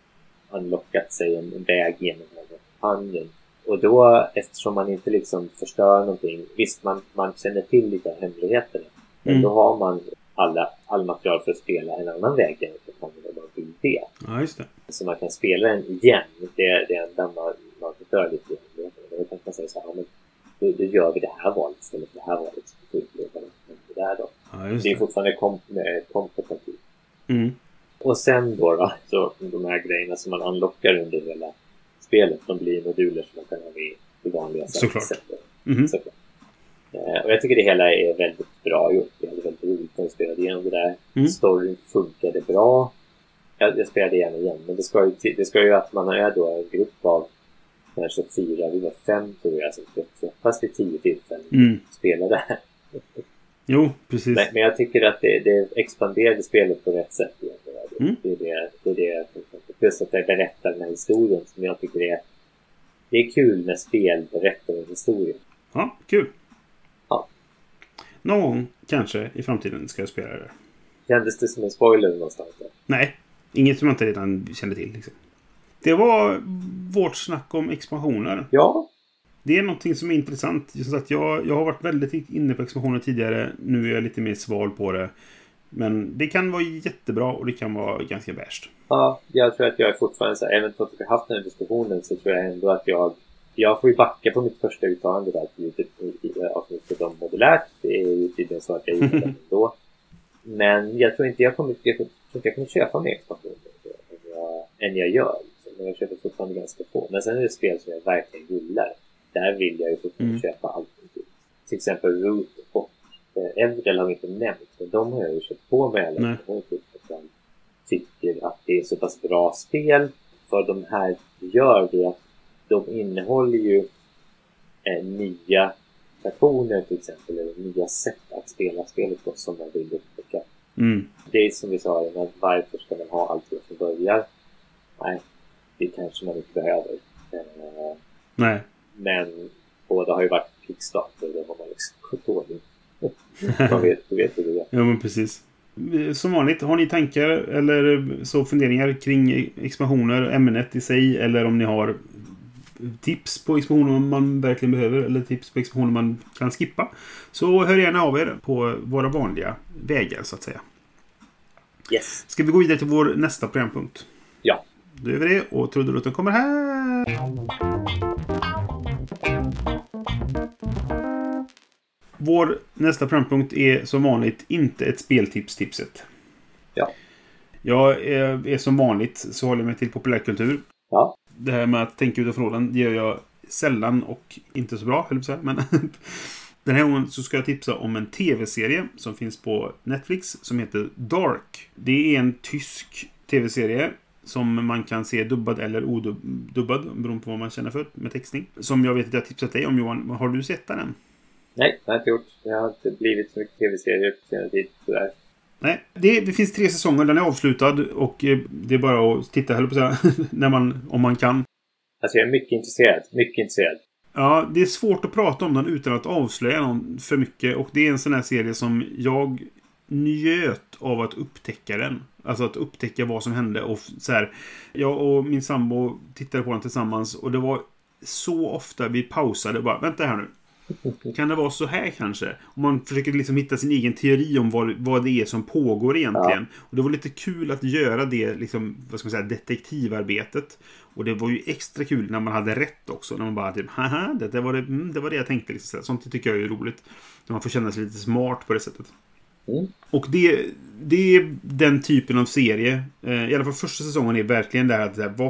Speaker 4: unlockat sig en, en väg genom den här kampanjen. Och då, eftersom man inte liksom förstör någonting, visst man, man känner till lite av hemligheterna. Men
Speaker 2: mm.
Speaker 4: då har man alla, all material för att spela en annan väg än om man vill det.
Speaker 2: Ja, just det.
Speaker 4: Så man kan spela den igen. Det är det enda man, man förstör lite i hemligheterna. Då kan man säga så här, men då, då gör vi det här valet istället för det här valet. Så får vi uppleva det där då.
Speaker 2: Ja, just
Speaker 4: det.
Speaker 2: det
Speaker 4: är fortfarande kom, kompetitivt.
Speaker 2: Mm. Och
Speaker 4: sen då, då, så de här grejerna som man unlockar under hela spelet, de blir moduler som man kan ha i, i vanliga
Speaker 2: Såklart.
Speaker 4: sätt.
Speaker 2: Mm-hmm.
Speaker 4: Såklart. Eh, och jag tycker det hela är väldigt bra gjort. Det är väldigt roligt när jag spelade igenom det där.
Speaker 2: Mm.
Speaker 4: Storyn funkade bra. Jag, jag spelade gärna igen. Men det ska ju, det ska ju att man är då en grupp av kanske fyra, vi var fem tror jag som träffas vid tio tillfällen
Speaker 2: mm.
Speaker 4: spela det här.
Speaker 2: Jo, precis.
Speaker 4: Men, men jag tycker att det, det expanderade spelet på rätt sätt. Det,
Speaker 2: mm.
Speaker 4: det, är det, det är det. Plus att jag berättar den här historien som jag tycker är det är kul när spel berättar en historia.
Speaker 2: Ja, kul.
Speaker 4: Ja.
Speaker 2: Någon gång, kanske, i framtiden ska jag spela det.
Speaker 4: Kändes det som en spoiler någonstans där?
Speaker 2: Nej, inget som jag inte redan kände till. Liksom. Det var vårt snack om expansioner.
Speaker 4: Ja.
Speaker 2: det är någonting som är intressant. Just att jag, jag har varit väldigt inne på expansioner tidigare. Nu är jag lite mer sval på det. Men det kan vara jättebra och det kan vara ganska värst.
Speaker 4: Ja, jag tror att jag är fortfarande så här, även om vi har haft den här diskussionen så tror jag ändå att jag jag får ju backa på mitt första uttalande där till avsnittet om modulärt. Det är ju tydligen så att jag gillar det då. Men jag tror inte jag kommer, jag tror inte jag kommer köpa mer expansioner än jag, än jag gör. Men jag köper fortfarande ganska få. Men sen är det spel som jag verkligen gillar. Där vill jag ju fortfarande mm. köpa allting till. Till exempel Root och eh, Everdell har vi inte nämnt. Men de har jag ju köpt på mig alla. Jag tycker att det är så pass bra spel. För de här gör det att de innehåller ju eh, nya funktioner till exempel. Eller nya sätt att spela spelet på som man vill upptäcka. Mm. Det är som vi sa, att varför ska man ha allt det från början? Nej, det kanske man inte behöver. Eh,
Speaker 2: Nej.
Speaker 4: Men båda har ju varit Kickstarter. Då har man liksom gått ordning. Man vet, du vet hur det är.
Speaker 2: Ja, men precis. Som vanligt, har ni tankar eller så funderingar kring expansioner, ämnet i sig, eller om ni har tips på expansioner man verkligen behöver eller tips på expansioner man kan skippa, så hör gärna av er på våra vanliga vägar så att säga.
Speaker 4: Yes.
Speaker 2: Ska vi gå vidare till vår nästa programpunkt?
Speaker 4: Ja.
Speaker 2: Då är vi det och trudelutten kommer här. Vår nästa programpunkt är som vanligt inte ett speltips-tipset.
Speaker 4: Ja.
Speaker 2: Jag är, är som vanligt så håller jag mig till populärkultur.
Speaker 4: Ja.
Speaker 2: Det här med att tänka utanför lådan, det gör jag sällan och inte så bra, höll jag på att säga. Men den här gången så ska jag tipsa om en tv-serie som finns på Netflix som heter Dark. Det är en tysk tv-serie som man kan se dubbad eller odubbad, beroende på vad man känner för med textning. Som jag vet att jag har tipsat dig om, Johan. Har du sett den än?
Speaker 4: Nej, det har jag inte gjort. Det har inte blivit så mycket tv-serier på senare tid. Sådär.
Speaker 2: Nej, det, det finns tre säsonger. Den är avslutad och det är bara att titta, höll på att säga, när man, om man kan.
Speaker 4: Alltså jag är mycket intresserad. Mycket intresserad.
Speaker 2: Ja, det är svårt att prata om den utan att avslöja någon för mycket. Och det är en sån här serie som jag njöt av att upptäcka den. Alltså att upptäcka vad som hände. Och så här, jag och min sambo tittade på den tillsammans och det var så ofta vi pausade och bara, vänta här nu. Kan det vara så här kanske? Om man försöker liksom hitta sin egen teori om vad, vad det är som pågår egentligen. Ja. Och det var lite kul att göra det liksom, vad ska man säga, detektivarbetet. Och det var ju extra kul när man hade rätt också. När man bara typ, haha, det var det, mm, det var det jag tänkte. Liksom. Sånt tycker jag är roligt. När man får känna sig lite smart på det sättet. Mm. Och det, det är den typen av serie. Eh, I alla fall första säsongen är verkligen där att vad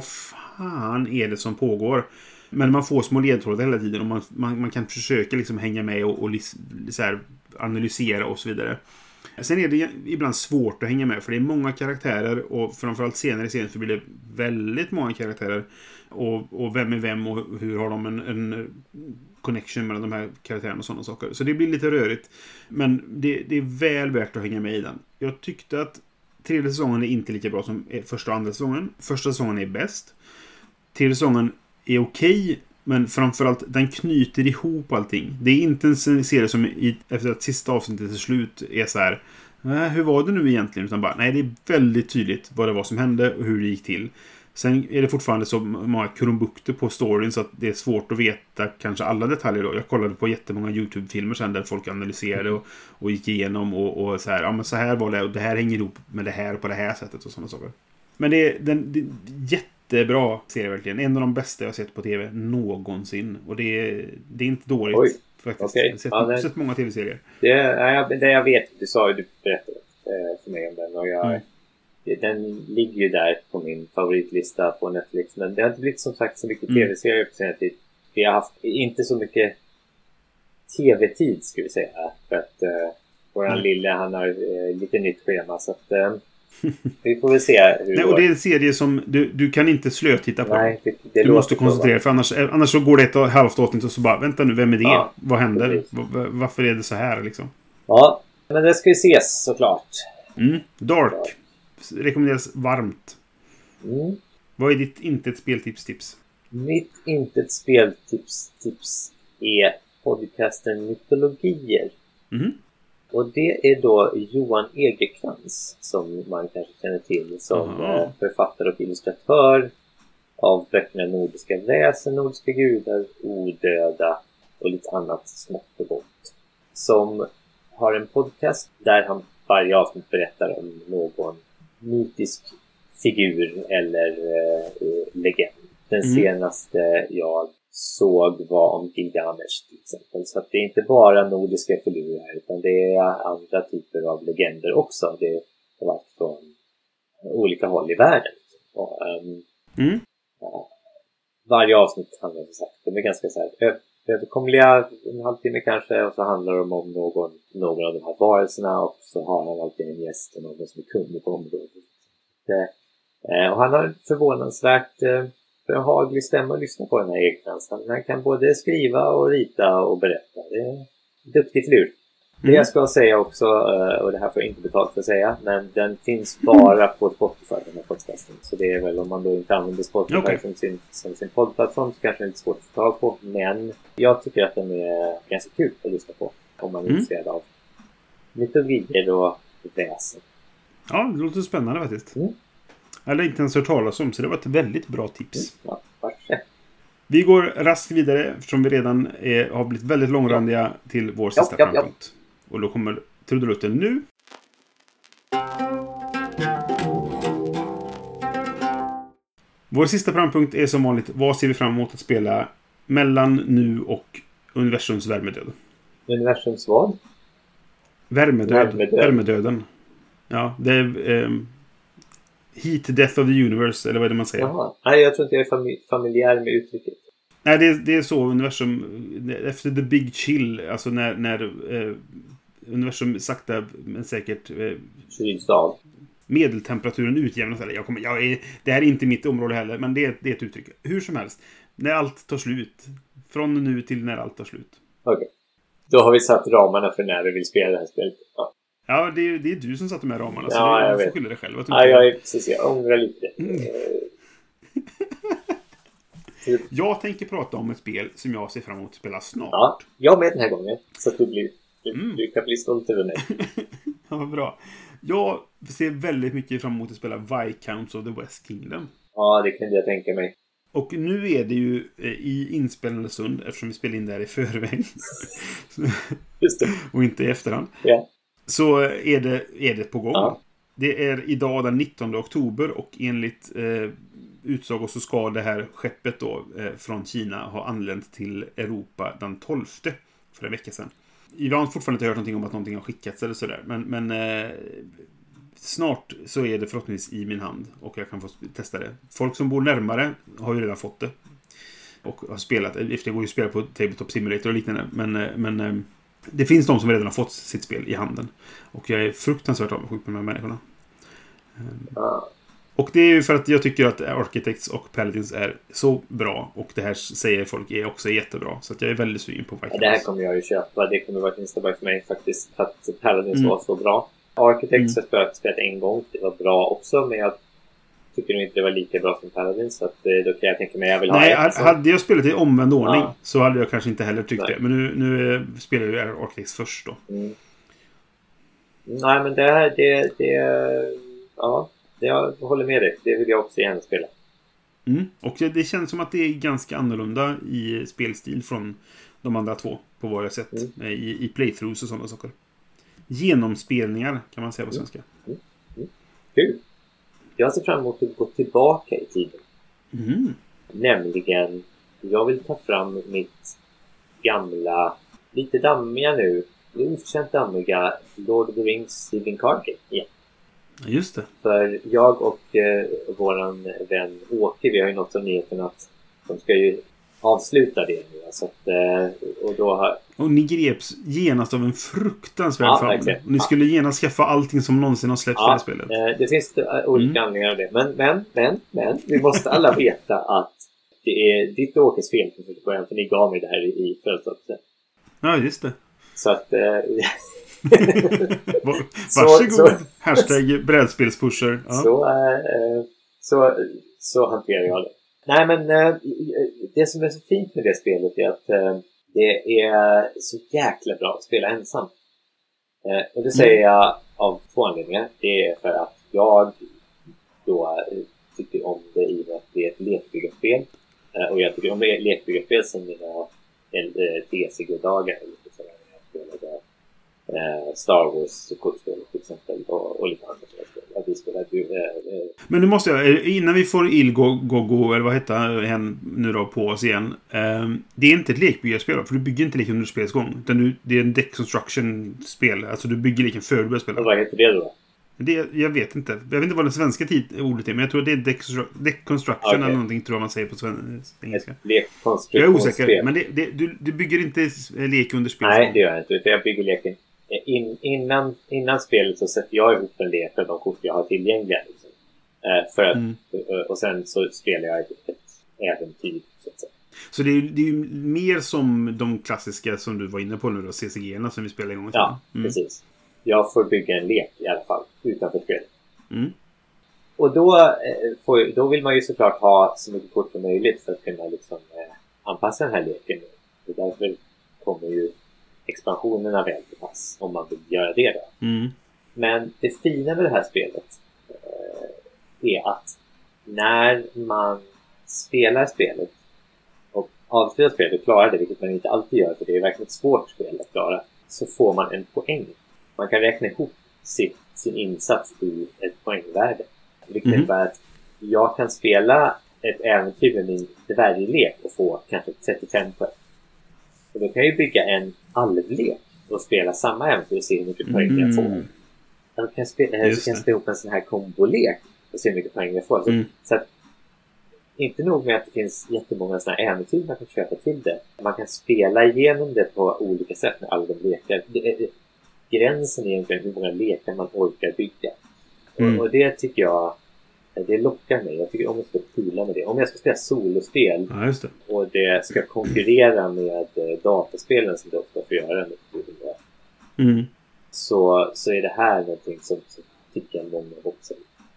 Speaker 2: fan är det som pågår? Men man får små ledtrådar hela tiden och man, man, man kan försöka liksom hänga med och, och så här, analysera och så vidare. Sen är det ibland svårt att hänga med för det är många karaktärer och framförallt senare i serien så blir det väldigt många karaktärer. Och, och vem är vem och hur har de en, en connection mellan de här karaktärerna och sådana saker. Så det blir lite rörigt. Men det, det är väl värt att hänga med i den. Jag tyckte att tredje säsongen är inte lika bra som första och andra säsongen. Första säsongen är bäst. Tredje säsongen är okej, men framförallt den knyter ihop allting. Det är inte en serie som i, efter att sista avsnittet till slut är så här, hur var det nu egentligen? Utan bara, nej, det är väldigt tydligt vad det var som hände och hur det gick till. Sen är det fortfarande så många krumbukter på storyn så att det är svårt att veta kanske alla detaljer då. Jag kollade på jättemånga YouTube-filmer sen där folk analyserade och, och gick igenom och, och så här, ja men så här var det och det här hänger ihop med det här på det här sättet och sådana saker. Men det är den det är jättebra serie verkligen. En av de bästa jag har sett på tv någonsin. Och det är, det är inte dåligt.
Speaker 4: Oj.
Speaker 2: Faktiskt.
Speaker 4: Okay.
Speaker 2: Jag har sett,
Speaker 4: ja, det,
Speaker 2: sett många tv-serier.
Speaker 4: Det, ja, det jag vet, du sa ju, du berättade eh, för mig om den. Och jag, mm. Den ligger ju där på min favoritlista på Netflix. Men det har inte blivit som sagt så mycket mm. tv-serier på senare tid. Vi har haft inte så mycket tv-tid skulle vi säga. För att eh, våran mm. lille, han har eh, lite nytt schema. Så att eh, vi får väl se hur
Speaker 2: Nej, och det är en serie som du, du kan inte slötitta på.
Speaker 4: Nej, det, det
Speaker 2: du måste koncentrera dig, för annars, annars så går det ett och ett halvt avsnitt och så bara, vänta nu, vem är det? Ja, vad händer? Var, varför är det så här liksom?
Speaker 4: Ja, men det ska ju ses såklart.
Speaker 2: Mm. Dark. Dark. Rekommenderas varmt.
Speaker 4: Mm.
Speaker 2: Vad är ditt inte ett speltips-tips?
Speaker 4: Mitt inte ett speltips-tips är podcasten Mytologier.
Speaker 2: Mm.
Speaker 4: Och det är då Johan Egerkrans som man kanske känner till som Aha. författare och illustratör. av böckerna Nordiska väsen, Nordiska gudar, Odöda och lite annat smått och gott. Som har en podcast där han varje avsnitt berättar om någon mytisk figur eller eh, legend. Den mm. senaste jag såg var om Gilgamesh till exempel. Så att det är inte bara nordiska figurer utan det är andra typer av legender också. Det har varit från olika håll i världen. Och, um, mm. ja, varje avsnitt handlar om sagt. De är ganska så här ö- överkomliga, en halvtimme kanske. Och så handlar de om någon, någon av de här varelserna. Och så har han alltid en gäst och någon som är kunnig på området. Det, eh, och han har förvånansvärt eh, behaglig stämma att lyssna på den här Ekrans. Han, han kan både skriva och rita och berätta. Det är en duktig filur. Mm. Det jag ska säga också, och det här får jag inte betalt för att säga, men den finns bara på Spotify, den här podcasten. Så det är väl om man då inte använder Spotify okay. som, sin, som sin poddplattform så kanske det är lite svårt att få tag på. Men jag tycker att den är ganska kul att lyssna på om man är mm. intresserad av mytologier och väsen.
Speaker 2: Ja, det låter spännande faktiskt.
Speaker 4: Mm.
Speaker 2: Jag hade inte ens hört talas om, så det var ett väldigt bra tips.
Speaker 4: Mm. Ja, varsågod. Vi
Speaker 2: går raskt vidare eftersom vi redan är, har blivit väldigt långrandiga ja. till vår sista ja, ja, frampunkt. Ja. Och då kommer trudelutten nu. Vår sista frampunkt är som vanligt, vad ser vi fram emot att spela mellan nu och universums värmedöd?
Speaker 4: Universums vad?
Speaker 2: Värmedöd. Värmedöd. Värmedöden. Ja, det är um, Heat Death of the Universe, eller vad är det man säger?
Speaker 4: Jaha. Nej, jag tror inte jag är fami- familjär med uttrycket.
Speaker 2: Nej, det, det är så universum, efter the big chill, alltså när, när eh, universum sakta men säkert
Speaker 4: eh,
Speaker 2: medeltemperaturen utjämnas. Eller jag kommer, jag är, det här är inte mitt område heller, men det, det är ett uttryck. Hur som helst, när allt tar slut. Från nu till när allt tar slut.
Speaker 4: Okej. Okay. Då har vi satt ramarna för när vi vill spela det här spelet. Ja.
Speaker 2: Ja, det är, det är du som satt de här ramarna. Så
Speaker 4: ja,
Speaker 2: det,
Speaker 4: jag
Speaker 2: du
Speaker 4: får
Speaker 2: skylla dig själv.
Speaker 4: Ja, jag är precis. Jag ångrar lite. Mm.
Speaker 2: Jag tänker prata om ett spel som jag ser fram emot att spela snart.
Speaker 4: Ja, jag med den här gången. Så att du blir, du, mm. du kan bli stolt över mig.
Speaker 2: Ja, bra. Jag ser väldigt mycket fram emot att spela Viscounts of the West Kingdom.
Speaker 4: Ja, det kunde jag tänka mig.
Speaker 2: Och nu är det ju i inspelande stund, eftersom vi spelar in det här i förväg.
Speaker 4: Just det.
Speaker 2: Och inte i efterhand.
Speaker 4: Ja.
Speaker 2: Så är det, är det på gång.
Speaker 4: Ja.
Speaker 2: Det är idag den nittonde oktober och enligt eh, utsagor så ska det här skeppet då eh, från Kina ha anlänt till Europa den tolfte för en vecka sedan. Jag har fortfarande inte hört någonting om att någonting har skickats eller sådär. Men, men eh, snart så är det förhoppningsvis i min hand och jag kan få testa det. Folk som bor närmare har ju redan fått det. Och har spelat. Det går ju att spela på Tabletop Simulator och liknande. Men, men eh, det finns de som redan har fått sitt spel i handen. Och jag är fruktansvärt avundsjuk på de här människorna.
Speaker 4: Ja.
Speaker 2: Och det är ju för att jag tycker att Architects och Paladins är så bra. Och det här säger folk är också jättebra. Så att jag är väldigt sugen på Vikings.
Speaker 4: Ja, det här kommer jag ju köpa. Det kommer vara ett instabuy för mig faktiskt. För att Paladins mm. var så bra. Architects mm. har jag spelat en gång. Det var bra också. Men jag tycker nog inte det var lika bra som Paladins. Så att, då kan jag tänka mig jag vill ha
Speaker 2: Nej,
Speaker 4: ett.
Speaker 2: Nej, hade jag spelat i omvänd ordning
Speaker 4: ja.
Speaker 2: så hade jag kanske inte heller tyckt
Speaker 4: Nej.
Speaker 2: det. Men nu, nu spelar jag ju Architects först då.
Speaker 4: Mm. Nej, men det här, det, det ja, det, jag håller med dig. Det vill jag också gärna spela.
Speaker 2: Mm. Och det känns som att det är ganska annorlunda i spelstil från de andra två på vad jag sett. Mm. I, i playthroughs och sådana saker. Genomspelningar kan man säga på svenska.
Speaker 4: Mm. Mm. Kul. Jag ser fram emot att gå tillbaka i tiden.
Speaker 2: Mm.
Speaker 4: Nämligen, jag vill ta fram mitt gamla, lite dammiga nu, oförtjänt dammiga Lord of the Rings Living Card Game igen.
Speaker 2: Just det.
Speaker 4: För jag och eh, våran vän Åke, vi har ju något som nyheten att de ska ju avsluta det nu. Så att, eh, och, då har...
Speaker 2: och ni greps genast av en fruktansvärd
Speaker 4: ja,
Speaker 2: fram. Ni ja. skulle genast skaffa allting som någonsin har släppts
Speaker 4: ja,
Speaker 2: för det spelet.
Speaker 4: Eh, det finns uh, olika mm. anledningar av det. Men, men, men, men, vi måste alla veta att det är ditt och Åkes fel från början, för ni gav mig det här i, i födelsedagspresent.
Speaker 2: Ja, just det.
Speaker 4: Så att... Eh,
Speaker 2: Varsågod.
Speaker 4: Så, så,
Speaker 2: Hashtag brädspelspusher. Ja.
Speaker 4: Så, äh, så, så hanterar jag det. Nej, men äh, det som är så fint med det spelet är att äh, det är så jäkla bra att spela ensam. Äh, och det säger jag av två anledningar. Det är för att jag då äh, tycker om det i att det är ett lekbyggarspel. Uh, och jag tycker om lekbyggarspel som mina T C G-dagar eller lite sådär när jag spelade uh, Star Wars-kortspel till exempel och, och lite andra spel. Att vi spelade ju... Uh, uh,
Speaker 2: Men nu måste jag, innan vi får Ilgogo, eller vad heter hen nu då på oss igen. Uh, det är inte ett lekbyggarspel, för du bygger inte leken under spelets gång. Utan du, det är en deck construction-spel. Alltså du bygger leken för du börjar spela.
Speaker 4: Och vad heter det då?
Speaker 2: Det, jag vet inte. Jag vet inte vad den svenska tid, ordet är, men jag tror att det är deck, deck construction okay. eller någonting tror jag man säger på sven, engelska. Jag är osäker, men det, det, du, du bygger inte lek under spel.
Speaker 4: Nej, det gör jag inte. Utan jag bygger leken. In, innan, innan spelet så sätter jag ihop en lek av de kort jag har tillgängliga. Liksom. Eh, för att, mm. Och sen så spelar jag ett, ett äventyr. Så att säga.
Speaker 2: Så det är, det är ju mer som de klassiska som du var inne på nu då, C C G-erna som vi spelar en gång.
Speaker 4: Ja, mm. precis. Jag får bygga en lek i alla fall utanför spelet.
Speaker 2: Mm.
Speaker 4: Och då, eh, får, då vill man ju såklart ha så mycket kort som möjligt för att kunna liksom, eh, anpassa den här leken. Och därför kommer ju expansionerna väl till pass om man vill göra det då.
Speaker 2: Mm.
Speaker 4: Men det fina med det här spelet eh, är att när man spelar spelet och avslutar spelet och klarar det, vilket man inte alltid gör för det är verkligen ett svårt spel att klara, så får man en poäng. Man kan räkna ihop sin, sin insats i ett poängvärde. Vilket mm. innebär att jag kan spela ett äventyr med min dvärglek och få kanske trettiofem poäng. Och då kan jag ju bygga en alvlek och spela samma äventyr och se hur mycket poäng mm. jag får. Jag kan spela, jag kan spela ihop en sån här kombolek och se hur mycket poäng jag får. Så, mm. så att, inte nog med att det finns jättemånga såna här äventyr man kan köpa till det. Man kan spela igenom det på olika sätt med alla de lekar. Det är, gränsen är egentligen hur många lekar man orkar bygga. Mm. Och, och det tycker jag, det lockar mig. Jag tycker om jag ska pila med det. Om jag ska spela solospel
Speaker 2: ja, just det.
Speaker 4: Och det ska konkurrera med dataspelen som det ofta får göra
Speaker 2: mm.
Speaker 4: så, så är det här någonting som, som tickar många också.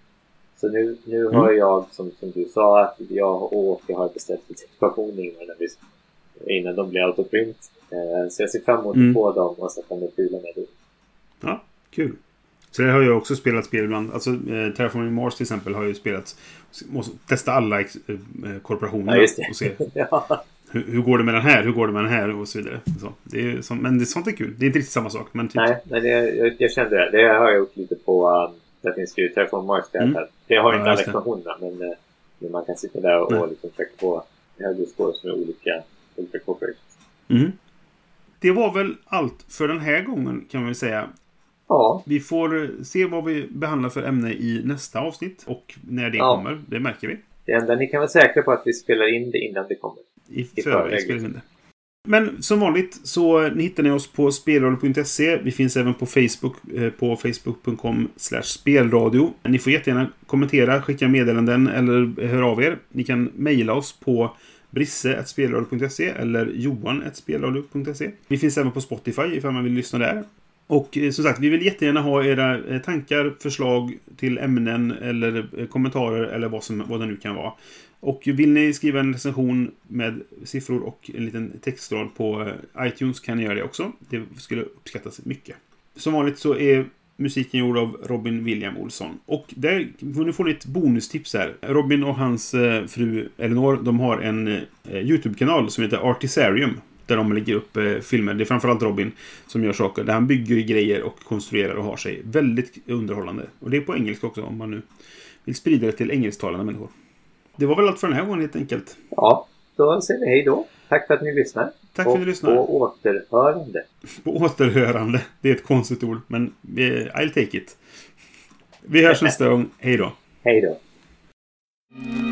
Speaker 4: Så nu, nu
Speaker 2: mm.
Speaker 4: har jag, som, som du sa, att jag och Åke har beställt lite expansioner innan, innan de blir autoprint. Så jag ser fram emot mm. att få dem och sätta mig och pila med det.
Speaker 2: Ja, kul. Så det har jag också spelat spel ibland. Alltså eh, Terraforming Mars till exempel har ju spelat. Måste testa alla eh, korporationer
Speaker 4: ja, just det.
Speaker 2: och se
Speaker 4: ja.
Speaker 2: hur, hur går det med den här, hur går det med den här och så vidare. Så, det är som, men det, sånt är kul. Det är inte riktigt samma sak. Men typ...
Speaker 4: Nej, men det, jag, jag kände det. Det har jag gjort lite på. Um, där finns ju Terraforming Mars där. Mm. Det har ju inte ja, alla expansionerna, men, uh, men man kan sitta där och, och liksom försöka få högre scores med olika, olika corporations.
Speaker 2: Mm. Det var väl allt för den här gången kan man väl säga.
Speaker 4: Ja.
Speaker 2: Vi får se vad vi behandlar för ämne i nästa avsnitt och när det ja. kommer, det märker vi.
Speaker 4: Det enda ni kan vara säkra på att vi spelar in det innan det kommer.
Speaker 2: I, I förväg spelar in det. Men som vanligt så ni hittar ni oss på spelradio punkt se. Vi finns även på Facebook på facebook punkt com slash spelradio. Ni får jättegärna kommentera, skicka meddelanden eller höra av er. Ni kan mejla oss på brisse at spelradio punkt se eller johan at spelradio punkt se. Vi finns även på Spotify ifall man vill lyssna där. Och som sagt, vi vill jättegärna ha era tankar, förslag till ämnen eller kommentarer eller vad, som, vad det nu kan vara. Och vill ni skriva en recension med siffror och en liten textrad på iTunes kan ni göra det också. Det skulle uppskattas mycket. Som vanligt så är musiken gjord av Robin William Olsson. Och där, nu får ni ett bonustips här. Robin och hans fru Elinor, de har en YouTube-kanal som heter Artisarium. Där de lägger upp eh, filmer. Det är framförallt Robin som gör saker. Där han bygger grejer och konstruerar och har sig. Väldigt underhållande. Och det är på engelska också om man nu vill sprida det till engelsktalande människor. Det var väl allt för den här gången helt enkelt.
Speaker 4: Ja, då säger vi hej då. Tack för att ni lyssnar.
Speaker 2: Tack för att ni lyssnar.
Speaker 4: På återhörande.
Speaker 2: På återhörande. Det är ett konstigt ord. Men I'll take it. Vi hörs nästa gång. Hej då.
Speaker 4: Hej då.